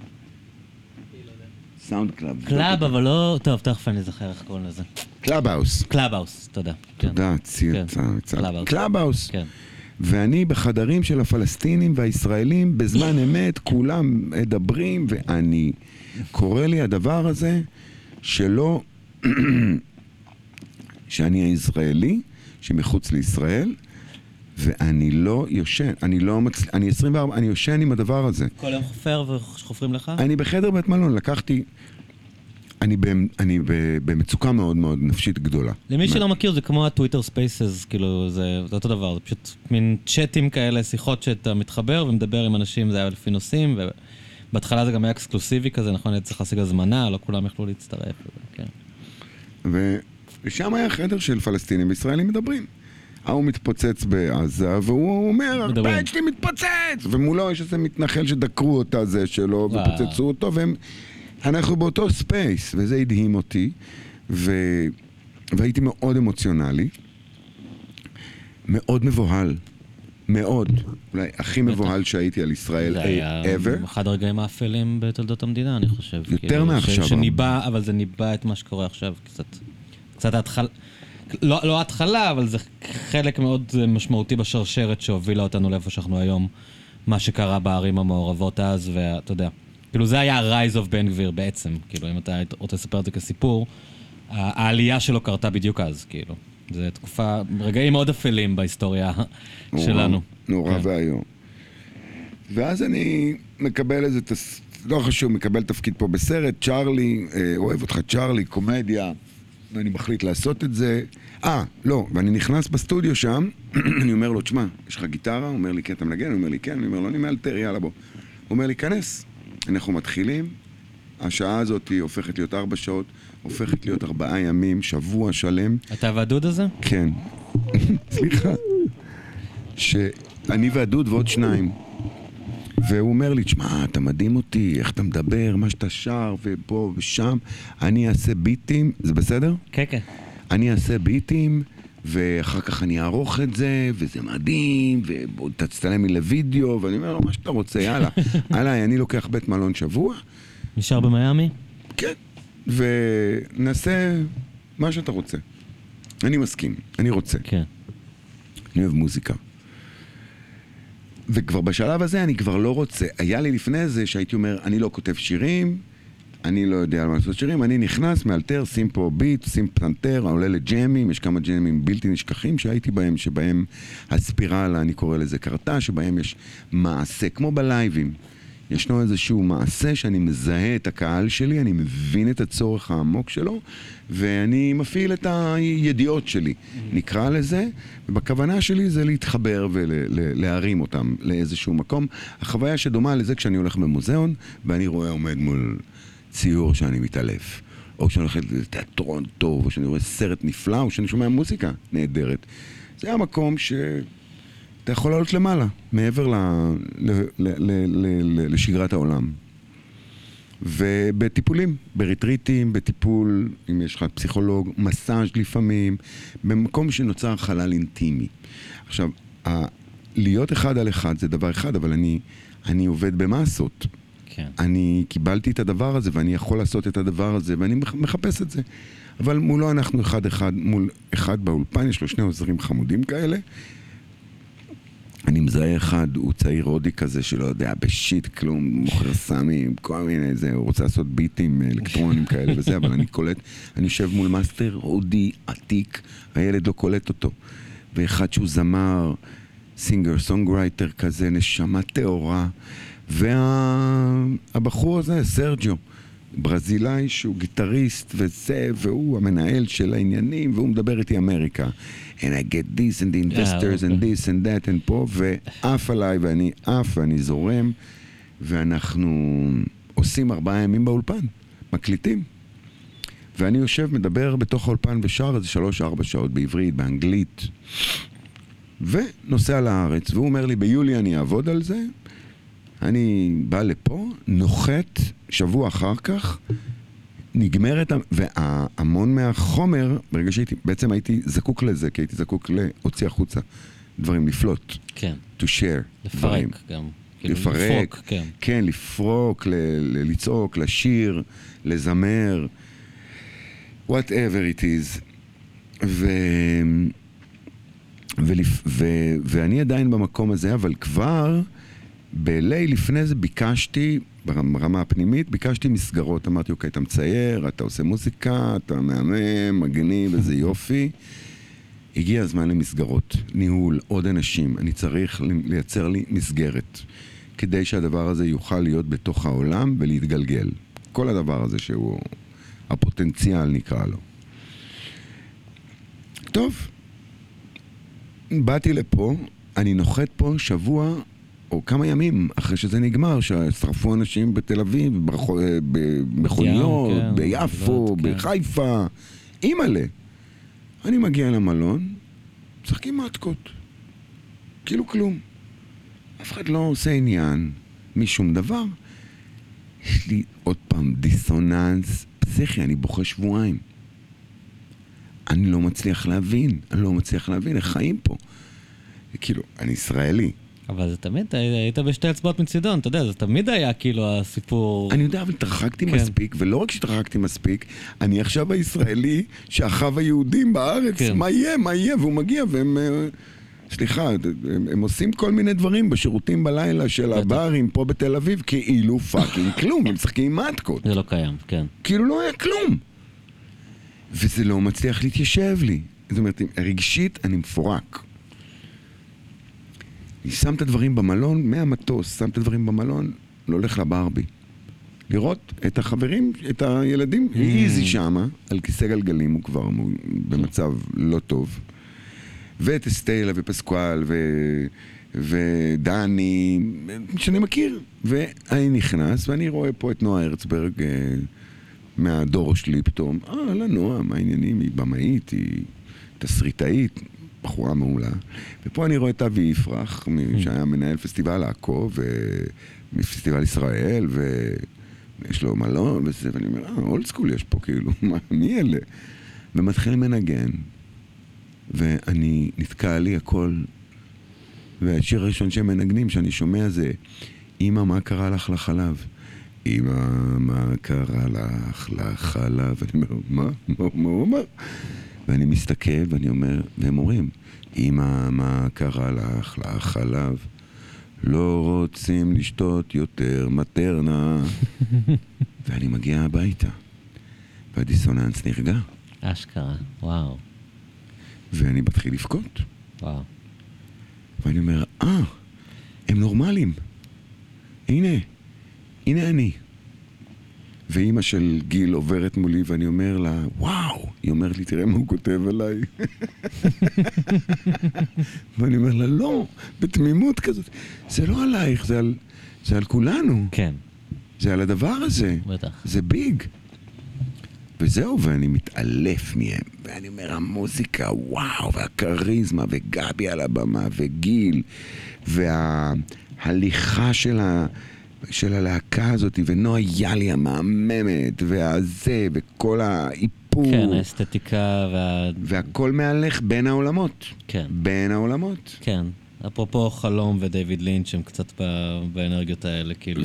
סאונד קלאב. קלאב, אבל לא... טוב, תכף אני זוכר איך קוראים לזה. קלאבהאוס. קלאבהאוס, תודה. תודה, קלאבהאוס. כן. ואני בחדרים של הפלסטינים והישראלים, בזמן אמת, כולם מדברים, ואני קורא לי הדבר הזה, שלא... שאני הישראלי, שמחוץ לישראל, ואני לא יושן, אני 24, אני יושן עם הדבר הזה. כל יום חופר וחופרים לך? אני בחדר בית מלון, לקחתי, אני במצוקה מאוד מאוד נפשית גדולה. למי שלא מכיר, זה כמו הטוויטר ספייסס, כאילו, זה אותו דבר, זה פשוט מין צ'אטים כאלה, שיחות שאתה מתחבר ומדבר עם אנשים, זה היה לפי נושאים, ובהתחלה זה גם היה אקסקלוסיבי כזה, נכון, היה צריך להשיג הזמנה, לא כולם יכלו להצטרף, כן. ושם היה חדר של פלסטינים וישראלים מדברים. הוא מתפוצץ בעזה, והוא אומר, הבית שלי מתפוצץ! ומולו יש איזה מתנחל שדקרו אותה זה שלו, ופוצצו אותו, ואנחנו באותו ספייס, וזה הדהים אותי, והייתי מאוד אמוציונלי, מאוד מבוהל, מאוד, אולי הכי מבוהל שהייתי על ישראל ever. זה היה אחד הרגעים האפלים בתולדות המדינה, אני חושב. יותר מעכשיו. שניבא, אבל זה ניבא את מה שקורה עכשיו קצת ההתחלה. לא ההתחלה, אבל זה חלק מאוד משמעותי בשרשרת שהובילה אותנו לאיפה שאנחנו היום, מה שקרה בערים המעורבות אז, ואתה יודע, כאילו זה היה ה-Rise of בן גביר בעצם, כאילו אם אתה רוצה לספר את זה כסיפור, העלייה שלו קרתה בדיוק אז, כאילו. זה תקופה, רגעים מאוד אפלים בהיסטוריה שלנו. נורא והיום. ואז אני מקבל איזה, לא חשוב, מקבל תפקיד פה בסרט, צ'ארלי, אוהב אותך צ'ארלי, קומדיה, ואני מחליט לעשות את זה. לא, ואני נכנס בסטודיו שם, אני אומר לו, תשמע, יש לך גיטרה? הוא אומר לי, כן, אתה מנגן? הוא אומר לי, כן, אני אומר לו, אני מאלתר, יאללה בוא. הוא אומר לי, כנס. אנחנו מתחילים, השעה הזאת היא הופכת להיות 4 שעות, הופכת להיות 4 ימים, שבוע שלם. אתה והדוד הזה? כן. סליחה. שאני והדוד ועוד 2. והוא אומר לי, תשמע, אתה מדהים אותי, איך אתה מדבר, מה שאתה שר, ופה ושם. אני אעשה ביטים, זה בסדר? כן, כן. אני אעשה ביטים, ואחר כך אני אערוך את זה, וזה מדהים, ותצטלם לי לוידאו, ואני אומר לו, מה שאתה רוצה, יאללה. עליי, אני לוקח בית מלון שבוע. נשאר במיימי? כן. ונעשה מה שאתה רוצה. אני מסכים, אני רוצה. כן. אני אוהב מוזיקה. וכבר בשלב הזה אני כבר לא רוצה. היה לי לפני זה שהייתי אומר, אני לא כותב שירים, אני לא יודע על מה לעשות שירים, אני נכנס, מאלתר, שים פה ביט, שים פלנטר, עולה לג'אמים, יש כמה ג'אמים בלתי נשכחים שהייתי בהם, שבהם הספירלה, אני קורא לזה קרתה, שבהם יש מעשה, כמו בלייבים. ישנו איזשהו מעשה שאני מזהה את הקהל שלי, אני מבין את הצורך העמוק שלו, ואני מפעיל את הידיעות שלי, נקרא לזה, ובכוונה שלי זה להתחבר ולהרים אותם לאיזשהו מקום. החוויה שדומה לזה כשאני הולך במוזיאון, ואני רואה עומד מול ציור שאני מתעלף, או שאני הולך לתיאטרון טוב, או שאני רואה סרט נפלא, או שאני שומע מוזיקה נהדרת. זה המקום אתה יכול לעלות למעלה, מעבר לשגרת העולם. ובטיפולים, בריטריטים, בטיפול, אם יש לך פסיכולוג, מסאז' לפעמים, במקום שנוצר חלל אינטימי. עכשיו, להיות אחד על אחד זה דבר אחד, אבל אני עובד במסות. כן. אני קיבלתי את הדבר הזה, ואני יכול לעשות את הדבר הזה, ואני מחפש את זה. אבל מולו אנחנו מול אחד באולפן, יש לו 2 עוזרים חמודים כאלה, אני מזהה אחד, הוא צעיר הודי כזה שלא יודע, בשיט, כלום, מוכר סמים, כל מיני זה, הוא רוצה לעשות ביטים אלקטרונים כאלה וזה, אבל אני קולט, אני יושב מול מאסטר הודי עתיק, הילד לא קולט אותו. ואחד שהוא זמר, סינגר, סונגרייטר כזה, נשמה תאורה, והבחור הזה, סרג'יו, ברזילאי שהוא גיטריסט וזה, והוא המנהל של העניינים, והוא מדבר איתי אמריקה. And I get this and the investors and this and that and פה, ואף עליי, ואני אף, ואני זורם, ואנחנו עושים 4 ימים באולפן, מקליטים. ואני יושב, מדבר בתוך האולפן ושר איזה 3-4 שעות בעברית, באנגלית, ונוסע לארץ, והוא אומר לי, ביולי אני אעבוד על זה, אני בא לפה, נוחת, שבוע אחר כך, נגמרת, והמון מהחומר, ברגע בעצם הייתי זקוק לזה, כי הייתי זקוק להוציא החוצה דברים, לפלוט. כן. To share. לפרק דברים. גם. לפרק. כן. כן, לפרוק, לצעוק, לשיר, לזמר, whatever it is. ואני עדיין במקום הזה, אבל כבר בליל לפני זה ביקשתי, ברמה הפנימית, ביקשתי מסגרות. אמרתי, אוקיי, אתה מצייר, אתה עושה מוזיקה, אתה מהמם, מגניב, איזה יופי. הגיע הזמן למסגרות, ניהול, עוד אנשים. אני צריך לייצר לי מסגרת, כדי שהדבר הזה יוכל להיות בתוך העולם ולהתגלגל. כל הדבר הזה שהוא הפוטנציאל נקרא לו. טוב, באתי לפה, אני נוחת פה שבוע או כמה ימים אחרי שזה נגמר, ששרפו אנשים בתל אביב, במכוניות, ביפו, בחיפה, אימאלה. אני מגיע למלון, משחקים מתקות. כאילו כלום. אף אחד לא עושה עניין משום דבר. יש לי עוד פעם דיסוננס פסיכי, אני בוכה שבועיים. אני לא מצליח להבין איך חיים פה. כאילו, אני ישראלי. אבל זה תמיד, היית בשתי אצבעות מצידון, אתה יודע, זה תמיד היה כאילו הסיפור... אני יודע, אבל התרחקתי מספיק, ולא רק שהתרחקתי מספיק, אני עכשיו הישראלי שאחיו היהודים בארץ, מה יהיה, והוא מגיע, והם... סליחה, הם עושים כל מיני דברים בשירותים בלילה של הברים פה בתל אביב, כאילו פאקינג כלום, הם משחקים עם מתקות. זה לא קיים, כן. כאילו לא היה כלום. וזה לא מצליח להתיישב לי. זאת אומרת, רגשית אני מפורק. אני שם את הדברים במלון, מהמטוס, שם את הדברים במלון, לא הולך לברבי. לראות את החברים, את הילדים, איזי שמה, על כיסא גלגלים, הוא כבר במצב לא טוב. ואת אסטיילה ופסקואל ודני, שאני מכיר. ואני נכנס, ואני רואה פה את נועה הרצברג מהדור שלי פתאום. נועה, מה העניינים? היא במאית, היא תסריטאית, בחורה מעולה. ופה אני רואה את אבי יפרח, שהיה מנהל פסטיבל עכו, ומפסטיבל ישראל, ויש לו מלון וזה, ואני אומר, אולד סקול יש פה, כאילו, מי אלה? ומתחיל מנגן. ואני נתקע לי הכל, והשיר הראשון שהם מנגנים שאני שומע זה אמא, מה קרה לך לחלב? אמא, מה קרה לך לחלב? אני אומר, מה הוא אומר? ואני מסתכל ואני אומר, והם אומרים, אמא, מה קרה לך לחלב? לא רוצים לשתות יותר מטרנה. ואני מגיע הביתה, והדיסוננס נרגע. אשכרה, וואו. ואני מתחיל לבכות. וואו. ואני אומר, הם נורמליים. הנה אני. ואימא של גיל עוברת מולי ואני אומר לה, וואו, היא אומרת לי, תראה מה הוא כותב עליי. ואני אומר לה, לא, בתמימות כזאת. זה לא עלייך, זה על כולנו. כן. זה על הדבר הזה. בטח. זה ביג. וזהו, ואני מתעלף מהם. ואני אומר, המוזיקה, וואו, והקריזמה, וגבי על הבמה, וגיל, וההליכה של הלהקה הזאת, ונועה יאלי המאממת, והזה, וכל האיפור. כן, האסתטיקה והכל מהלך בין העולמות. כן. בין העולמות. כן. אפרופו חלום ודייוויד לינץ' הם קצת באנרגיות האלה, כאילו.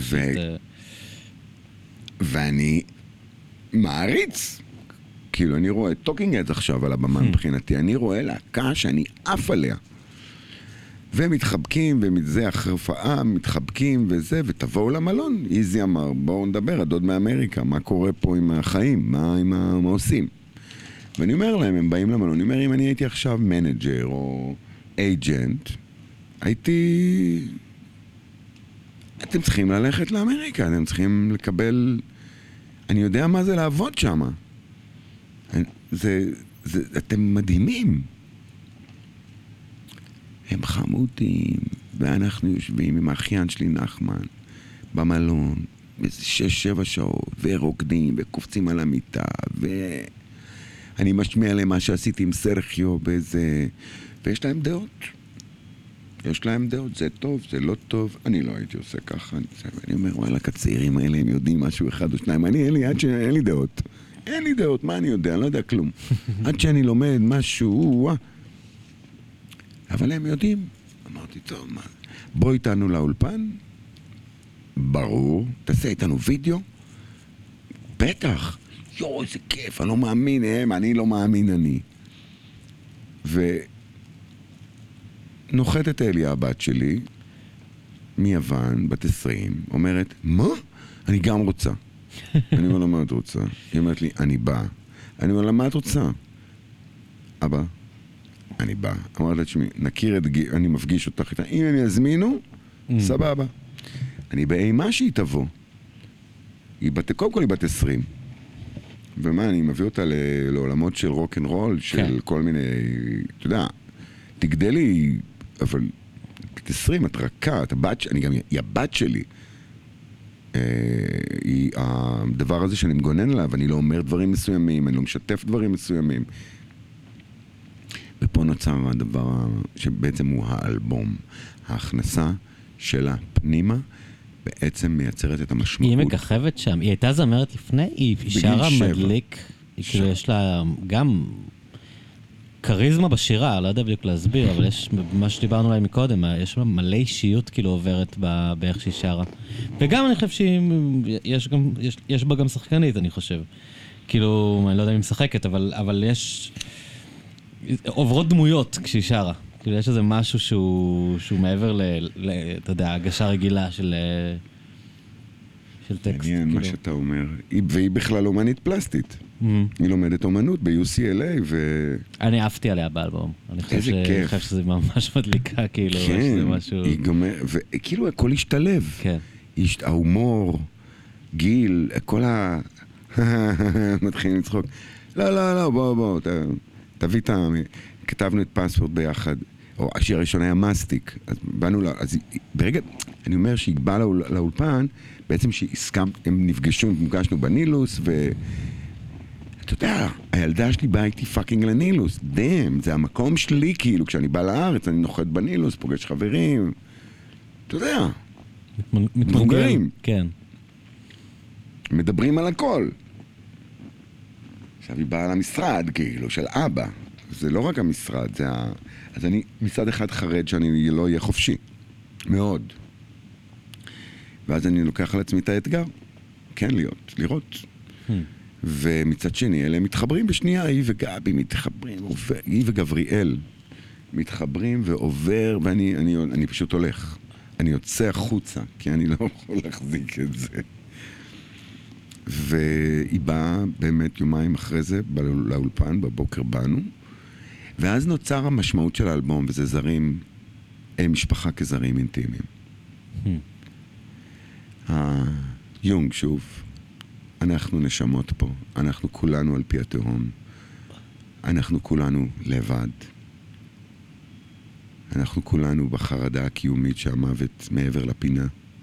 ואני מעריץ. כאילו, אני רואה טוקינג אדס עכשיו על הבמה מבחינתי. אני רואה להקה שאני עף עליה. ומתחבקים, ומזה אחרי הופעה, מתחבקים וזה, ותבואו למלון. איזי אמר, בואו נדבר, הדוד מאמריקה, מה קורה פה עם החיים, מה עושים. ואני אומר להם, הם באים למלון, אני אומר, אם אני הייתי עכשיו מנג'ר או אייג'נט, אתם צריכים ללכת לאמריקה, אתם צריכים לקבל, אני יודע מה זה לעבוד שם. אתם מדהימים. הם חמודים, ואנחנו יושבים עם האחיין שלי נחמן במלון, איזה 6-7 שעות, ורוקדים, וקופצים על המיטה, ואני משמיע להם מה שעשיתי עם סרחיו באיזה... ויש להם דעות. יש להם דעות, זה טוב, זה לא טוב, אני לא הייתי עושה ככה, אני אומר, וואלה, הצעירים האלה, הם יודעים משהו אחד או שניים, אין לי דעות. אין לי דעות, מה אני יודע? אני לא יודע כלום. עד שאני לומד משהו, אבל הם יודעים. אמרתי, טוב, מה? בוא איתנו לאולפן, ברור, תעשה איתנו וידאו, בטח, יו, איזה כיף, אני לא מאמין הם, אני לא מאמין אני. ונוחתת אליה הבת שלי, מיוון, בת 20, אומרת, מה? אני גם רוצה. אני אומר לה, מה את רוצה? היא אומרת לי, אני בא. אני אומר לה, מה את רוצה? אבא, אני בא. אמרת לה, תשמעי, נכיר את גיל, אני מפגיש אותך איתה. אם הם יזמינו, סבבה. אני באימה שהיא תבוא. קודם כל היא בת 20. ומה, אני מביא אותה לעולמות של רוק אנד רול, של כל מיני, אתה יודע, תגדלי, אבל בת 20, את רכה, היא הבת שלי. הדבר הזה שאני מגונן עליו, אני לא אומר דברים מסוימים, אני לא משתף דברים מסוימים. ופה נוצר הדבר שבעצם הוא האלבום. ההכנסה שלה פנימה בעצם מייצרת את המשמעות. היא מככבת שם, היא הייתה זמרת לפני, היא שרה מדליק, היא כאילו יש לה גם קריזמה בשירה, לא יודע בדיוק להסביר, אבל יש מה שדיברנו עליי מקודם, יש לה מלא אישיות כאילו עוברת באיך שהיא שרה. וגם אני חושב שיש בה גם שחקנית, אני חושב. כאילו, אני לא יודע אם היא משחקת, אבל יש... עוברות דמויות כשהיא שרה. כאילו, יש איזה משהו שהוא מעבר אתה יודע, הגשה רגילה של טקסט. מעניין מה שאתה אומר. והיא בכלל אומנית פלסטית. היא לומדת אומנות ב-UCLA אני אהבתי עליה באלבום. איזה כיף. אני חושב שזה ממש מדליקה, כאילו. כן, וכאילו הכל השתלב. כן. ההומור, גיל, כל מתחילים לצחוק. לא, בוא, תביא את כתבנו את פספורט ביחד, או השיר הראשון היה מסטיק, אז באנו אז ברגע, אני אומר שהיא באה לאולפן, בעצם הם נפגשנו בנילוס, אתה יודע, הילדה שלי באה איתי פאקינג לנילוס, זה המקום שלי כאילו, כשאני בא לארץ, אני נוחת בנילוס, פוגש חברים, אתה יודע, מבוגרים. כן. מדברים על הכל. עכשיו היא באה למשרד, כאילו, של אבא. זה לא רק המשרד, אז אני מצד אחד חרד שאני לא אהיה חופשי. מאוד. ואז אני לוקח על עצמי את האתגר. כן לראות. ומצד שני, אלה מתחברים בשנייה, היא וגבי מתחברים, היא וגבריאל מתחברים ועובר, ואני פשוט הולך. אני יוצא החוצה, כי אני לא יכול להחזיק את זה. והיא באה באמת יומיים אחרי זה, לאולפן, בבוקר באנו, ואז נוצר המשמעות של האלבום, וזה זרים, משפחה כזרים אינטימיים. יונג שוב, אנחנו נשמות פה, אנחנו כולנו על פי התהום, אנחנו כולנו לבד, אנחנו כולנו בחרדה הקיומית שהמוות מעבר לפינה,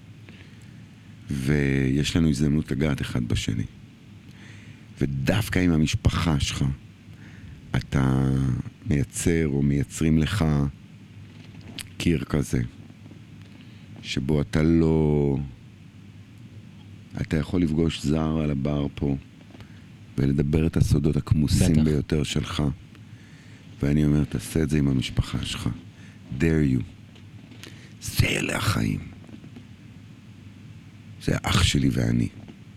ויש לנו הזדמנות לגעת אחד בשני. ודווקא עם המשפחה שלך, אתה מייצר או מייצרים לך קיר כזה, שבו אתה לא... אתה יכול לפגוש זר על הבר פה, ולדבר את הסודות הכמוסים ביותר שלך. ואני אומר, תעשה את זה עם המשפחה שלך. dare you. זה אלה החיים. זה האח שלי ואני.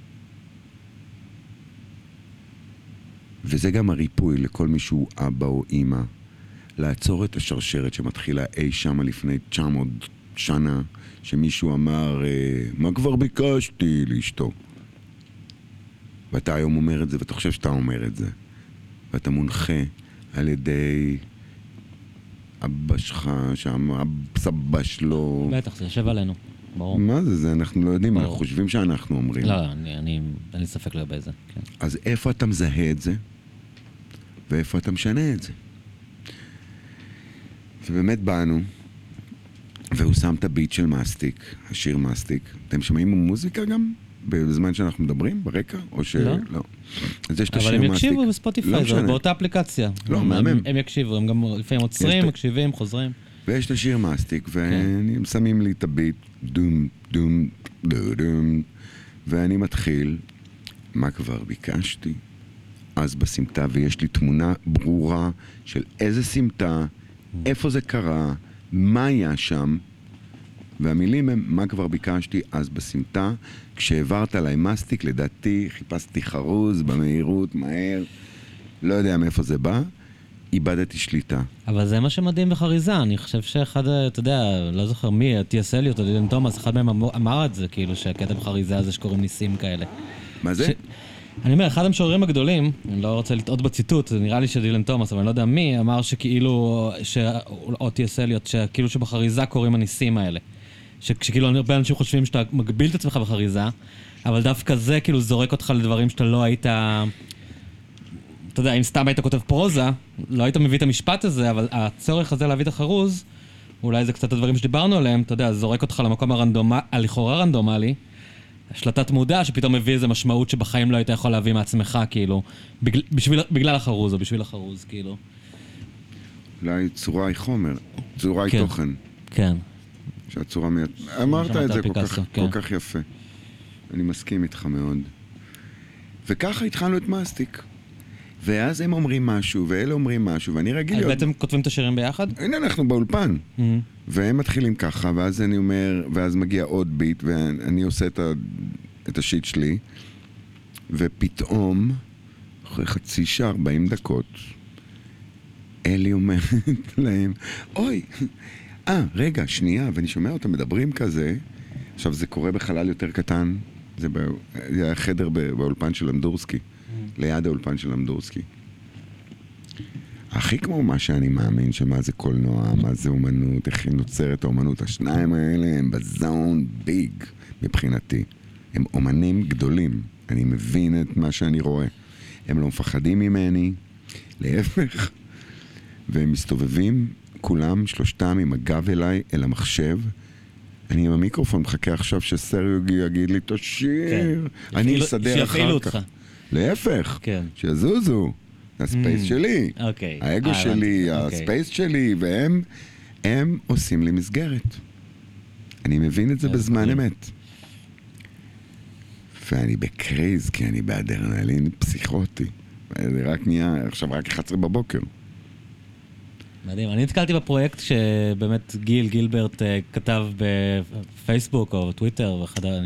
וזה גם הריפוי לכל מישהו אבא או אמא, לעצור את השרשרת שמתחילה אי שמה לפני 900 שנה, שמישהו אמר, מה כבר ביקשתי לאשתו? ואתה היום אומר את זה, ואתה חושב שאתה אומר את זה. ואתה מונחה על ידי אבא שלך, סבא שלו. בטח, זה יושב עלינו, ברור. מה זה? זה אנחנו לא יודעים, אנחנו חושבים שאנחנו אומרים. לא, אין לי ספק לגבי זה. אז איפה אתה מזהה את זה? ואיפה אתה משנה את זה? ובאמת באנו, והוא שם את הביט של מסטיק, השיר מסטיק. אתם שומעים מוזיקה גם? בזמן שאנחנו מדברים, ברקע? או ש... לא. לא. אז יש את השיר אבל מסטיק. הם יקשיבו בספוטיפיי, זה באותה אפליקציה. לא, מהמם. הם יקשיבו, הם גם לפעמים עוצרים, מקשיבים, חוזרים. ויש את השיר מסטיק, והם שמים לי את הביט, דום, דום, דום, ואני מתחיל, מה כבר ביקשתי? אז בסמטה, ויש לי תמונה ברורה של איזה סמטה, איפה זה קרה, מה היה שם, והמילים הם, מה כבר ביקשתי אז בסמטה, כשעברת עליי מסטיק, לדעתי, חיפשתי חרוז במהירות, מהר, לא יודע מאיפה זה בא, איבדתי שליטה. אבל זה מה שמדהים בחריזה, אני חושב שאחד, אתה יודע, לא זוכר מי, טי.אס. אליוט או דילן תומאס, אחד מהם אמר את זה, כאילו, שהקטע בחריזה הזה שקוראים ניסים כאלה. מה זה? אני אומר, אחד המשוררים הגדולים, אני לא רוצה לטעות בציטוט, זה נראה לי שדילן תומאס, אבל אני לא יודע מי, אמר שכאילו, או טי.אס. אליוט, שכאילו שבחריזה קוראים הניסים האלה. שכאילו הרבה אנשים חושבים שאתה מגביל את עצמך בחריזה, אבל דווקא זה כאילו זורק אותך לדברים שאתה לא היית... אתה יודע, אם סתם היית כותב פרוזה, לא היית מביא את המשפט הזה, אבל הצורך הזה להביא את החרוז, אולי זה קצת הדברים שדיברנו עליהם, אתה יודע, זורק אותך למקום הלכאורה רנדומלי, השלטת מודע שפתאום מביא איזו משמעות שבחיים לא היית יכול להביא מעצמך, כאילו, בגלל החרוז או בשביל החרוז, כאילו. אולי צורה היא חומר, צורה היא תוכן. כן. שהצורה אמרת את זה כל כך יפה. אני מסכים איתך מאוד. וככה התחלנו את מסטיק. ואז הם אומרים משהו, ואלה אומרים משהו, ואני רגיל... אז בעצם כותבים את השירים ביחד? הנה, אנחנו באולפן. והם מתחילים ככה, ואז אני אומר, ואז מגיע עוד ביט, ואני עושה את השיט שלי, ופתאום, אחרי חצי שעה, 40 דקות, אלי אומרת להם, אוי, רגע, שנייה, ואני שומע אותם מדברים כזה, עכשיו זה קורה בחלל יותר קטן, זה היה חדר באולפן של אמדורסקי, ליד האולפן של אמדורסקי. הכי כמו מה שאני מאמין, שמה זה קולנוע, מה זה אומנות, איך היא נוצרת האומנות, השניים האלה הם בזון ביג מבחינתי. הם אומנים גדולים, אני מבין את מה שאני רואה. הם לא מפחדים ממני, להפך, והם מסתובבים, כולם, שלושתם עם הגב אליי, אל המחשב. אני עם המיקרופון מחכה עכשיו שסריו יגיד לי את השיר. אני אסדר אחר כך. להפך, שיזוזו. הספייס שלי. האגו שלי, הספייס שלי, והם עושים לי מסגרת. אני מבין את זה בזמן אמת. ואני בקרייז, כי אני באדרנלין פסיכוטי. זה רק נהיה, עכשיו רק 11 בבוקר. מדהים. אני נתקלתי בפרויקט שבאמת גיל גילברט כתב בפייסבוק או בטוויטר,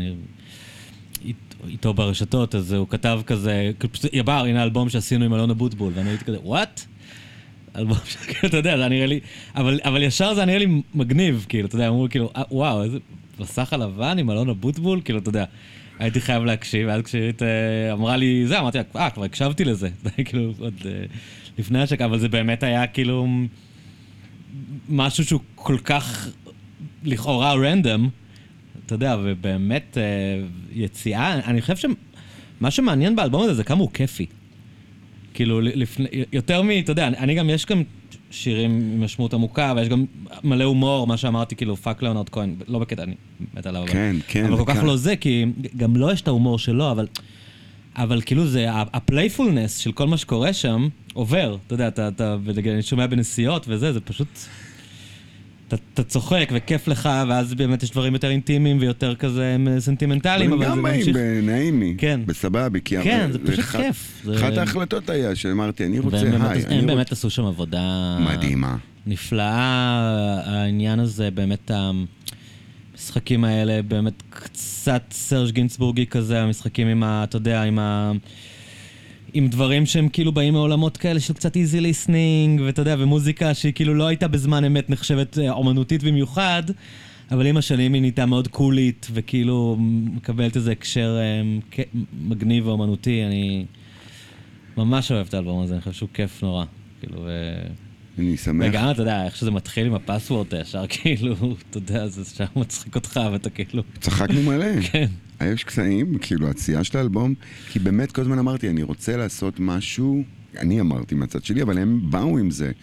איתו ברשתות, אז הוא כתב כזה, יבר, הנה אלבום שעשינו עם אלון אבוטבול, ואני הייתי כזה, וואט? אלבום שכאילו, אתה יודע, זה נראה לי, אבל ישר זה נראה לי מגניב, כאילו, אתה יודע, אמרו כאילו, וואו, איזה מסך הלבן עם אלון אבוטבול, כאילו, אתה יודע, הייתי חייב להקשיב, ואז כשהיא אמרה לי, זה, אמרתי, כבר הקשבתי לזה, זה כאילו, עוד לפני השק, אבל זה באמת היה כאילו משהו שהוא כל כך לכאורה רנדום, אתה יודע, ובאמת יציאה, אני חושב שמה שמעניין באלבום הזה זה כמה הוא כיפי. כאילו, יותר אתה יודע, אני גם, יש גם שירים עם משמעות עמוקה, ויש גם מלא הומור, מה שאמרתי, כאילו, פאק ליאונרד כהן, לא בקטע, אני מת עליו. כן, כן. אבל כל כך לא זה, כי גם לא יש את ההומור שלו, אבל כאילו זה, הפלייפולנס של כל מה שקורה שם עובר, אתה יודע, אני שומע בנסיעות וזה, זה פשוט, אתה צוחק וכיף לך, ואז באמת יש דברים יותר אינטימיים ויותר כזה סנטימנטליים, אבל זה ממשיך. גם באים בנעימי, כן. בסבבי, כי כן, זה פשוט כיף. אחת ההחלטות היה שאמרתי, אני רוצה היי. הם באמת עשו שם עבודה מדהימה. נפלאה, העניין הזה, באמת המשחקים האלה, באמת קצת סרג' גינסבורגי כזה, המשחקים עם אתה יודע, עם דברים שהם כאילו באים מעולמות כאלה של קצת easy listening, ואתה יודע, ומוזיקה שהיא כאילו לא הייתה בזמן אמת נחשבת אומנותית במיוחד, אבל עם השנים היא נהייתה מאוד קולית, וכאילו מקבלת איזה הקשר מגניב ואומנותי. אני ממש אוהב את האלבום הזה, אני חושב שהוא כיף נורא. כאילו, אני שמח. וגם, אתה יודע, איך שזה מתחיל עם הפסוורד, ישר כאילו, אתה יודע, זה שם מצחיק אותך, ואתה כאילו... צחקנו מלא. כן. יש קצאים, כאילו, הצייה של האלבום, כי באמת כל הזמן אמרתי, אני רוצה לעשות משהו, אני אמרתי מהצד שלי, אבל הם באו עם זה.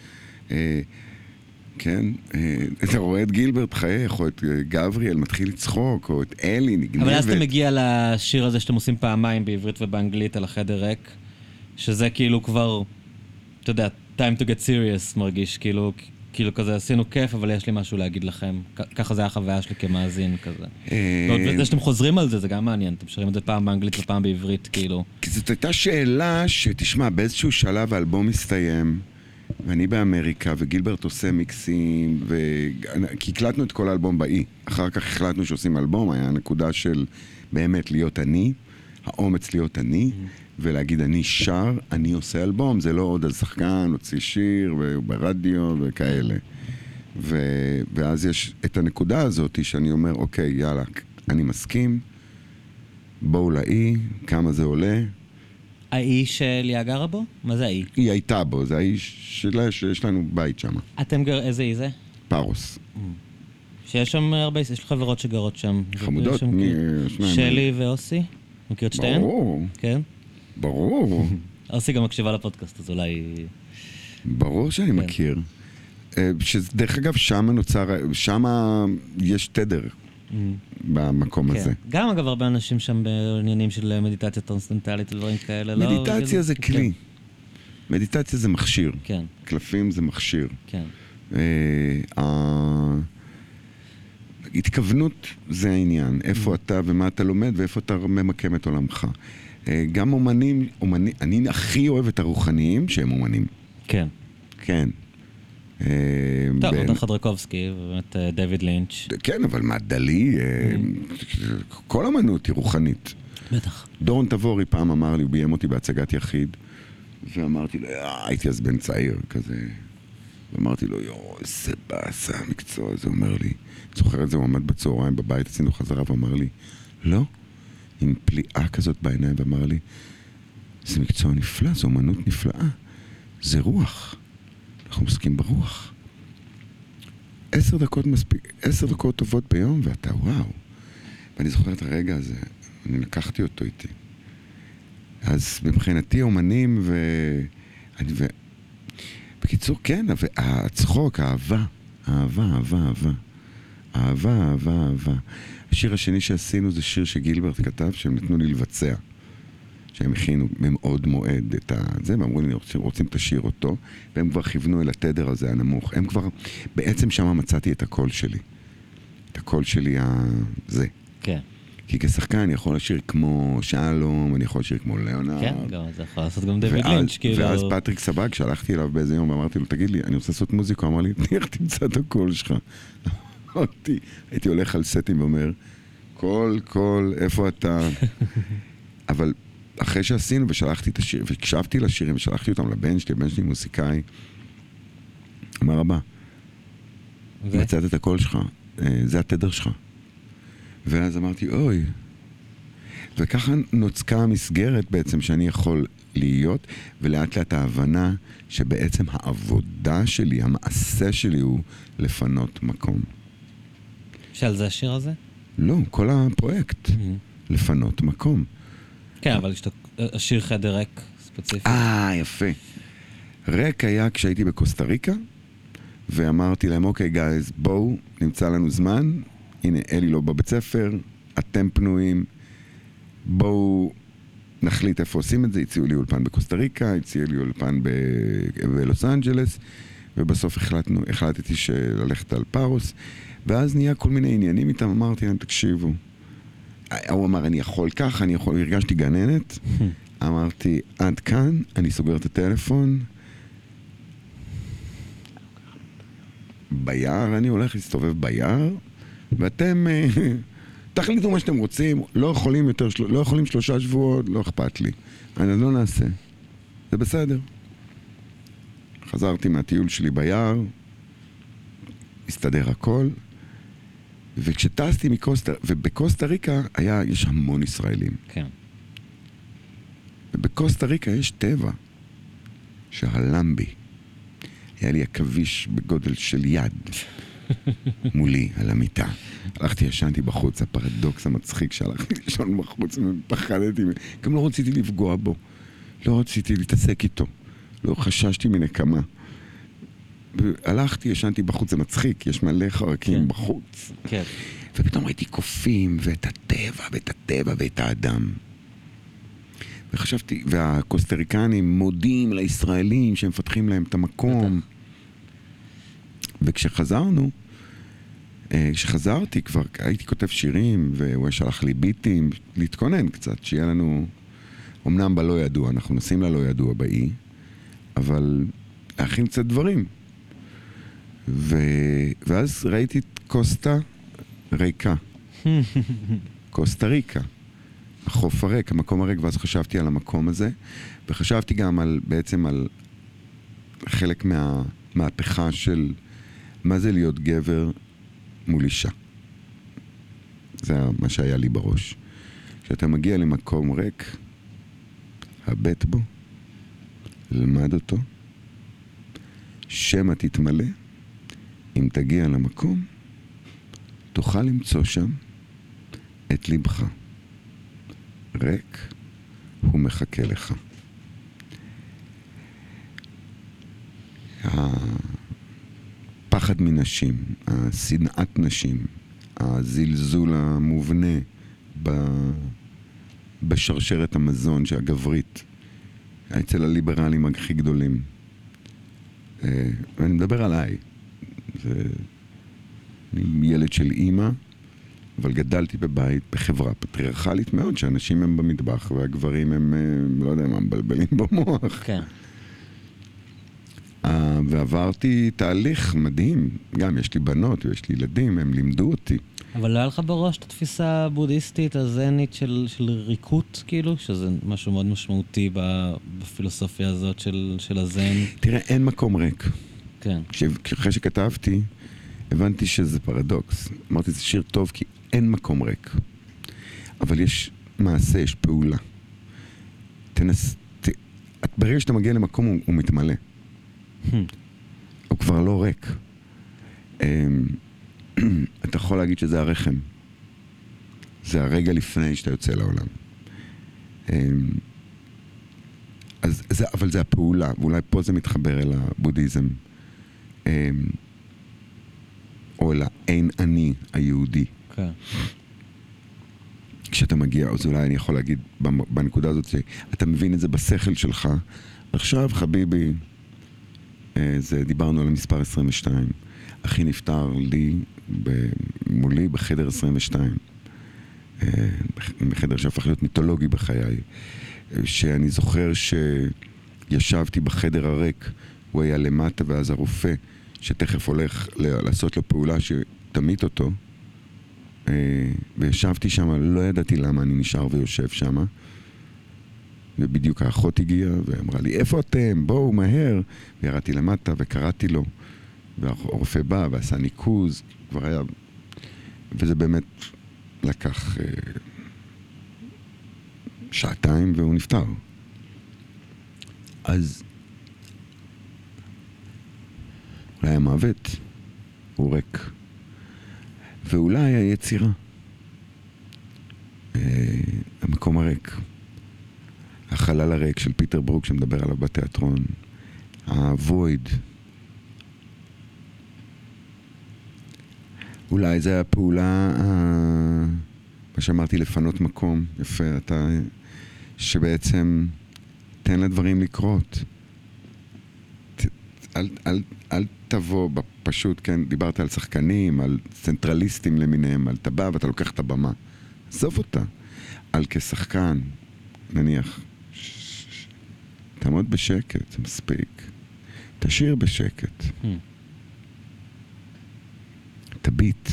כן, אתה רואה את גילברט חייך, או את גבריאל מתחיל לצחוק, או את אלי נגנבת. אבל אז אתה מגיע לשיר הזה שאתם עושים פעמיים בעברית ובאנגלית על החדר ריק, שזה כאילו כבר, אתה יודע, time to get serious מרגיש, כאילו כזה עשינו כיף, אבל יש לי משהו להגיד לכם. ככה זה החוויה שלי כמאזין כזה. וזה שאתם חוזרים על זה, זה גם מעניין. אתם שרים את זה פעם באנגלית ופעם בעברית, כאילו. כי זאת הייתה שאלה שתשמע, באיזשהו שלב האלבום מסתיים, ואני באמריקה, וגילברט עושה מיקסים, כי הקלטנו את כל האלבום באי. אחר כך החלטנו שעושים אלבום, היה נקודה של באמת להיות אני, האומץ להיות אני, ולהגיד אני שר, אני עושה אלבום, זה לא עוד על שחקן, הוציא שיר, וברדיו וכאלה. ואז יש את הנקודה הזאת שאני אומר, אוקיי, יאללה, אני מסכים, בואו לאי, כמה זה עולה. האי שליאה גרה בו? מה זה האי? היא הייתה בו, זה האי שלה, שיש לנו בית שם. איזה אי זה? פארוס. שיש שם הרבה, יש חברות שגרות שם. חמודות, שלי ואוסי? מכיר את שתיהן? ברור. כן? ברור. אוסי גם מקשיבה לפודקאסט, אז אולי... ברור שאני מכיר. דרך אגב, שם יש תדר במקום הזה. גם אגב הרבה אנשים שם בעניינים של מדיטציה טרנסצנדנטלית ודברים כאלה. מדיטציה זה כלי. מדיטציה זה מכשיר. כן. קלפים זה מכשיר. כן. התכוונות זה העניין. איפה אתה ומה אתה לומד ואיפה אתה ממקם את עולמך. גם אומנים, אני הכי אוהב את הרוחניים שהם אומנים. כן. כן. טוב, נותן חדרקובסקי, ובאמת דיוויד לינץ'. כן, אבל מה, דלי, כל אמנות היא רוחנית. בטח. דורון תבורי פעם אמר לי, הוא ביים אותי בהצגת יחיד, ואמרתי לו, הייתי אז בן צעיר כזה, ואמרתי לו, איזה באסה המקצוע הזה, אומר לי, זוכר את זה, הוא עמד בצהריים בבית, עשינו חזרה, ואמר לי, לא, עם פליאה כזאת בעיניים, ואמר לי, זה מקצוע נפלא, זו אמנות נפלאה, זה רוח. אנחנו מסכים ברוח. 10 דקות מספיק, 10 דקות טובות ביום, ואתה וואו. ואני זוכר את הרגע הזה, אני לקחתי אותו איתי. אז מבחינתי אומנים בקיצור, כן, הצחוק, אהבה. השיר השני שעשינו זה שיר שגילברט כתב, שהם נתנו לי לבצע. שהם הכינו ממאוד מועד את זה, ואמרו לי, רוצים תשאיר אותו, והם כבר כיוונו אל התדר הזה הנמוך. הם כבר, בעצם שם מצאתי את הקול שלי. את הקול שלי הזה. כן. כי כשחקן אני יכול לשיר כמו שלום, אני יכול לשיר כמו ליאונרד. כן, גם זה יכול לעשות גם דויד לינץ', כאילו. ואז פטריק סבג, שלחתי אליו באיזה יום, ואמרתי לו, תגיד לי, אני רוצה לעשות מוזיקה, אמר לי, איך תמצא את הקול שלך? הייתי הולך על סטים ואומר, קול, איפה אתה? אבל אחרי שעשינו ושלחתי את השיר, והקשבתי לשירים ושלחתי אותם לבן שלי, הבן שלי מוסיקאי, אמר הבא, מצאת את הקול שלך, זה התדר שלך. ואז אמרתי, אוי. וככה נוצקה המסגרת בעצם שאני יכול להיות, ולאט לאט ההבנה שבעצם העבודה שלי, המעשה שלי הוא לפנות מקום. שעל זה השיר הזה? לא, כל הפרויקט. לפנות מקום. כן, אבל יש השיר חדר ריק ספציפי. יפה. ריק היה כשהייתי בקוסטה ריקה, ואמרתי להם, אוקיי גייז, בואו, נמצא לנו זמן, הנה אלי לא בבית ספר, אתם פנויים, בואו נחליט איפה עושים את זה. הציעו לי אולפן בקוסטה ריקה, הציעו לי אולפן בלוס אנג'לס, ובסוף החלטתי ללכת על פארוס, ואז נהיה כל מיני עניינים איתם, אמרתי להם, תקשיבו. הוא אמר, אני יכול ככה, הרגשתי גננת, אמרתי, עד כאן, אני סוגר את הטלפון, ביער, אני הולך להסתובב ביער, ואתם תחליטו מה שאתם רוצים, לא יכולים 3 שבועות, לא אכפת לי. אני לא נעשה. זה בסדר. חזרתי מהטיול שלי ביער, הסתדר הכל, וכשטסתי ובקוסטה ריקה יש המון ישראלים. כן. ובקוסטה ריקה יש טבע שהלם בי. היה לי עכביש בגודל של יד מולי על המיטה. הלכתי, ישנתי בחוץ, הפרדוקס המצחיק שהלכתי לישון בחוץ ופחדתי, גם לא רציתי לפגוע בו, לא רציתי להתעסק איתו, לא חששתי מנקמה. הלכתי, ישנתי בחוץ, זה מצחיק, יש מלא חרקים בחוץ. כן. ופתאום ראיתי קופים, ואת הטבע ואת האדם. וחשבתי, והקוסטריקנים מודים לישראלים שהם מפתחים להם את המקום. כשחזרתי כבר הייתי כותב שירים, והוא שלח לי ביטים, להתכונן קצת, שיהיה לנו, אמנם בלא ידוע, אנחנו נסים ללא ידוע באי, אבל להכין קצת דברים. ואז ראיתי את קוסטה ריקה. קוסטה ריקה. החוף הריק, המקום הריק, ואז חשבתי על המקום הזה, וחשבתי גם בעצם על חלק מהמהפכה של מה זה להיות גבר מול אישה. זה מה שהיה לי בראש. כשאתה מגיע למקום ריק, הבט בו, למד אותו, שמא תתמלא, אם תגיע למקום, תוכל למצוא שם את ליבך. ריק, הוא מחכה לך. הפחד מנשים, השנאת נשים, הזלזול המובנה בשרשרת המזון שהגברית, אצל הליברלים הכי גדולים. אני מדבר עליי. אני ילד של אימא, אבל גדלתי בבית, בחברה פטריארכלית מאוד, שאנשים הם במטבח, והגברים הם, לא יודע מה, מבלבלים במוח. כן. ועברתי תהליך מדהים. גם יש לי בנות ויש לי ילדים, הם לימדו אותי. אבל לא היה לך בראש את התפיסה הבודהיסטית, הזנית של ריקות, כאילו? שזה משהו מאוד משמעותי בפילוסופיה הזאת של הזן. תראה, אין מקום ריק. כן. אחרי שכתבתי, הבנתי שזה פרדוקס. אמרתי, זה שיר טוב כי אין מקום ריק. אבל יש מעשה, יש פעולה. ברגע שאתה מגיע למקום, הוא מתמלא. הוא כבר לא ריק. אתה יכול להגיד שזה הרחם. זה הרגע לפני שאתה יוצא לעולם. אבל זה הפעולה, ואולי פה זה מתחבר אל הבודהיזם. או אל האין אני היהודי. כן. כשאתה מגיע, אז אולי אני יכול להגיד בנקודה הזאת, אתה מבין את זה בשכל שלך. עכשיו, חביבי, דיברנו על המספר 22. אחי נפטר לי, מולי, בחדר 22. בחדר שהפך להיות מיתולוגי בחיי, שאני זוכר שישבתי בחדר הריק, הוא היה למטה, ואז הרופא, שתכף הולך לעשות לו פעולה שתמית אותו, וישבתי שם, לא ידעתי למה אני נשאר ויושב שם, ובדיוק האחות הגיעה ואמרה לי, איפה אתם? בואו מהר. וירדתי למטה וקראתי לו, והרופא בא ועשה ניקוז, כבר היה, וזה באמת לקח שעתיים והוא נפטר. אז אולי המוות הוא ריק, ואולי היצירה, המקום הריק, החלל הריק של פיטר ברוק שמדבר עליו בתיאטרון, הוויד. אולי זה הפעולה, מה שאמרתי, לפנות מקום, יפה, אתה, שבעצם תן לדברים לקרות. אל תבוא פשוט, כן, דיברת על שחקנים, על צנטרליסטים למיניהם, על טבע, ואתה לוקח את הבמה. עזוב אותה. על כשחקן, נניח, תעמוד בשקט, זה מספיק. תשאיר בשקט. תביט.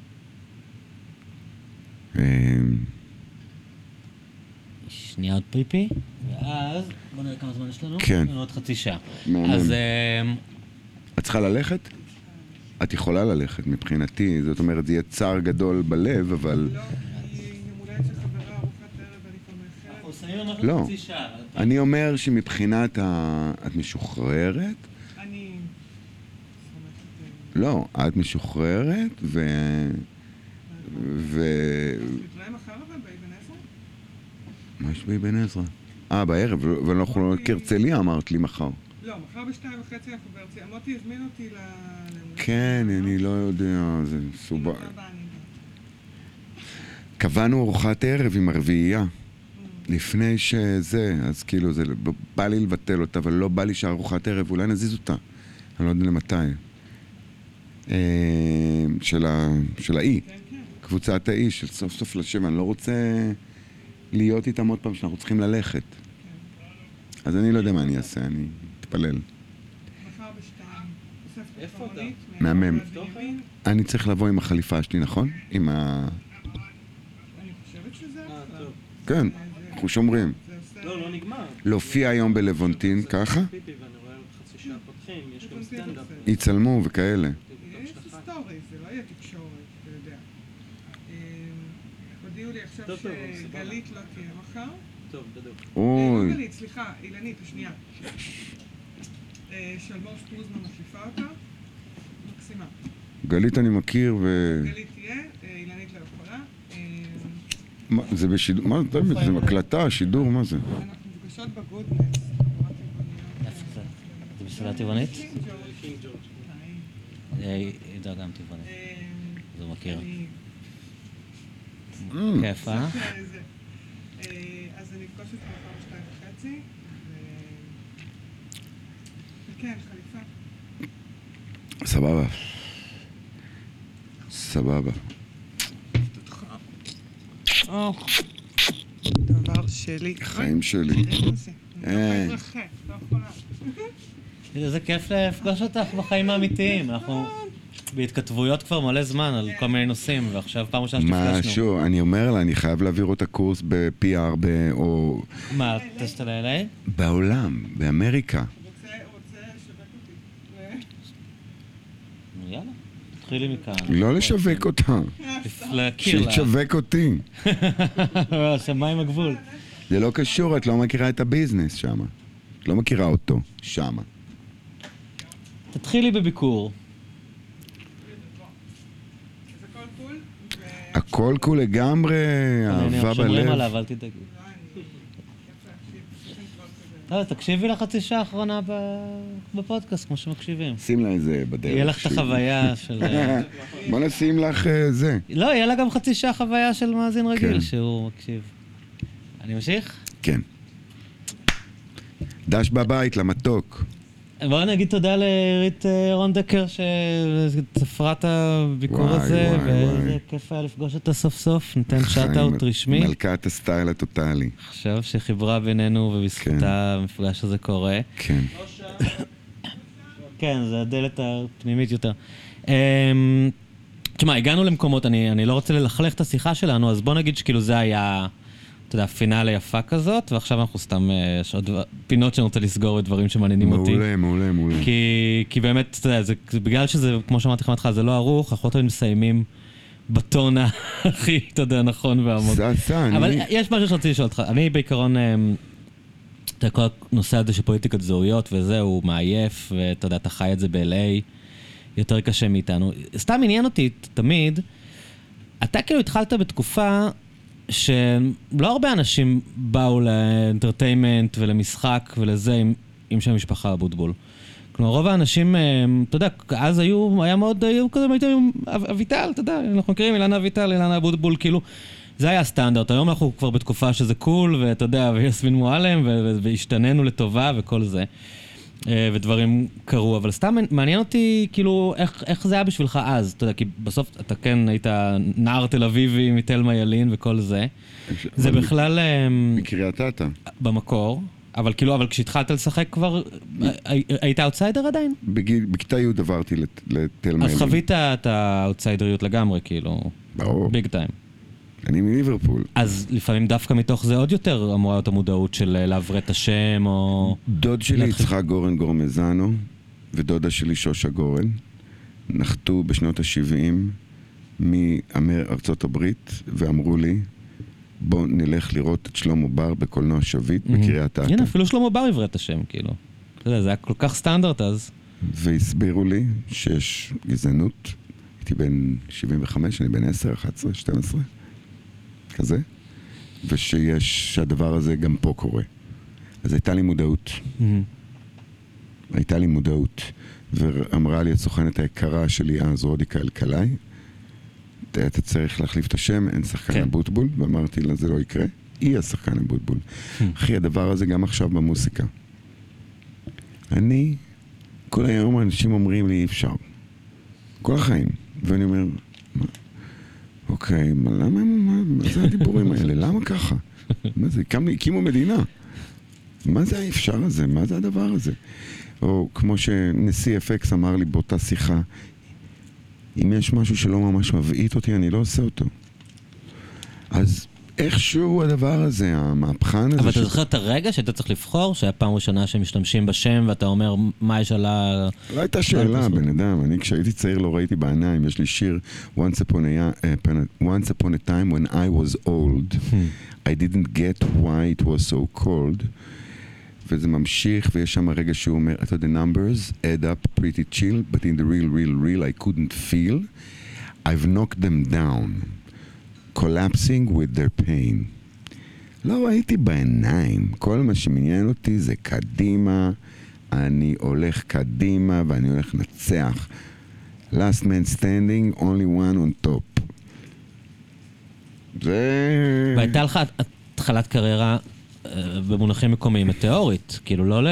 שנייה עוד פיפי, ואז בוא נראה כמה זמן יש לנו. כן. יש לנו עוד חצי שעה. מעניין. אז את צריכה ללכת? את יכולה ללכת מבחינתי, זאת אומרת, זה יהיה צער גדול בלב, אבל... לא, אני יום הולדת של חברה, ארוחת ערב, ואני כבר מאחרת. אנחנו שמים עוד לא. חצי שעה. אני אומר שמבחינת את משוחררת? אני סומכת... לא, את משוחררת נתראה מחר אבל באבן עזרא? מה יש באבן עזרא? בערב, ואנחנו כהרצליה אמרת לי מחר. לא, מחר ב2:30 אנחנו בהרצליה. מוטי הזמין אותי כן, אני לא יודע, זה סובה. הבאה אני באה. קבענו ארוחת ערב עם הרביעייה. לפני שזה, אז כאילו זה בא לי לבטל אותה, אבל לא בא לי שארוחת ערב, אולי נזיז אותה. אני לא יודע למתי. של האי. כן, כן. קבוצת האי של סוף סוף לשם. אני לא רוצה להיות איתם עוד פעם שאנחנו צריכים ללכת. אז אני לא יודע מה אני אעשה, אני אתפלל. מחר ב2:00. איפה אתה? מהמם. אני צריך לבוא עם החליפה שלי, נכון? עם אני חושבת שזה אחלה. כן, אנחנו שומרים. זה עושה... לא נגמר. להופיע היום בלוונטין, ככה? פיפי ואני רואה עוד חצי שעה פותחים, יש גם סטנדאפ. יצלמו וכאלה. יש סטורי, זה לא יהיה תקשורת, אתה יודע. הודיעו לי עכשיו טוב, שגלית לא תהיה מחר. טוב, בדיוק. לא אוי, גלית, סליחה, אילנית, השנייה. שלמור שפרוזמן מחליפה אותה. מקסימה. גלית אני מכיר גלית תהיה, אילנית לא יכולה. מה, זה בשידור, מה זה הקלטה, שידור, מה זה? אנחנו נפגשות בגודנס. איפה זה? זה בסביבה טבעונית? קינג ג'ורג'. קינג ג'ורג'. עידו גם טבעונית. זה מכיר. אני... כיף, אה? אז אני אפגוש את מחר ב2:30 וכן, חליפה. סבבה. סבבה. דבר שלי. חיים שלי. לא יכולה. איזה כיף לפגוש אותך בחיים האמיתיים. אנחנו בהתכתבויות כבר מלא זמן על כל מיני נושאים, ועכשיו פעם ראשונה שנפגשנו. משהו, אני אומר לה, אני חייב להעביר אותה קורס ב-PR או... מה, טסת ל-LA? בעולם, באמריקה. רוצה לשווק אותי. יאללה, תתחילי מכאן. לא לשווק אותה, להכיר לה. שיתשווק אותי. שמיים הגבול. זה לא קשור, את לא מכירה את הביזנס שם. את לא מכירה אותו שם. תתחילי בביקור. אז הכל קול. הכל קול לגמרי, אהבה שומרים בלב. עליו, אל תדאגי. לא, תקשיבי לחצי שעה האחרונה בפודקאסט, כמו שמקשיבים. שים לה איזה בדרך. יהיה לך את החוויה של... בוא נשים לך זה. לא, יהיה לה גם חצי שעה חוויה של מאזין רגיל, כן. שהוא מקשיב. אני ממשיך? כן. דש בבית למתוק. בוא נגיד תודה לרית רון דקר שצפרה את הביקור וואי, הזה, וואי, ואיזה וואי. כיף היה לפגוש אותה סוף סוף, ניתן חיים, שאט-אאוט רשמי. מלכת הסטייל הטוטלי. עכשיו שחיברה בינינו ובזכותה המפגש הזה קורה. כן. כן, זה הדלת הפנימית יותר. תשמע, הגענו למקומות, אני לא רוצה ללכלך את השיחה שלנו, אז בוא נגיד שכאילו זה היה, אתה יודע, פינאלה יפה כזאת, ועכשיו אנחנו סתם, יש עוד פינות שאני רוצה לסגור את דברים שמעניינים אותי. מעולה, מעולה, מעולה. כי באמת, אתה יודע, זה בגלל שזה, כמו שאמרתי לך מהתחלה, זה לא ערוך, אנחנו לא תמיד מסיימים בטון הכי, אתה יודע, נכון ועמוק. אבל יש משהו שרציתי לשאול אותך. אני בעיקרון, אתה יודע, כל הנושא הזה של פוליטיקת זהויות וזה, הוא מעייף, ואתה יודע, אתה חי את זה ב-LA, יותר קשה מאיתנו. סתם עניין אותי תמיד, אתה כאילו התחלת בתקופה שלא הרבה אנשים באו לאנטרטיימנט ולמשחק ולזה עם שם משפחה אבוטבול. כלומר, רוב האנשים, אתה יודע, אז היה מאוד, היו כזה, הייתם אביטל, אתה יודע, אנחנו מכירים אילנה אביטל, אילנה אבוטבול, כאילו, זה היה הסטנדרט. היום אנחנו כבר בתקופה שזה קול, ואתה יודע, ויסמין מועלם, והשתננו לטובה וכל זה. ודברים קרו, אבל סתם מעניין אותי, כאילו, איך זה היה בשבילך אז, אתה יודע, כי בסוף אתה כן היית נער תל אביבי מתלמה ילין וכל זה. זה בכלל מקריית אתא. במקור, אבל כאילו, אבל כשהתחלת לשחק כבר, היית אאוטסיידר עדיין? בכיתה י' עברתי לתלמה ילין. אז חווית את האאוטסיידריות לגמרי, כאילו, ברור. ביג טיים. אני מליברפול. אז לפעמים דווקא מתוך זה עוד יותר אמורה להיות המודעות של לעברת את השם, או... דוד שלי יצחק גורן גורמזנו, ודודה שלי שושה גורן, נחתו בשנות ה-70 מארצות הברית, ואמרו לי, בוא נלך לראות את שלמה בר בקולנוע שביט בקריית אתא. הנה, אפילו שלמה בר עברת את השם, כאילו. אתה יודע, זה היה כל כך סטנדרט אז. והסבירו לי שיש גזענות. הייתי בן 75, אני בן 10, 11, 12. כזה, שהדבר הזה גם פה קורה. אז הייתה לי מודעות. הייתה לי מודעות, ואמרה לי הסוכנת היקרה שלי אז, רודיקה אלקלעי, אתה צריך להחליף את השם, אין שחקן אבוטבול, ואמרתי לה, זה לא יקרה, היא השחקן אבוטבול. אחי, הדבר הזה גם עכשיו במוסיקה. כל היום אנשים אומרים לי, אי אפשר. כל החיים. ואני אומר, אוקיי, למה זה הדיבורים האלה? למה ככה? מה זה? הקימו מדינה. מה זה האפשר הזה? מה זה הדבר הזה? או כמו שנשיא FX אמר לי באותה שיחה, אם יש משהו שלא ממש מבעית אותי, אני לא עושה אותו. אז איכשהו הדבר הזה, המהפכן הזה... אבל אתה זוכר את הרגע שאתה צריך לבחור, שהיה פעם ראשונה שמשתמשים בשם, ואתה אומר, מה יש על ה... לא הייתה שאלה, בן אדם. אני כשהייתי צעיר לא ראיתי בעיניים. יש לי שיר, Once upon a time when I was old, I didn't get why it was so cold. וזה ממשיך, ויש שם הרגע שהוא אומר, I thought the numbers add up pretty chill, but in the real, I couldn't feel. I've knocked them down. collapsing with their pain. לא ראיתי בעיניים. כל מה שמעניין אותי זה קדימה, אני הולך קדימה ואני הולך לנצח. Last man standing, only one on top. זה... והייתה לך התחלת קריירה במונחים מקומיים מטאורית, כאילו לא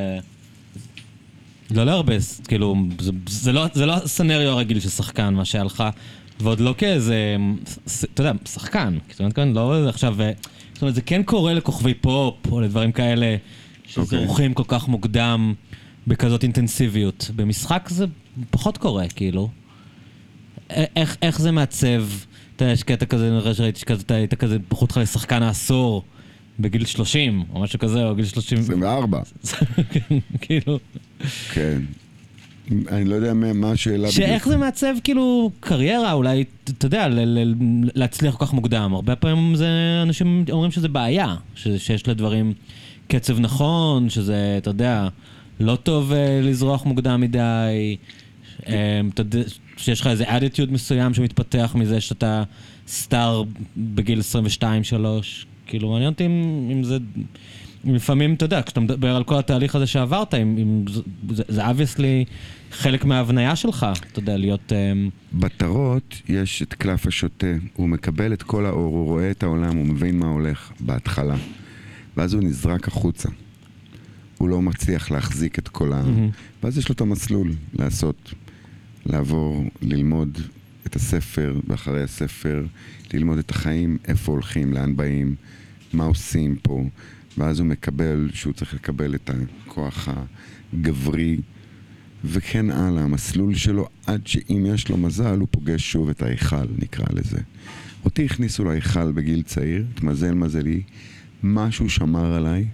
להרבה, כאילו זה לא הסנריו הרגיל של שחקן, מה שהיה לך, ועוד לא כאיזה, אתה יודע, שחקן, זאת אומרת, לא עכשיו, זאת אומרת, זה כן קורה לכוכבי פופ, או לדברים כאלה, שזורחים כל כך מוקדם, בכזאת אינטנסיביות. במשחק זה פחות קורה, כאילו. איך זה מעצב? אתה יודע, יש קטע כזה, נראה שראיתי שאתה היית כזה, פחות לך לשחקן העשור, בגיל 30, או משהו כזה, או גיל 30. 24. כאילו. כן. אני לא יודע מה השאלה. שאיך זה מעצב כאילו קריירה, אולי, אתה יודע, להצליח כל כך מוקדם. הרבה פעמים אנשים אומרים שזה בעיה, שיש לדברים קצב נכון, שזה, אתה יודע, לא טוב לזרוח מוקדם מדי, שיש לך איזה attitude מסוים שמתפתח מזה שאתה סטאר בגיל 22-3, כאילו מעניין אותי אם זה... לפעמים, אתה יודע, כשאתה מדבר על כל התהליך הזה שעברת, זה obviously חלק מההבניה שלך, אתה יודע, להיות... בתרות יש את קלף השוטה, הוא מקבל את כל האור, הוא רואה את העולם, הוא מבין מה הולך בהתחלה, ואז הוא נזרק החוצה. הוא לא מצליח להחזיק את כל ואז יש לו את המסלול לעבור, ללמוד את הספר, ואחרי הספר, ללמוד את החיים, איפה הולכים, לאן באים, מה עושים פה, ואז הוא מקבל, שהוא צריך לקבל את הכוח הגברי, וכן הלאה, המסלול שלו, עד שאם יש לו מזל, הוא פוגש שוב את ההיכל, נקרא לזה. אותי הכניסו להיכל בגיל צעיר, התמזל מזלי, משהו שמר עליי,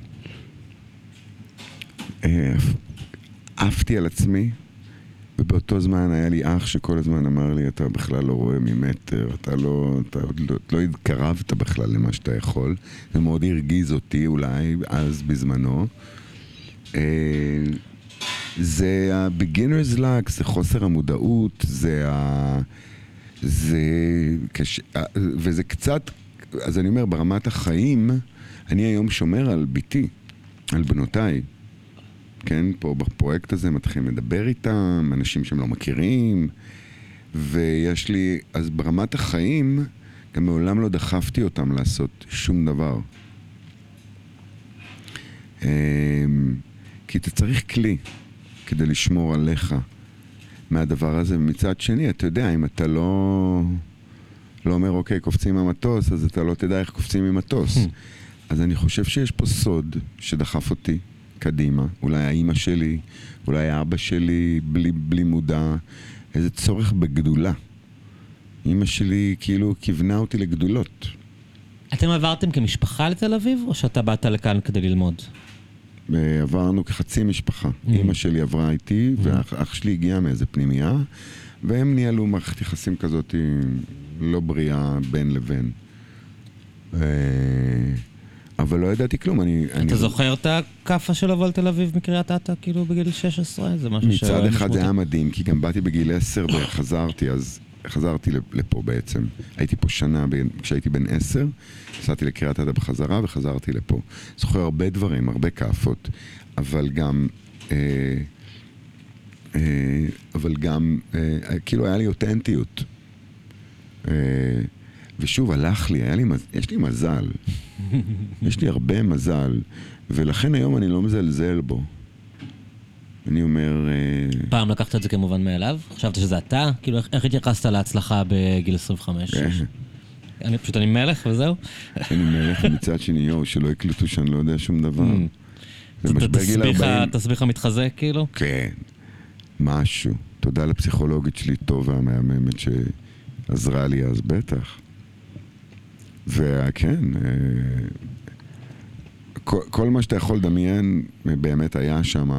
עפתי על עצמי, ובאותו זמן היה לי אח שכל הזמן אמר לי, אתה בכלל לא רואה ממטר, אתה לא התקרבת בכלל למה שאתה יכול. זה מאוד הרגיז אותי אולי, אז בזמנו. זה ה-beginner's luck, זה חוסר המודעות, וזה קצת, אז אני אומר, ברמת החיים, אני היום שומר על ביתי, על בנותיי. כן, פה בפרויקט הזה מתחילים לדבר איתם, אנשים שהם לא מכירים, ויש לי, אז ברמת החיים, גם מעולם לא דחפתי אותם לעשות שום דבר. כי אתה צריך כלי כדי לשמור עליך מהדבר הזה, ומצד שני, אתה יודע, אם אתה לא אומר, אוקיי, קופצים מהמטוס, אז אתה לא תדע איך קופצים ממטוס. אז אני חושב שיש פה סוד שדחף אותי קדימה, אולי האמא שלי, אולי האבא שלי, בלי מודע, איזה צורך בגדולה. אמא שלי כאילו כיוונה אותי לגדולות. אתם עברתם כמשפחה לתל אביב, או שאתה באת לכאן כדי ללמוד? עברנו כחצי משפחה. אמא שלי עברה איתי, ואח שלי הגיע מאיזה פנימייה, והם ניהלו מערכת יחסים כזאת לא בריאה בין לבין. אבל לא ידעתי כלום. אתה זוכר את הקפה של לבוא לתל אביב מקריית אתא, כאילו בגיל 16? זה משהו מצד אחד זה היה מדהים, כי גם באתי בגיל 10 וחזרתי, אז חזרתי לפה בעצם. הייתי פה שנה, כשהייתי בן 10, נסעתי לקריית אתא בחזרה וחזרתי לפה. זוכר הרבה דברים, הרבה קפות, אבל גם, כאילו היה לי אותנטיות. ושוב, הלך לי, יש לי מזל. יש לי הרבה מזל, ולכן היום אני לא מזלזל בו. אני אומר... פעם לקחת את זה כמובן מאליו? חשבת שזה אתה? כאילו, איך התייחסת להצלחה בגיל 25? אני מלך וזהו? אני מלך, מצד שני, שלא יקלטו שאני לא יודע שום דבר. תסביך המתחזק, כאילו? כן, משהו. תודה לפסיכולוגית שלי טובה, המהממת שעזרה לי אז, בטח. וכן, כל מה שאתה יכול לדמיין באמת היה שם.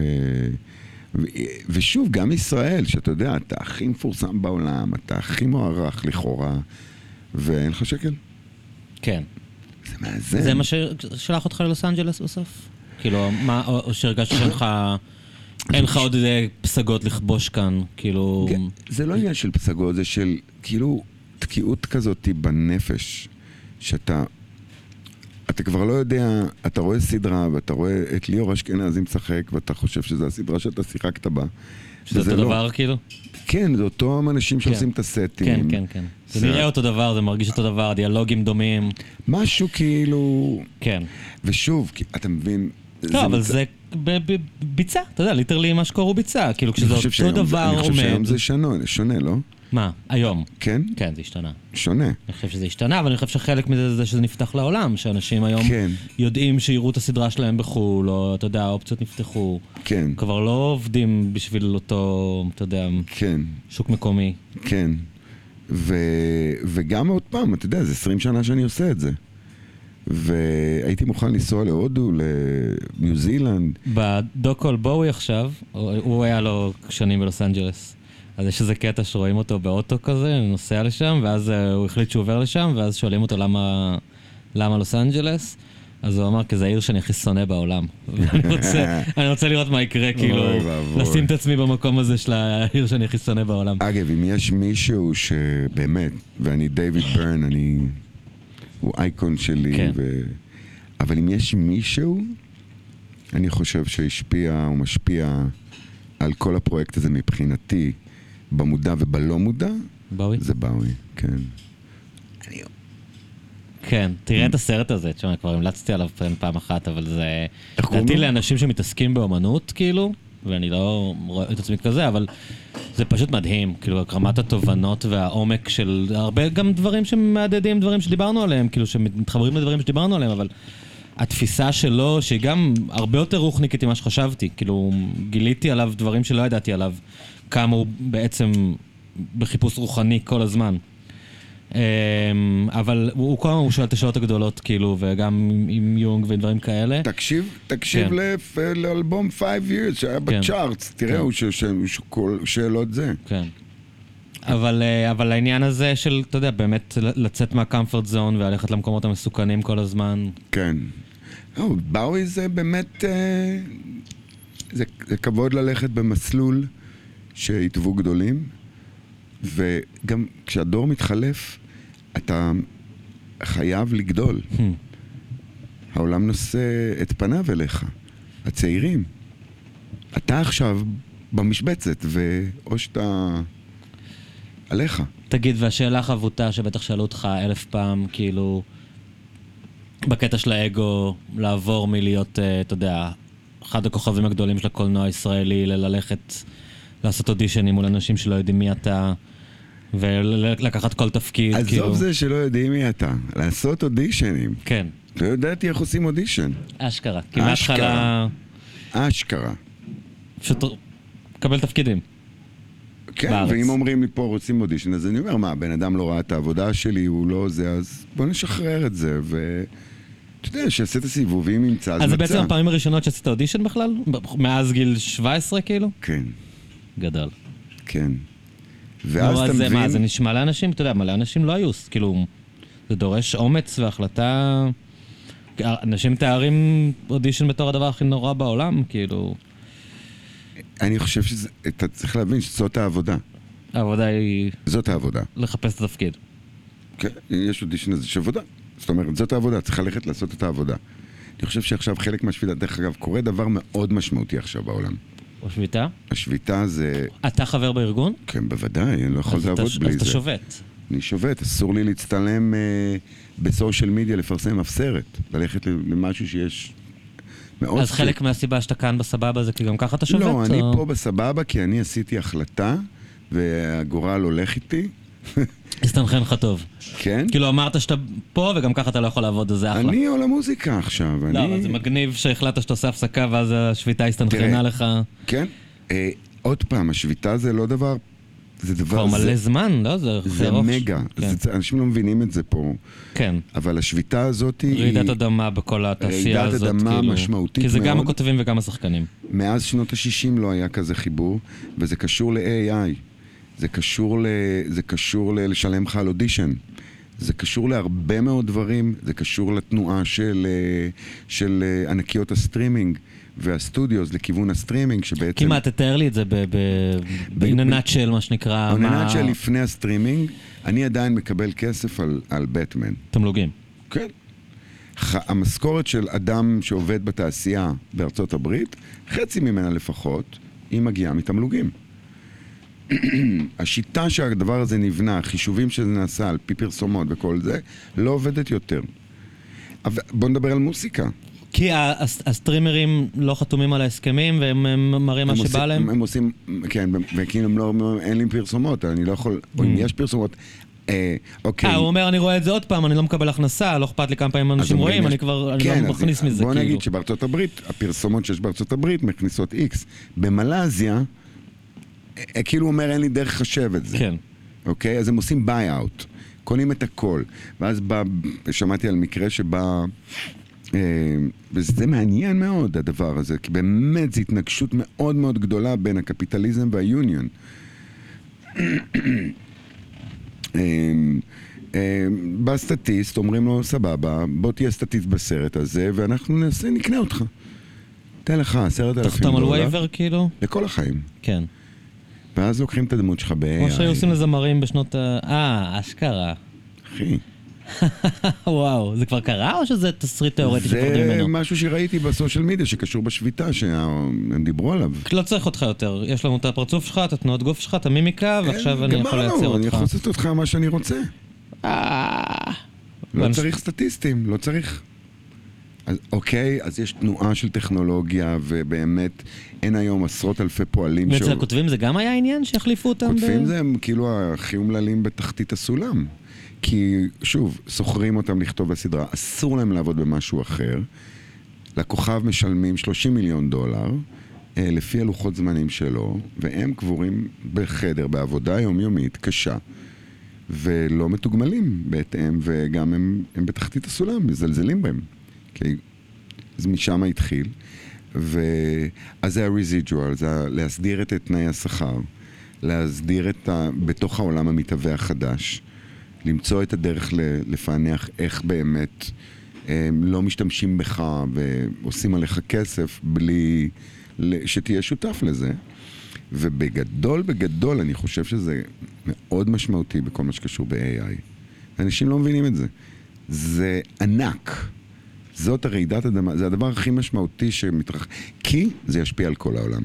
ושוב, גם ישראל, שאתה יודע, אתה הכי מפורסם בעולם, אתה הכי מוערך לכאורה, ואין לך שקל. כן. זה מאזן. זה מה ששלח אותך ללוס אנג'לס בסוף? כאילו, או שהרגשת שלך, אין לך עוד איזה פסגות לכבוש כאן, כאילו... זה לא עניין של פסגות, זה של, כאילו, תקיעות כזאת בנפש, שאתה כבר לא יודע, אתה רואה סדרה, ואתה רואה את ליאור אשכנזי משחק, ואתה חושב שזו הסדרה שאתה שיחקת בה. שזה אותו דבר, כאילו? כן, זה אותם אנשים שעושים את הסטים. כן. זה נראה אותו דבר, זה מרגיש אותו דבר, דיאלוגים דומים. משהו כאילו... כן. ושוב, אתה מבין... לא, אבל זה ביצה, אתה יודע, ליטרלי מה שקורו ביצה, כאילו כשזה אותו דבר עומד... אני חושב שהיום זה שונה, לא? מה? היום? כן? כן, זה השתנה. שונה. אני חושב שזה השתנה, אבל אני חושב שחלק מזה זה שזה נפתח לעולם, שאנשים היום יודעים שיראו את הסדרה שלהם בחו"ל, או אתה יודע, האופציות נפתחו. כן. כבר לא עובדים בשביל אותו, אתה יודע, שוק מקומי. כן. וגם עוד פעם, אתה יודע, זה 20 שנה שאני עושה את זה. והייתי מוכן לנסוע להודו, לניו זילנד. בדוקו על בואי עכשיו, הוא היה לו שנים בלוס אנג'לס. אז יש איזה קטע שרואים אותו באוטו כזה, נוסע לשם, ואז הוא החליט שהוא עובר לשם, ואז שואלים אותו למה לוס אנג'לס. אז הוא אמר, כי זה העיר שאני הכי שונא בעולם. אני רוצה לראות מה יקרה, כאילו, לשים את עצמי במקום הזה של העיר שאני הכי שונא בעולם. אגב, אם יש מישהו שבאמת, ואני דיוויד ברן, הוא אייקון שלי, אבל אם יש מישהו, אני חושב שהשפיע או משפיע על כל הפרויקט הזה מבחינתי, במודע ובלא מודע, באוי? זה באוי, כן. כן, תראה את הסרט הזה, תשמע, כבר המלצתי עליו פעם אחת, אבל זה... איך קוראים לדעתי לו? לאנשים שמתעסקים באמנות, כאילו, ואני לא רואה את עצמי כזה, אבל זה פשוט מדהים, כאילו, רמת התובנות והעומק של הרבה גם דברים שמעדדים, דברים שדיברנו עליהם, כאילו, שמתחברים לדברים שדיברנו עליהם, אבל התפיסה שלו, שהיא גם הרבה יותר רוחניקית ממה שחשבתי, כאילו, גיליתי עליו דברים שלא ידעתי עליו, כמה הוא בעצם בחיפוש רוחני כל הזמן. אבל הוא כל הזמן, הוא שואל את השאלות הגדולות, כאילו, וגם עם יונג ודברים כאלה. תקשיב לאלבום 5 years שהיה בצ'ארטס, תראה, הוא שאלות זה. כן. אבל העניין הזה של, אתה יודע, באמת לצאת מהקומפורט זון וללכת למקומות המסוכנים כל הזמן. כן. באוי זה באמת, זה כבוד ללכת במסלול שהתוו גדולים, וגם כשהדור מתחלף, אתה חייב לגדול. העולם נושא את פניו אליך, הצעירים. אתה עכשיו במשבצת, או שאתה עליך. תגיד, והשאלה חבוטה שבטח שאלו אותך 1000 פעם, כאילו, בקטע של האגו, לעבור מלהיות, אתה יודע, אחד הכוכבים הגדולים של הקולנוע הישראלי, ללכת, לעשות אודישנים מול אנשים שלא יודעים מי אתה, ולקחת כל תפקיד, כאילו. עזוב זה שלא יודעים מי אתה, לעשות אודישנים. כן. לא ידעתי איך עושים אודישן. אשכרה. כי מההתחלה... אשכרה. פשוט קבל תפקידים. כן, בארץ. ואם אומרים לי פה רוצים אודישן, אז אני אומר, מה, בן אדם לא ראה את העבודה שלי, הוא לא זה, אז בוא נשחרר את זה, אתה יודע, שעשה את הסיבוב, ואם ימצא, אז מצא. אז זה בעצם הפעמים הראשונות שעשית אודישן בכלל? מאז גיל 17 כאילו? כן, גדול. כן. ואז אתה מבין... מה, זה נשמע לאנשים? אתה יודע, מלא אנשים לא היו, כאילו, זה דורש אומץ והחלטה... אנשים תארים אודישן בתור הדבר הכי נורא בעולם, כאילו... אני חושב אתה צריך להבין שזאת העבודה. העבודה היא... זאת העבודה. לחפש את התפקיד. כן, יש אודישן הזה שעבודה. זאת אומרת, זאת העבודה, צריך ללכת לעשות את העבודה. אני חושב שעכשיו חלק מהשביתה, דרך אגב, קורה דבר מאוד משמעותי עכשיו בעולם. או שביתה? השביתה זה... אתה חבר בארגון? כן, בוודאי, אני לא יכול לעבוד בלי זה. אז אתה שובת. אני שובת, אסור לי להצטלם בסושיאל מדיה, לפרסם אף סרט. ללכת למשהו שיש מאוד... אז חלק מהסיבה שאתה כאן בסבבה זה כי גם ככה אתה שובת? לא, אני פה בסבבה כי אני עשיתי החלטה, והגורל הולך איתי. הסתנכן לך טוב. כן? כאילו אמרת שאתה פה וגם ככה אתה לא יכול לעבוד, אז זה אחלה. אני עולה מוזיקה עכשיו. לא, אבל זה מגניב שהחלטת שאתה עושה הפסקה ואז השביתה הסתנכנה לך. כן? עוד פעם, השביתה זה לא דבר... זה דבר... כבר מלא זמן, לא? זה מגה. אנשים לא מבינים את זה פה. כן. אבל השביתה הזאת היא... רעידת אדמה בכל התעשייה הזאת. רעידת אדמה משמעותית מאוד. כי זה גם הכותבים וגם השחקנים. מאז שנות ה-60 לא היה כזה חיבור, וזה קשור ל-AI. זה קשור לשלם לך על אודישן. זה קשור להרבה מאוד דברים. זה קשור לתנועה של ענקיות הסטרימינג והסטודיוס לכיוון הסטרימינג, שבעצם... כמעט, תתאר לי את זה בנאצ'ל, מה שנקרא. בנאצ'ל לפני הסטרימינג, אני עדיין מקבל כסף על בטמן. תמלוגים. כן. המשכורת של אדם שעובד בתעשייה בארצות הברית, חצי ממנה לפחות, היא מגיעה מתמלוגים. השיטה שהדבר הזה נבנה, החישובים שזה נעשה על פי פרסומות וכל זה, לא עובדת יותר. בוא נדבר על מוסיקה. כי הסטרימרים לא חתומים על ההסכמים והם מראים מה שבא להם? הם עושים, כן, וכאילו אין לי פרסומות, אני לא יכול, או אם יש פרסומות, אוקיי. הוא אומר, אני רואה את זה עוד פעם, אני לא מקבל הכנסה, לא אכפת לי כמה פעמים אנשים רואים, אני לא מכניס מזה. בוא נגיד שבארצות הברית, הפרסומות שיש בארצות הברית מכניסות X. במלזיה, כאילו אומר, אין לי דרך חשב את זה. כן. אוקיי? אז הם עושים ביי-אוט, קונים את הכל. ואז שמעתי על מקרה שבא... וזה מעניין מאוד הדבר הזה, כי באמת זו התנגשות מאוד מאוד גדולה בין הקפיטליזם והיוניון. בא סטטיסט, אומרים לו, סבבה, בוא תהיה סטטיסט בסרט הזה, ואנחנו נקנה אותך. תן לך, 10,000 תחתום על וייבר כאילו? לכל החיים. כן. ואז לוקחים את הדמות שלך ב-AI. כמו שהיו עושים לזמרים בשנות אחי. אשכרה. וואו, זה כבר קרה או שזה תסריט תיאורטי שפחדים ממנו? זה משהו שראיתי בסושיאל מדיה שקשור בשביתה שהם דיברו עליו. לא צריך אותך יותר, יש לנו את הפרצוף שלך, את התנועות גוף שלך, את המימיקה, ועכשיו אני יכול לייצר אותך. אני יכול לעשות אותך מה שאני רוצה. לא צריך סטטיסטים, לא צריך. אז, אוקיי, אז יש תנועה של טכנולוגיה, ובאמת אין היום עשרות אלפי פועלים. ואצל הכותבים זה גם היה עניין שהחליפו אותם? כותבים זה הם כאילו הכי אומללים בתחתית הסולם. כי, שוב, סוחרים אותם לכתוב בסדרה, אסור להם לעבוד במשהו אחר. לכוכב משלמים $30 מיליון, לפי הלוחות זמנים שלו, והם קבורים בחדר, בעבודה יומיומית, קשה, ולא מתוגמלים בהתאם, וגם הם בתחתית הסולם, מזלזלים בהם. אז משם התחיל, אז זה ה-residual, זה להסדיר את תנאי השכר, להסדיר בתוך העולם המתהווה החדש, למצוא את הדרך לפענח איך באמת לא משתמשים בך ועושים עליך כסף בלי שתהיה שותף לזה. ובגדול אני חושב שזה מאוד משמעותי בכל מה שקשור ב-AI. אנשים לא מבינים את זה. זה ענק. זאת הרעידת אדמה, זה הדבר הכי משמעותי כי זה ישפיע על כל העולם.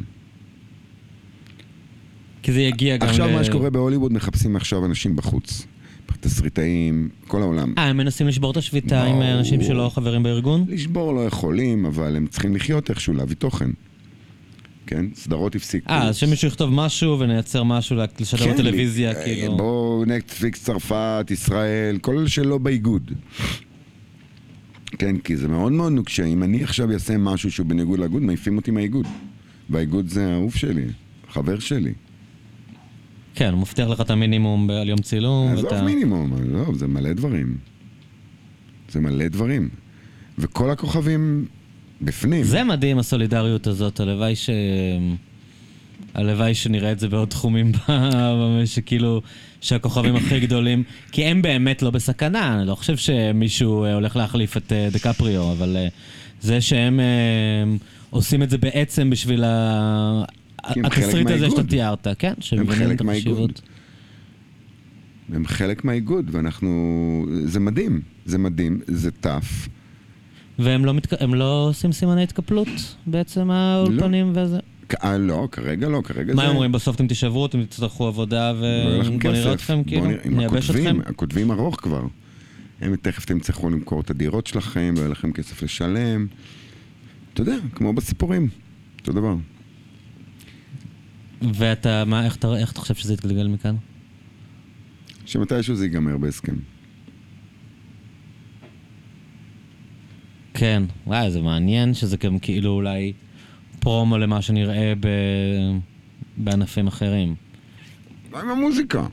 כי זה יגיע גם עכשיו מה שקורה בהוליווד, מחפשים עכשיו אנשים בחוץ. תסריטאים, כל העולם. הם מנסים לשבור את השביתה עם אנשים שלא חברים בארגון? לשבור לא יכולים, אבל הם צריכים לחיות איכשהו, להביא תוכן. כן? סדרות הפסיקו. אז שמישהו יכתוב משהו ונייצר משהו לשדר בטלוויזיה, כאילו. בואו נטפליקס, צרפת, ישראל, כל שלא באיגוד. כן, כי זה מאוד מאוד נוקשה. אם אני עכשיו אעשה משהו שהוא בניגוד לאיגוד, מעיפים אותי מהאיגוד. והאיגוד זה האהוב שלי, חבר שלי. כן, הוא מבטיח לך את המינימום על יום צילום. עזוב מינימום, עזוב, זה מלא דברים. זה מלא דברים. וכל הכוכבים בפנים. זה מדהים, הסולידריות הזאת. הלוואי שנראה את זה בעוד תחומים שכאילו, שהכוכבים הכי גדולים, כי הם באמת לא בסכנה. אני לא חושב שמישהו הולך להחליף את דקפריו, אבל זה שהם עושים את זה בעצם בשביל התסריט הזה שאתה תיארת, כן? הם חלק מהאיגוד. הם חלק מהאיגוד, ואנחנו... זה מדהים, זה מדהים, זה טף. והם לא עושים סימני התקפלות בעצם האולפנים וזה? לא, כרגע לא, כרגע זה... מה הם אומרים? בסוף אתם תשברו, אתם תצטרכו עבודה ובוא נראה אתכם, כאילו? נייבש אתכם? הכותבים ארוך כבר. הם תכף אתם צריכו למכור את הדירות שלכם, ויהיה לכם כסף לשלם. אתה יודע, כמו בסיפורים. אותו דבר. ואתה, איך אתה חושב שזה יתגלגל מכאן? שמתישהו זה ייגמר בהסכם. כן, וואי, זה מעניין שזה גם כאילו אולי פרומו למה שנראה בענפים אחרים. לא עם המוזיקה.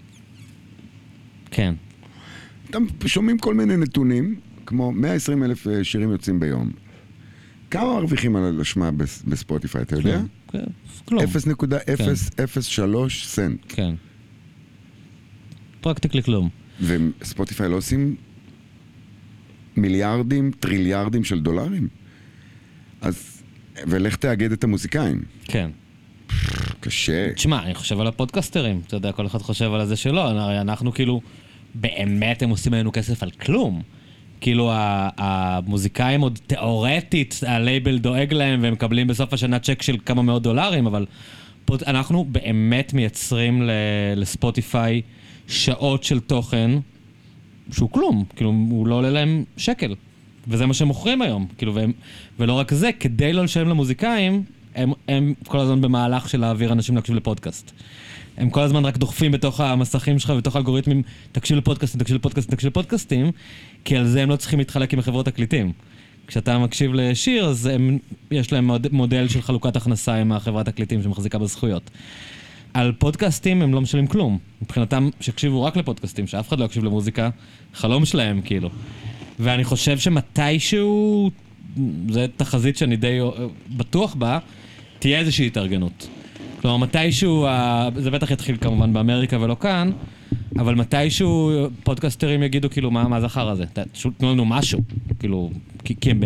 כן. אתם שומעים כל מיני נתונים, כמו 120,000 שירים יוצאים ביום. כמה מרוויחים על השמעה בספוטיפיי, אתה יודע? כן, כלום. 0.003 סנט. כן. פרקטיקלי כלום. וספוטיפיי לא עושים מיליארדים, טריליארדים של דולרים. אז, ולך תאגד את המוזיקאים. כן. קשה. תשמע, אני חושב על הפודקסטרים. אתה יודע, כל אחד חושב על זה שלא. הרי אנחנו כאילו, באמת הם עושים לנו כסף על כלום. כאילו המוזיקאים עוד תיאורטית, הלייבל דואג להם והם מקבלים בסוף השנה צ'ק של כמה מאות דולרים, אבל אנחנו באמת מייצרים לספוטיפיי שעות של תוכן שהוא כלום, כאילו הוא לא עולה להם שקל, וזה מה שהם מוכרים היום, כאילו, ולא רק זה, כדי לא לשלם למוזיקאים, הם כל הזמן במהלך של להעביר אנשים להקשיב לפודקאסט. הם כל הזמן רק דוחפים בתוך המסכים שלך, בתוך האלגוריתמים, תקשיב לפודקאסטים, כי על זה הם לא צריכים להתחלק עם חברות תקליטים. כשאתה מקשיב לשיר, אז יש להם מודל של חלוקת הכנסה עם החברת תקליטים שמחזיקה בזכויות. על פודקאסטים הם לא משלמים כלום. מבחינתם שקשיבו רק לפודקאסטים, שאף אחד לא יקשיב למוזיקה, חלום שלהם כאילו. ואני חושב שמתישהו, זו תחזית שאני די בטוח בה, תהיה איזושהי התארגנות. כלומר, מתישהו, זה בטח יתחיל כמובן באמריקה ולא כאן, אבל מתישהו פודקאסטרים יגידו כאילו, מה זה אחר הזה? תנו לנו משהו, כאילו, כי הם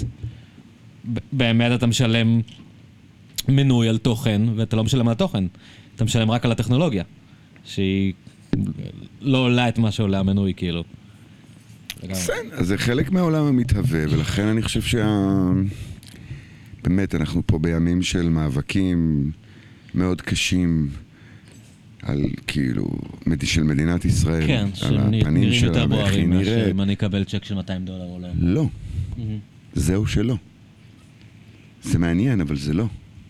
באמת אתה משלם מנוי על תוכן, ואתה לא משלם על התוכן, אתה משלם רק על הטכנולוגיה, שהיא לא עולה את מה שעולה המנוי, כאילו. בסדר, אז זה חלק מהעולם המתהווה, ולכן אני חושב באמת, אנחנו פה בימים של מאבקים מאוד קשים על כאילו, של מדינת ישראל, כן, על הפנים שנראים שלה, יותר ואיך היא בוערים מאשר נראית. אם אני אקבל צ'ק של $200 או לא. לא, זהו שלא. זה מעניין, אבל זה לא.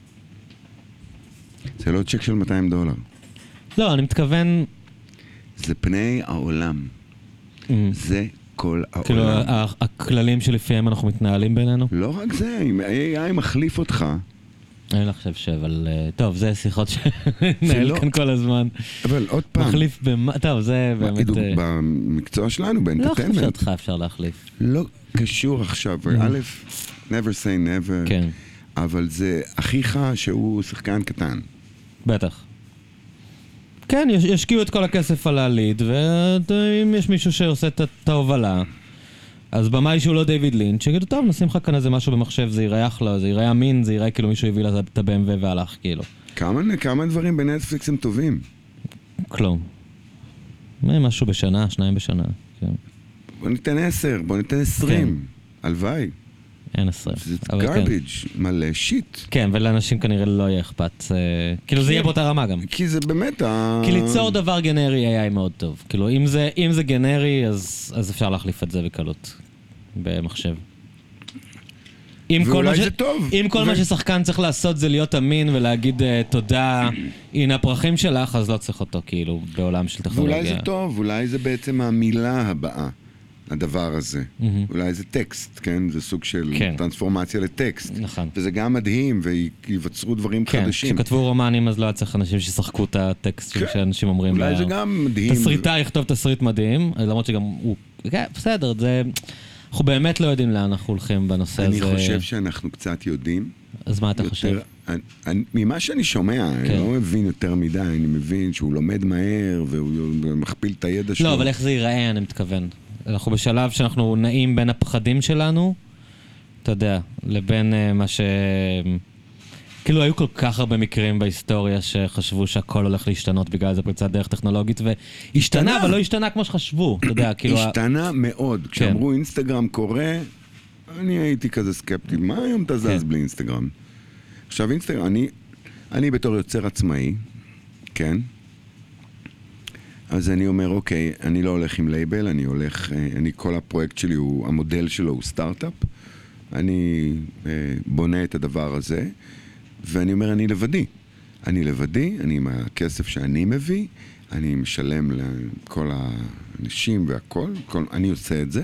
זה לא צ'ק של $200. לא, אני מתכוון... זה פני העולם. זה כל כאילו, העולם. הכללים שלפיהם אנחנו מתנהלים בינינו? לא רק זה, אם AI מחליף אותך, אני לא חושב אבל... טוב, זה שיחות שנהל לא- כאן כל הזמן. אבל עוד פעם, מחליף במה... טוב, זה באמת... במקצוע שלנו, לא חושב באנטרטיימנט, שאותך אפשר להחליף. לא קשור עכשיו. א', never say never, כן, אבל זה אחיך שהוא שחקן קטן. בטח. כן, ישקיעו את כל הכסף על הליד, ואם יש מישהו שעושה את ההובלה, אז במאי שהוא לא דיוויד לינץ', שיגידו, טוב, נשים לך כאן איזה משהו במחשב, זה ייראה אחלה, זה ייראה אמין, זה ייראה כאילו מישהו הביא לה את ה-BMW והלך, כאילו. כמה דברים בנטפליקס הם טובים. כלום. משהו בשנה, 2 בשנה. כן. בוא ניתן 10, בוא ניתן 20. הלוואי. אין 20. זה אבל כן. garbage, מלא שיט. כן, ולאנשים כנראה לא יהיה אכפת. כאילו זה יהיה באותה רמה גם. כי זה באמת כי ליצור דבר גנרי AI מאוד טוב. כאילו אם זה גנרי, אז אפשר להחליף את זה בקלות. במחשב. ואולי זה טוב. אם כל מה ששחקן צריך לעשות זה להיות אמין ולהגיד תודה, הנה הפרחים שלך, אז לא צריך אותו כאילו בעולם של טכנולוגיה. ואולי זה טוב, אולי זה בעצם המילה הבאה, הדבר הזה. אולי זה טקסט, כן? זה סוג של טרנספורמציה לטקסט. נכון. וזה גם מדהים, וייווצרו דברים חדשים. כן, כשכתבו רומנים אז לא היה צריך אנשים ששחקו את הטקסט שאנשים אומרים. אולי זה גם מדהים. תסריטאי יכתוב תסריט מדהים, למרות שגם הוא... כן, בסדר, זה... אנחנו באמת לא יודעים לאן אנחנו הולכים בנושא הזה. אני חושב שאנחנו קצת יודעים. אז מה אתה חושב? ממה שאני שומע, אני לא מבין יותר מדי, אני מבין שהוא לומד מהר, והוא מכפיל את הידע שלו. לא, אבל איך זה ייראה, אני מתכוון. אנחנו בשלב שאנחנו נעים בין הפחדים שלנו, אתה יודע, לבין מה ש... כאילו היו כל כך הרבה מקרים בהיסטוריה שחשבו שהכל הולך להשתנות בגלל זה פריצת דרך טכנולוגית, והשתנה, אבל לא השתנה כמו שחשבו, אתה יודע, כאילו... השתנה מאוד. כשאמרו אינסטגרם קורה, אני הייתי כזה סקפטי, מה היום אתה זז בלי אינסטגרם? עכשיו אינסטגרם, אני בתור יוצר עצמאי, כן? אז אני אומר, אוקיי, אני לא הולך עם לייבל, כל הפרויקט שלי, המודל שלו הוא סטארט-אפ, אני בונה את הדבר הזה, ואני אומר, אני לבדי, אני עם הכסף שאני מביא, אני משלם לכל האנשים והכל, אני עושה את זה,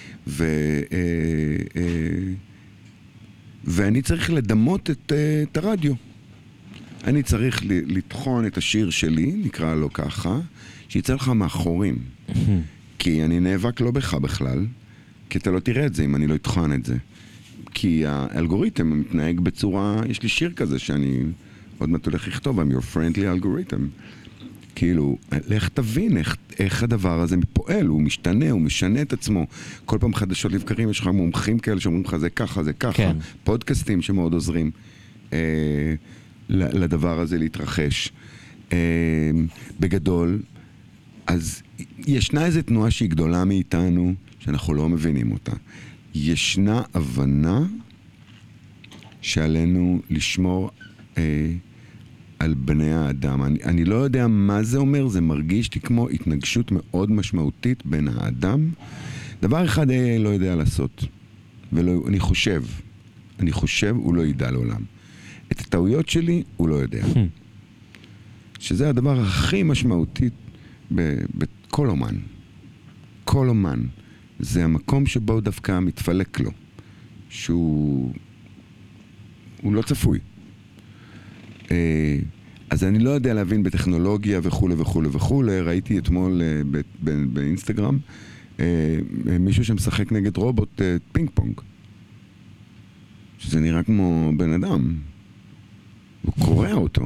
ואני צריך לדמות את הרדיו. אני צריך לטחון את השיר שלי, נקרא לו ככה, שיצא לך מאחורים. כי אני נאבק לא בך בכלל, כי אתה לא תראה את זה אם אני לא אטחן את זה. כי האלגוריתם מתנהג בצורה, יש לי שיר כזה שאני עוד מעט הולך לכתוב, I'm your friendly algorithm. כאילו, לך תבין איך הדבר הזה פועל, הוא משתנה, הוא משנה את עצמו. כל פעם חדשות לבקרים, יש לך מומחים כאלה שאומרים לך זה ככה, זה ככה. כן. פודקאסטים שמאוד עוזרים לדבר הזה להתרחש. בגדול, אז ישנה איזו תנועה שהיא גדולה מאיתנו, שאנחנו לא מבינים אותה. ישנה הבנה שעלינו לשמור על בני האדם. אני לא יודע מה זה אומר, זה מרגיש לי כמו התנגשות מאוד משמעותית בין האדם. דבר אחד לא יודע לעשות, ואני חושב הוא לא ידע לעולם. את הטעויות שלי הוא לא יודע. שזה הדבר הכי משמעותי בכל אומן. כל אומן. זה המקום שבו דווקא מתפלק לו. שהוא לא צפוי. אז אני לא יודע להבין בטכנולוגיה וכו' וכו' וכו'. ראיתי אתמול באינסטגרם מישהו שמשחק נגד רובוט פינג פונג. שזה נראה כמו בן אדם. הוא קורא אותו.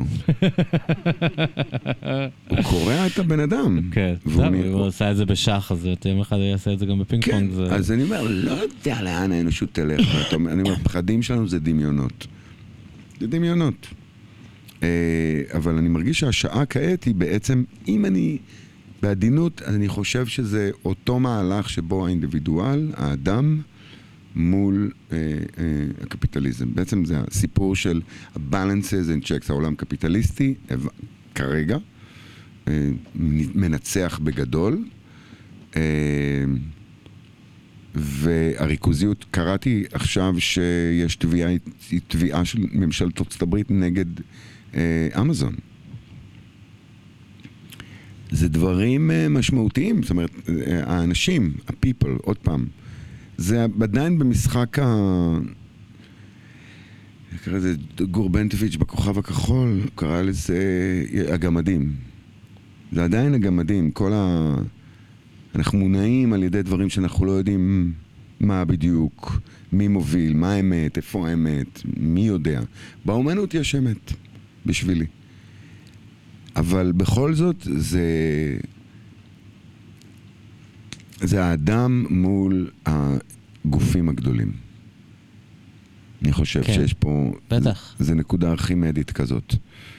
הוא קורא את הבן אדם. כן, הוא עושה את זה בשח, אז יום אחד יעשה את זה גם בפינג פונג. כן, אז אני אומר, לא יודע לאן האנושות תלך. אני אומר, הפחדים שלנו זה דמיונות. זה דמיונות. אבל אני מרגיש שהשעה כעת היא בעצם, אם אני בעדינות, אני חושב שזה אותו מהלך שבו האינדיבידואל, האדם, מול הקפיטליזם. בעצם זה הסיפור של balances and checks, העולם קפיטליסטי, כרגע, מנצח בגדול, והריכוזיות, קראתי עכשיו שיש תביעה של ממשלת ארצות הברית נגד אמזון. זה דברים משמעותיים, זאת אומרת, האנשים, הפיפל, עוד פעם, זה עדיין במשחק קרא לזה גורבנטוביץ' בכוכב הכחול, קרא לזה הגמדים. זה עדיין הגמדים, אנחנו מונעים על ידי דברים שאנחנו לא יודעים מה בדיוק, מי מוביל, מה האמת, איפה האמת, מי יודע. באומנות יש אמת, בשבילי. אבל בכל זאת זה האדם מול הגופים הגדולים. אני חושב כן. שיש פה... בטח. זה נקודה ארכימדית כזאת.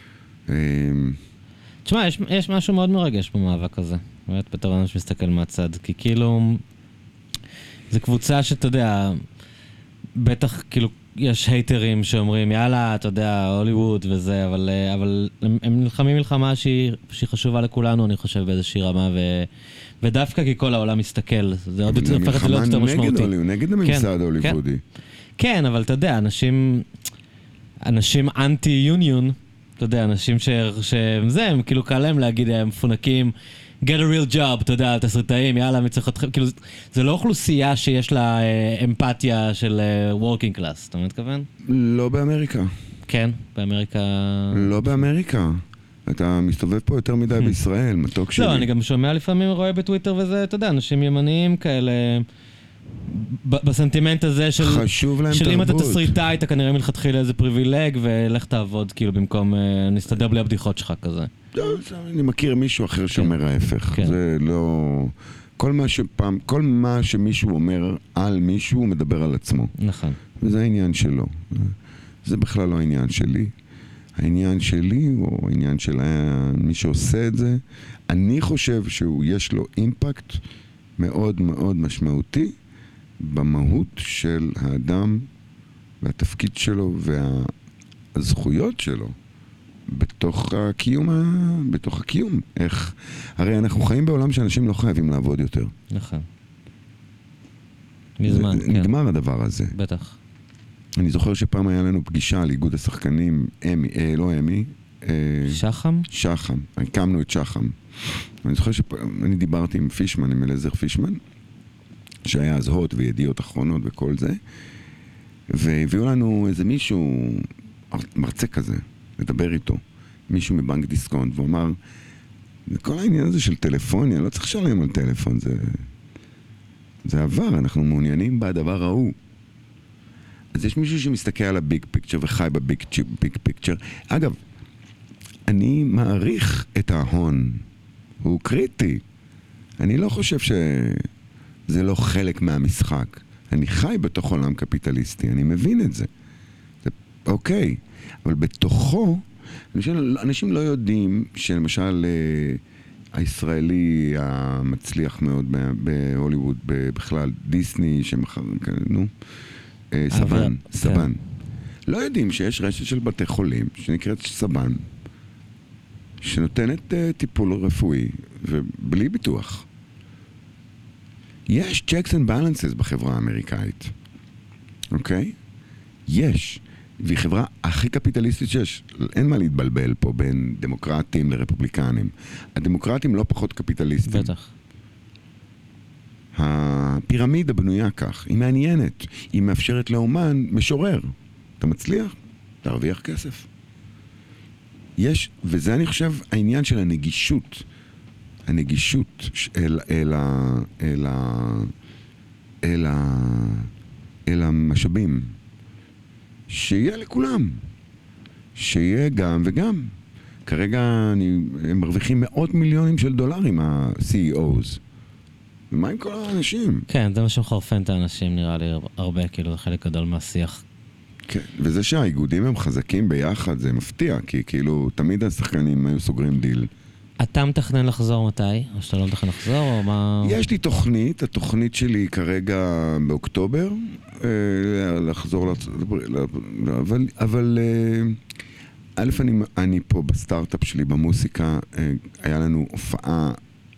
תשמע, יש משהו מאוד מרגש במאבק הזה. באמת, בתור אדם שמסתכל מהצד. כי כאילו, זו קבוצה שאתה יודע, בטח כאילו יש הייטרים שאומרים, יאללה, אתה יודע, הוליווד וזה, אבל הם נלחמים מלחמה שהיא חשובה לכולנו, אני חושב, באיזושהי רמה, ודווקא כי כל העולם מסתכל, זה עוד יותר הופך את זה להיות יותר משמעותי. נגד הממסד ההוליוודי. כן, אבל אתה יודע, אנשים אנטי-יוניון, אתה יודע, אנשים שזה, הם כאילו קל להם להגיד, הם מפונקים, get a real job, אתה יודע, תסריטאים, יאללה, מי צריך אתכם, כאילו, זה לא אוכלוסייה שיש לה אמפתיה של working class, אתה מתכוון? לא באמריקה. כן, באמריקה... לא באמריקה. אתה מסתובב פה יותר מדי בישראל, מתוק שלי. לא, אני גם שומע לפעמים, רואה בטוויטר וזה, אתה יודע, אנשים ימניים כאלה... בסנטימנט הזה של... חשוב להם של אם אתה תרבות. תסריטאי, אתה כנראה מלכתחילה איזה פריבילג, ולך תעבוד כאילו במקום נסתדר בלי הבדיחות שלך כזה. לא, אני מכיר מישהו אחר שאומר ההפך. כן. זה לא... כל מה שמישהו אומר על מישהו, הוא מדבר על עצמו. נכון. וזה העניין שלו. זה בכלל לא העניין שלי. העניין שלי, או העניין של מי שעושה את זה, אני חושב שיש לו אימפקט מאוד מאוד משמעותי במהות של האדם והתפקיד שלו והזכויות שלו בתוך הקיום. איך? הרי אנחנו חיים בעולם שאנשים לא חייבים לעבוד יותר. נכון. מזמן, כן. נגמר הדבר הזה. בטח. אני זוכר שפעם היה לנו פגישה על איגוד השחקנים, לא אמי, שחם? שחם. הקמנו את שחם. אני זוכר שאני דיברתי עם פישמן, עם אלעזר פישמן, שהיה אז הוט וידיעות אחרונות וכל זה, והביאו לנו איזה מישהו, מרצה כזה, לדבר איתו, מישהו מבנק דיסקונט, והוא אמר, כל העניין הזה של טלפוניה, לא צריך לשלם על טלפון, זה עבר, אנחנו מעוניינים בדבר ההוא. אז יש מישהו שמסתכל על הביג פיקצ'ר וחי בביג פיקצ'ר. אגב, אני מעריך את ההון, הוא קריטי. אני לא חושב שזה לא חלק מהמשחק. אני חי בתוך עולם קפיטליסטי, אני מבין את זה. זה אוקיי, אבל בתוכו, אנשים לא יודעים שלמשל הישראלי המצליח מאוד בהוליווד, בכלל דיסני, סבן. לא יודעים שיש רשת של בתי חולים שנקראת סבן, שנותנת טיפול רפואי ובלי ביטוח. יש checks and balances בחברה האמריקאית. אוקיי? יש. והיא חברה הכי קפיטליסטית שיש. אין מה להתבלבל פה בין דמוקרטים לרפובליקנים. הדמוקרטים לא פחות קפיטליסטים. בטח. הפירמידה בנויה כך. היא מעניינת. היא מאפשרת לאומן משורר. אתה מצליח? תרוויח כסף. יש, וזה אני חושב העניין של הנגישות. הנגישות אל המשאבים. שיהיה לכולם. שיהיה גם וגם. כרגע הם מרוויחים מאות מיליונים של דולרים, ה-CEOs. ומה עם כל האנשים? כן, זה מה שמחרפן את האנשים, נראה לי הרבה, כאילו, זה חלק גדול מהשיח. כן, וזה שהאיגודים הם חזקים ביחד, זה מפתיע, כי כאילו, תמיד השחקנים היו סוגרים דיל. אתה מתכנן לחזור מתי? או שאתה לא מתכנן לחזור, או מה... יש לי תוכנית, התוכנית שלי כרגע באוקטובר, לחזור, אבל א', אני פה בסטארט-אפ שלי, במוסיקה, היה לנו הופעה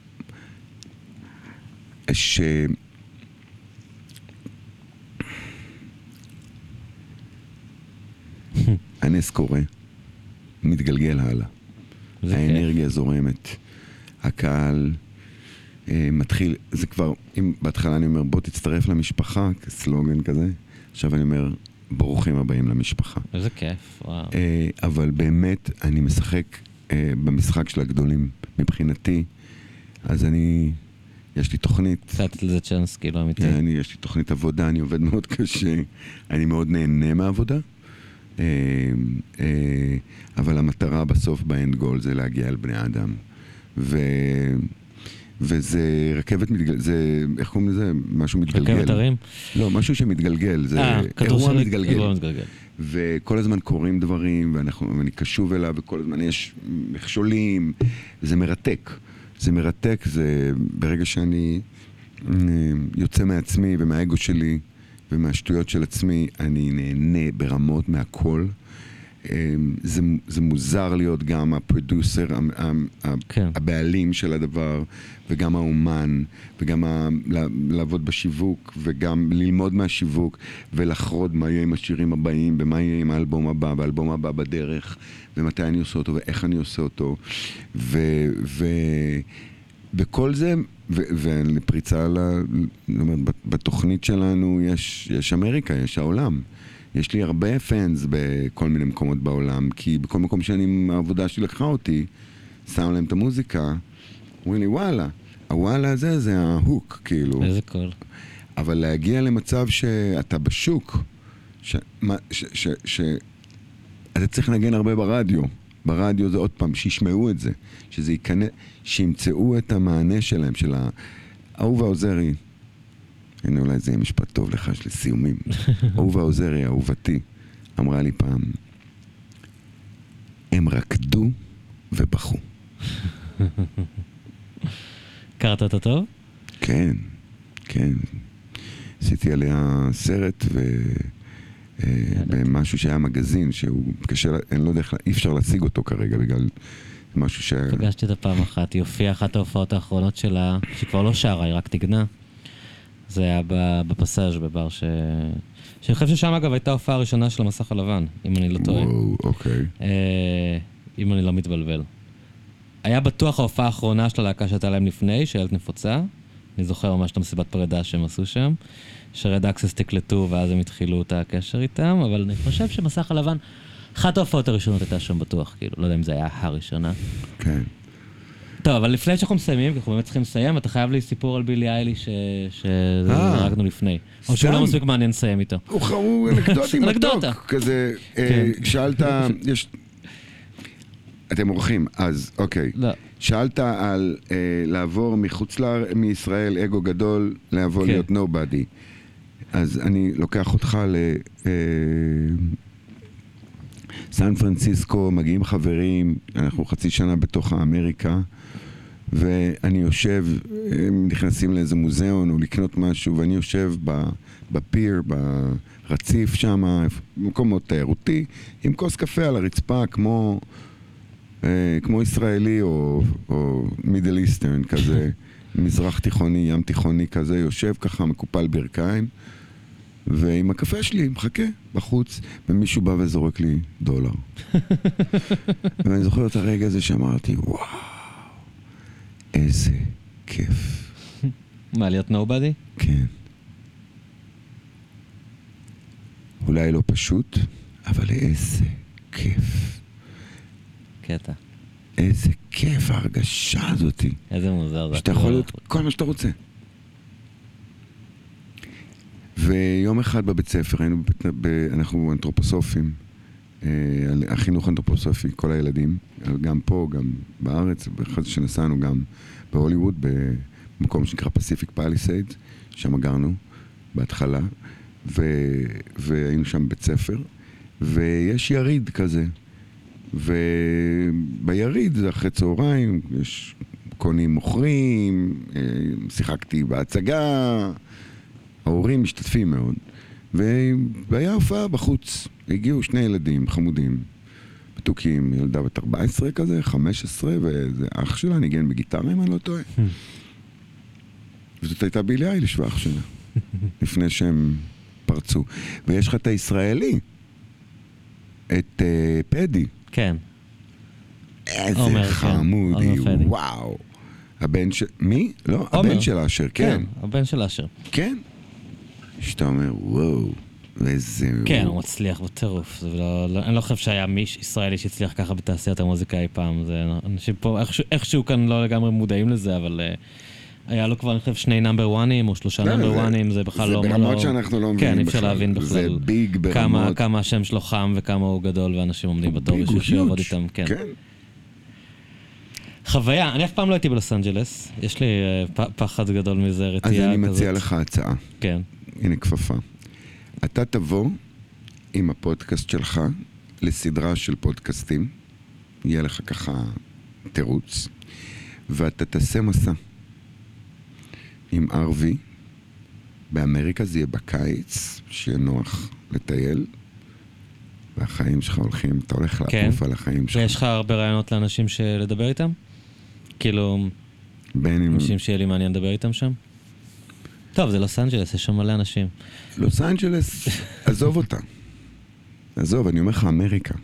הנס קורה, מתגלגל הלאה. האנרגיה זורמת, הקהל מתחיל, זה כבר, אם בהתחלה אני אומר, בוא תצטרף למשפחה, כסלוגן כזה, עכשיו אני אומר, ברוכים הבאים למשפחה. איזה כיף, וואו. אבל באמת, אני משחק במשחק של הגדולים, מבחינתי, אז יש לי תוכנית. קצת לזה צ'אנס, כאילו, אמיתי. יש לי תוכנית עבודה, אני עובד מאוד קשה, אני מאוד נהנה מהעבודה, אבל המטרה בסוף באנד גול זה להגיע אל בני האדם. וזה רכבת מתגלגל, זה, איך קוראים לזה? משהו מתגלגל. רכבת הרים? לא, משהו שמתגלגל, זה אירוע מתגלגל. וכל הזמן קורים דברים, ואני קשוב אליו, וכל הזמן יש מכשולים, זה מרתק. זה מרתק, זה ברגע שאני יוצא מעצמי ומהאגו שלי ומהשטויות של עצמי, אני נהנה ברמות מהכל. זה מוזר להיות גם הפרודוסר, הבעלים של הדבר, וגם האומן, וגם לעבוד בשיווק, וגם ללמוד מהשיווק, ולחרוד מה יהיה עם השירים הבאים, ומה יהיה עם האלבום הבא, והאלבום הבא בדרך, ומתי אני עושה אותו, ואיך אני עושה אותו. וכל זה, ולפריצה, בתוכנית שלנו יש אמריקה, יש העולם. יש לי הרבה פאנס בכל מיני מקומות בעולם, כי בכל מקום העבודה שלי לקחה אותי, שם להם את המוזיקה, אומרים לי, וואלה, הוואלה הזה זה ההוק, כאילו. איזה קול. אבל להגיע למצב שאתה בשוק, אתה צריך לנגן הרבה ברדיו. ברדיו זה עוד פעם, שישמעו את זה, שזה ייכנס, שימצאו את המענה שלהם, של אהובה עוזרי. הנה אולי זה יהיה משפט טוב לך, יש לי סיומים. אהובה עוזרי, אהובתי, אמרה לי פעם, הם רקדו ובכו. קראת אותה טוב? כן, כן. עשיתי עליה סרט במשהו שהיה מגזין, שהוא קשה, אני לא יודע איך, אי אפשר להשיג אותו כרגע בגלל משהו פגשתי אותה פעם אחת, היא הופיעה אחת ההופעות האחרונות שלה, שכבר לא שרה, היא רק תגנה. זה היה בפסאז' בבר שאני חושב ששם אגב הייתה ההופעה הראשונה של המסך הלבן, אם אני לא טועה. וואו, אוקיי. אם אני לא מתבלבל. היה בטוח ההופעה האחרונה של הלהקה שהייתה להם לפני, שאלת נפוצה. אני זוכר ממש את המסיבת פרידה שהם עשו שם, שרד אקסס תקלטו ואז הם התחילו את הקשר איתם, אבל אני חושב שמסך הלבן, אחת ההופעות הראשונות הייתה שם בטוח, כאילו, לא יודע אם זה היה הראשונה. כן. טוב, אבל לפני שאנחנו מסיימים, כי אנחנו באמת צריכים לסיים, אתה חייב לי סיפור על בילי איילי שזרקנו לפני. או שהוא לא מספיק מעניין לסיים איתו. הוא אנקדוטי מתוק, כזה, שאלת, יש... אתם אורחים, אז אוקיי. שאלת על לעבור מחוץ מישראל, אגו גדול, לעבור להיות nobody. אז אני לוקח אותך סן פרנסיסקו, מגיעים חברים, אנחנו חצי שנה בתוך האמריקה, ואני יושב, הם נכנסים לאיזה מוזיאון או לקנות משהו, ואני יושב בפיר, ברציף שם, במקום מאוד תיירותי, עם כוס קפה על הרצפה, כמו ישראלי או מידל איסטרן כזה, מזרח תיכוני, ים תיכוני כזה, יושב ככה מקופל ברכיים, ועם הקפה שלי מחכה בחוץ, ומישהו בא וזורק לי $. ואני זוכר את הרגע הזה שאמרתי, וואו, איזה כיף. מה, להיות nobody? כן. אולי לא פשוט, אבל איזה כיף. קטע. איזה כיף ההרגשה הזאתי. איזה מוזר זה. שאתה יכול להיות כל מה שאתה רוצה. ויום אחד בבית ספר, אנחנו אנתרופוסופים, החינוך אנתרופוסופי, כל הילדים, גם פה, גם בארץ, ואחרי שנסענו גם בהוליווד, במקום שנקרא פסיפיק פליסייד, שם גרנו בהתחלה, והיינו שם בבית ספר, ויש יריד כזה, וביריד זה אחרי צהריים, יש קונים מוכרים, שיחקתי בהצגה, ההורים משתתפים מאוד, והיה הופעה בחוץ, הגיעו 2 ילדים חמודים, טוקטוקים, ילדה בת 14 כזה, 15, וזה אח שלה, ניגן בגיטרה אם אני לא טועה. וזאת הייתה בילי אייליש ואח שלה, לפני שהם פרצו. ויש לך את הישראלי, את פדי. כן. איזה עומר, חמודי, עומר פדי. וואו. הבן של... מי? לא, עומר. הבן של אשר, כן. הבן של אשר. כן. שאתה אומר, וואו, איזה... כן, הוא מצליח בטירוף. אני לא חושב שהיה מיש ישראלי שהצליח ככה בתעשיית המוזיקה אי פעם. אנשים פה איכשהו כאן לא לגמרי מודעים לזה, אבל היה לו כבר, אני חושב, 2 נאמבר 1 או 3 נאמבר 1, זה בכלל לא... זה ברמות שאנחנו לא מבינים כן, בכלל. אפשר להבין בכלל. זה ביג ברמות. כמה השם שלו חם וכמה הוא גדול, ואנשים עומדים בתור בשביל שיעבוד איתם. כן. חוויה, אני אף פעם לא הייתי בלוס אנג'לס, יש לי פחד גדול מזה, רתיעה כזאת. אז אני מציע לך הצעה. כן. הנה כפפה. אתה תבוא עם הפודקאסט שלך לסדרה של פודקאסטים, יהיה לך ככה תירוץ, ואתה תעשה מסע עם RV, באמריקה זה יהיה בקיץ, שיהיה נוח לטייל, והחיים שלך הולכים, אתה הולך לעטוף על החיים שלך. ויש לך הרבה רעיונות לאנשים לדבר איתם? כאילו, בין אם... אנשים שיהיה לי מעניין לדבר איתם שם? טוב, זה לוס אנג'לס, יש שם מלא אנשים. לוס אנג'לס, עזוב אותה. עזוב, אני אומר לך אמריקה.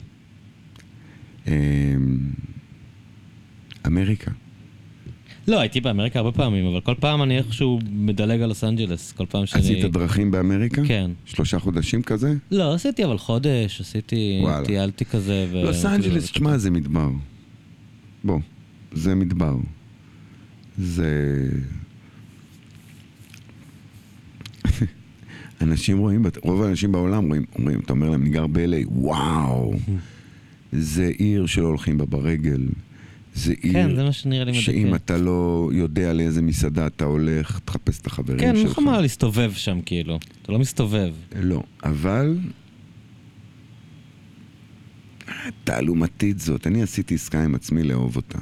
אמריקה. לא, הייתי באמריקה הרבה פעמים, אבל כל פעם אני איכשהו מדלג על לוס אנג'לס, כל פעם שאני... עשית דרכים באמריקה? כן. 3 חודשים כזה? לא, עשיתי אבל חודש, טיילתי כזה. לוס אנג'לס, תשמע, זה מדבר. בוא, זה מדבר. זה... אנשים רואים, רוב האנשים בעולם אומרים, אתה אומר להם, אני גר ב-LA, וואו, זה עיר שלא הולכים בה ברגל. זה עיר כן, זה מה שנראה לי מדכא. שאם אתה לא יודע לאיזה מסעדה אתה הולך, תחפש את החברים שלך. כן, נכון מה להסתובב שם כאילו, אתה לא מסתובב. לא, אבל תעלומתית זאת, אני עשיתי עסקה עם עצמי לאהוב אותה.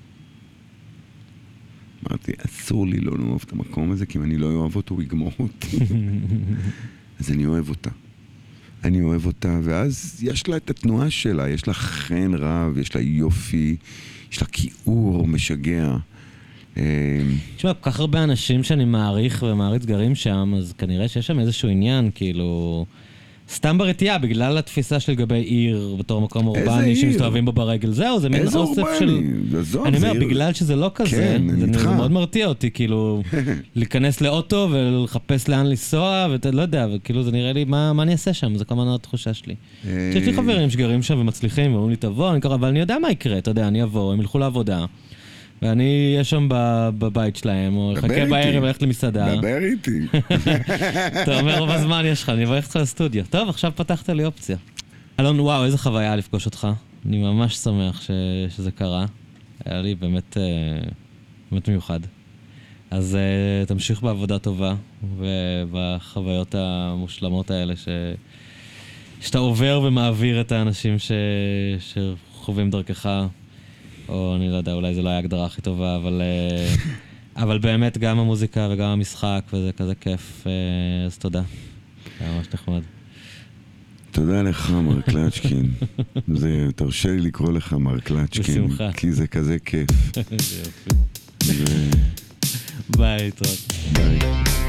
אמרתי, אסור לי לא לאהוב את המקום הזה, כי אם אני לא אוהב אותו, הוא יגמור אותי. אז אני אוהב אותה. אני אוהב אותה, ואז יש לה את התנועה שלה, יש לה חן רב, יש לה יופי, יש לה כיעור משגע. תשמע, כל כך הרבה אנשים שאני מעריך ומעריץ גרים שם, אז כנראה שיש שם איזשהו עניין, כאילו... סתם ברתיעה, בגלל התפיסה של גבי עיר בתור מקום אורבני שמסתובבים בו ברגל. זהו, זה מין אוסף של... אני אומר, בגלל שזה לא כזה, זה מאוד מרתיע אותי, כאילו, להיכנס לאוטו ולחפש לאן לנסוע, ולא יודע, וכאילו זה נראה לי, מה אני אעשה שם? זה כמובן התחושה שלי. יש לי חברים שגרים שם ומצליחים, ואומרים לי, תבוא, אבל אני יודע מה יקרה, אתה יודע, אני אבוא, הם ילכו לעבודה. ואני אהיה שם בבית שלהם, או חכה בערב ללכת למסעדה. דבר איתי. אתה אומר, רוב הזמן יש לך, אני אברך אותך לסטודיו. טוב, עכשיו פתחת לי אופציה. אלון, וואו, איזה חוויה לפגוש אותך. אני ממש שמח שזה קרה. היה לי באמת מיוחד. אז תמשיך בעבודה טובה, ובחוויות המושלמות האלה, שאתה עובר ומעביר את האנשים שחווים דרכך, או אני לא יודע, אולי זה לא היה הגדרה הכי טובה, אבל באמת גם המוזיקה וגם המשחק, וזה כזה כיף, אז תודה. זה ממש נחמד. תודה לך, מר קלצ'קין. תרשה לי לקרוא לך מר קלצ'קין. בשמחה. כי זה כזה כיף. ביי, טוב. ביי.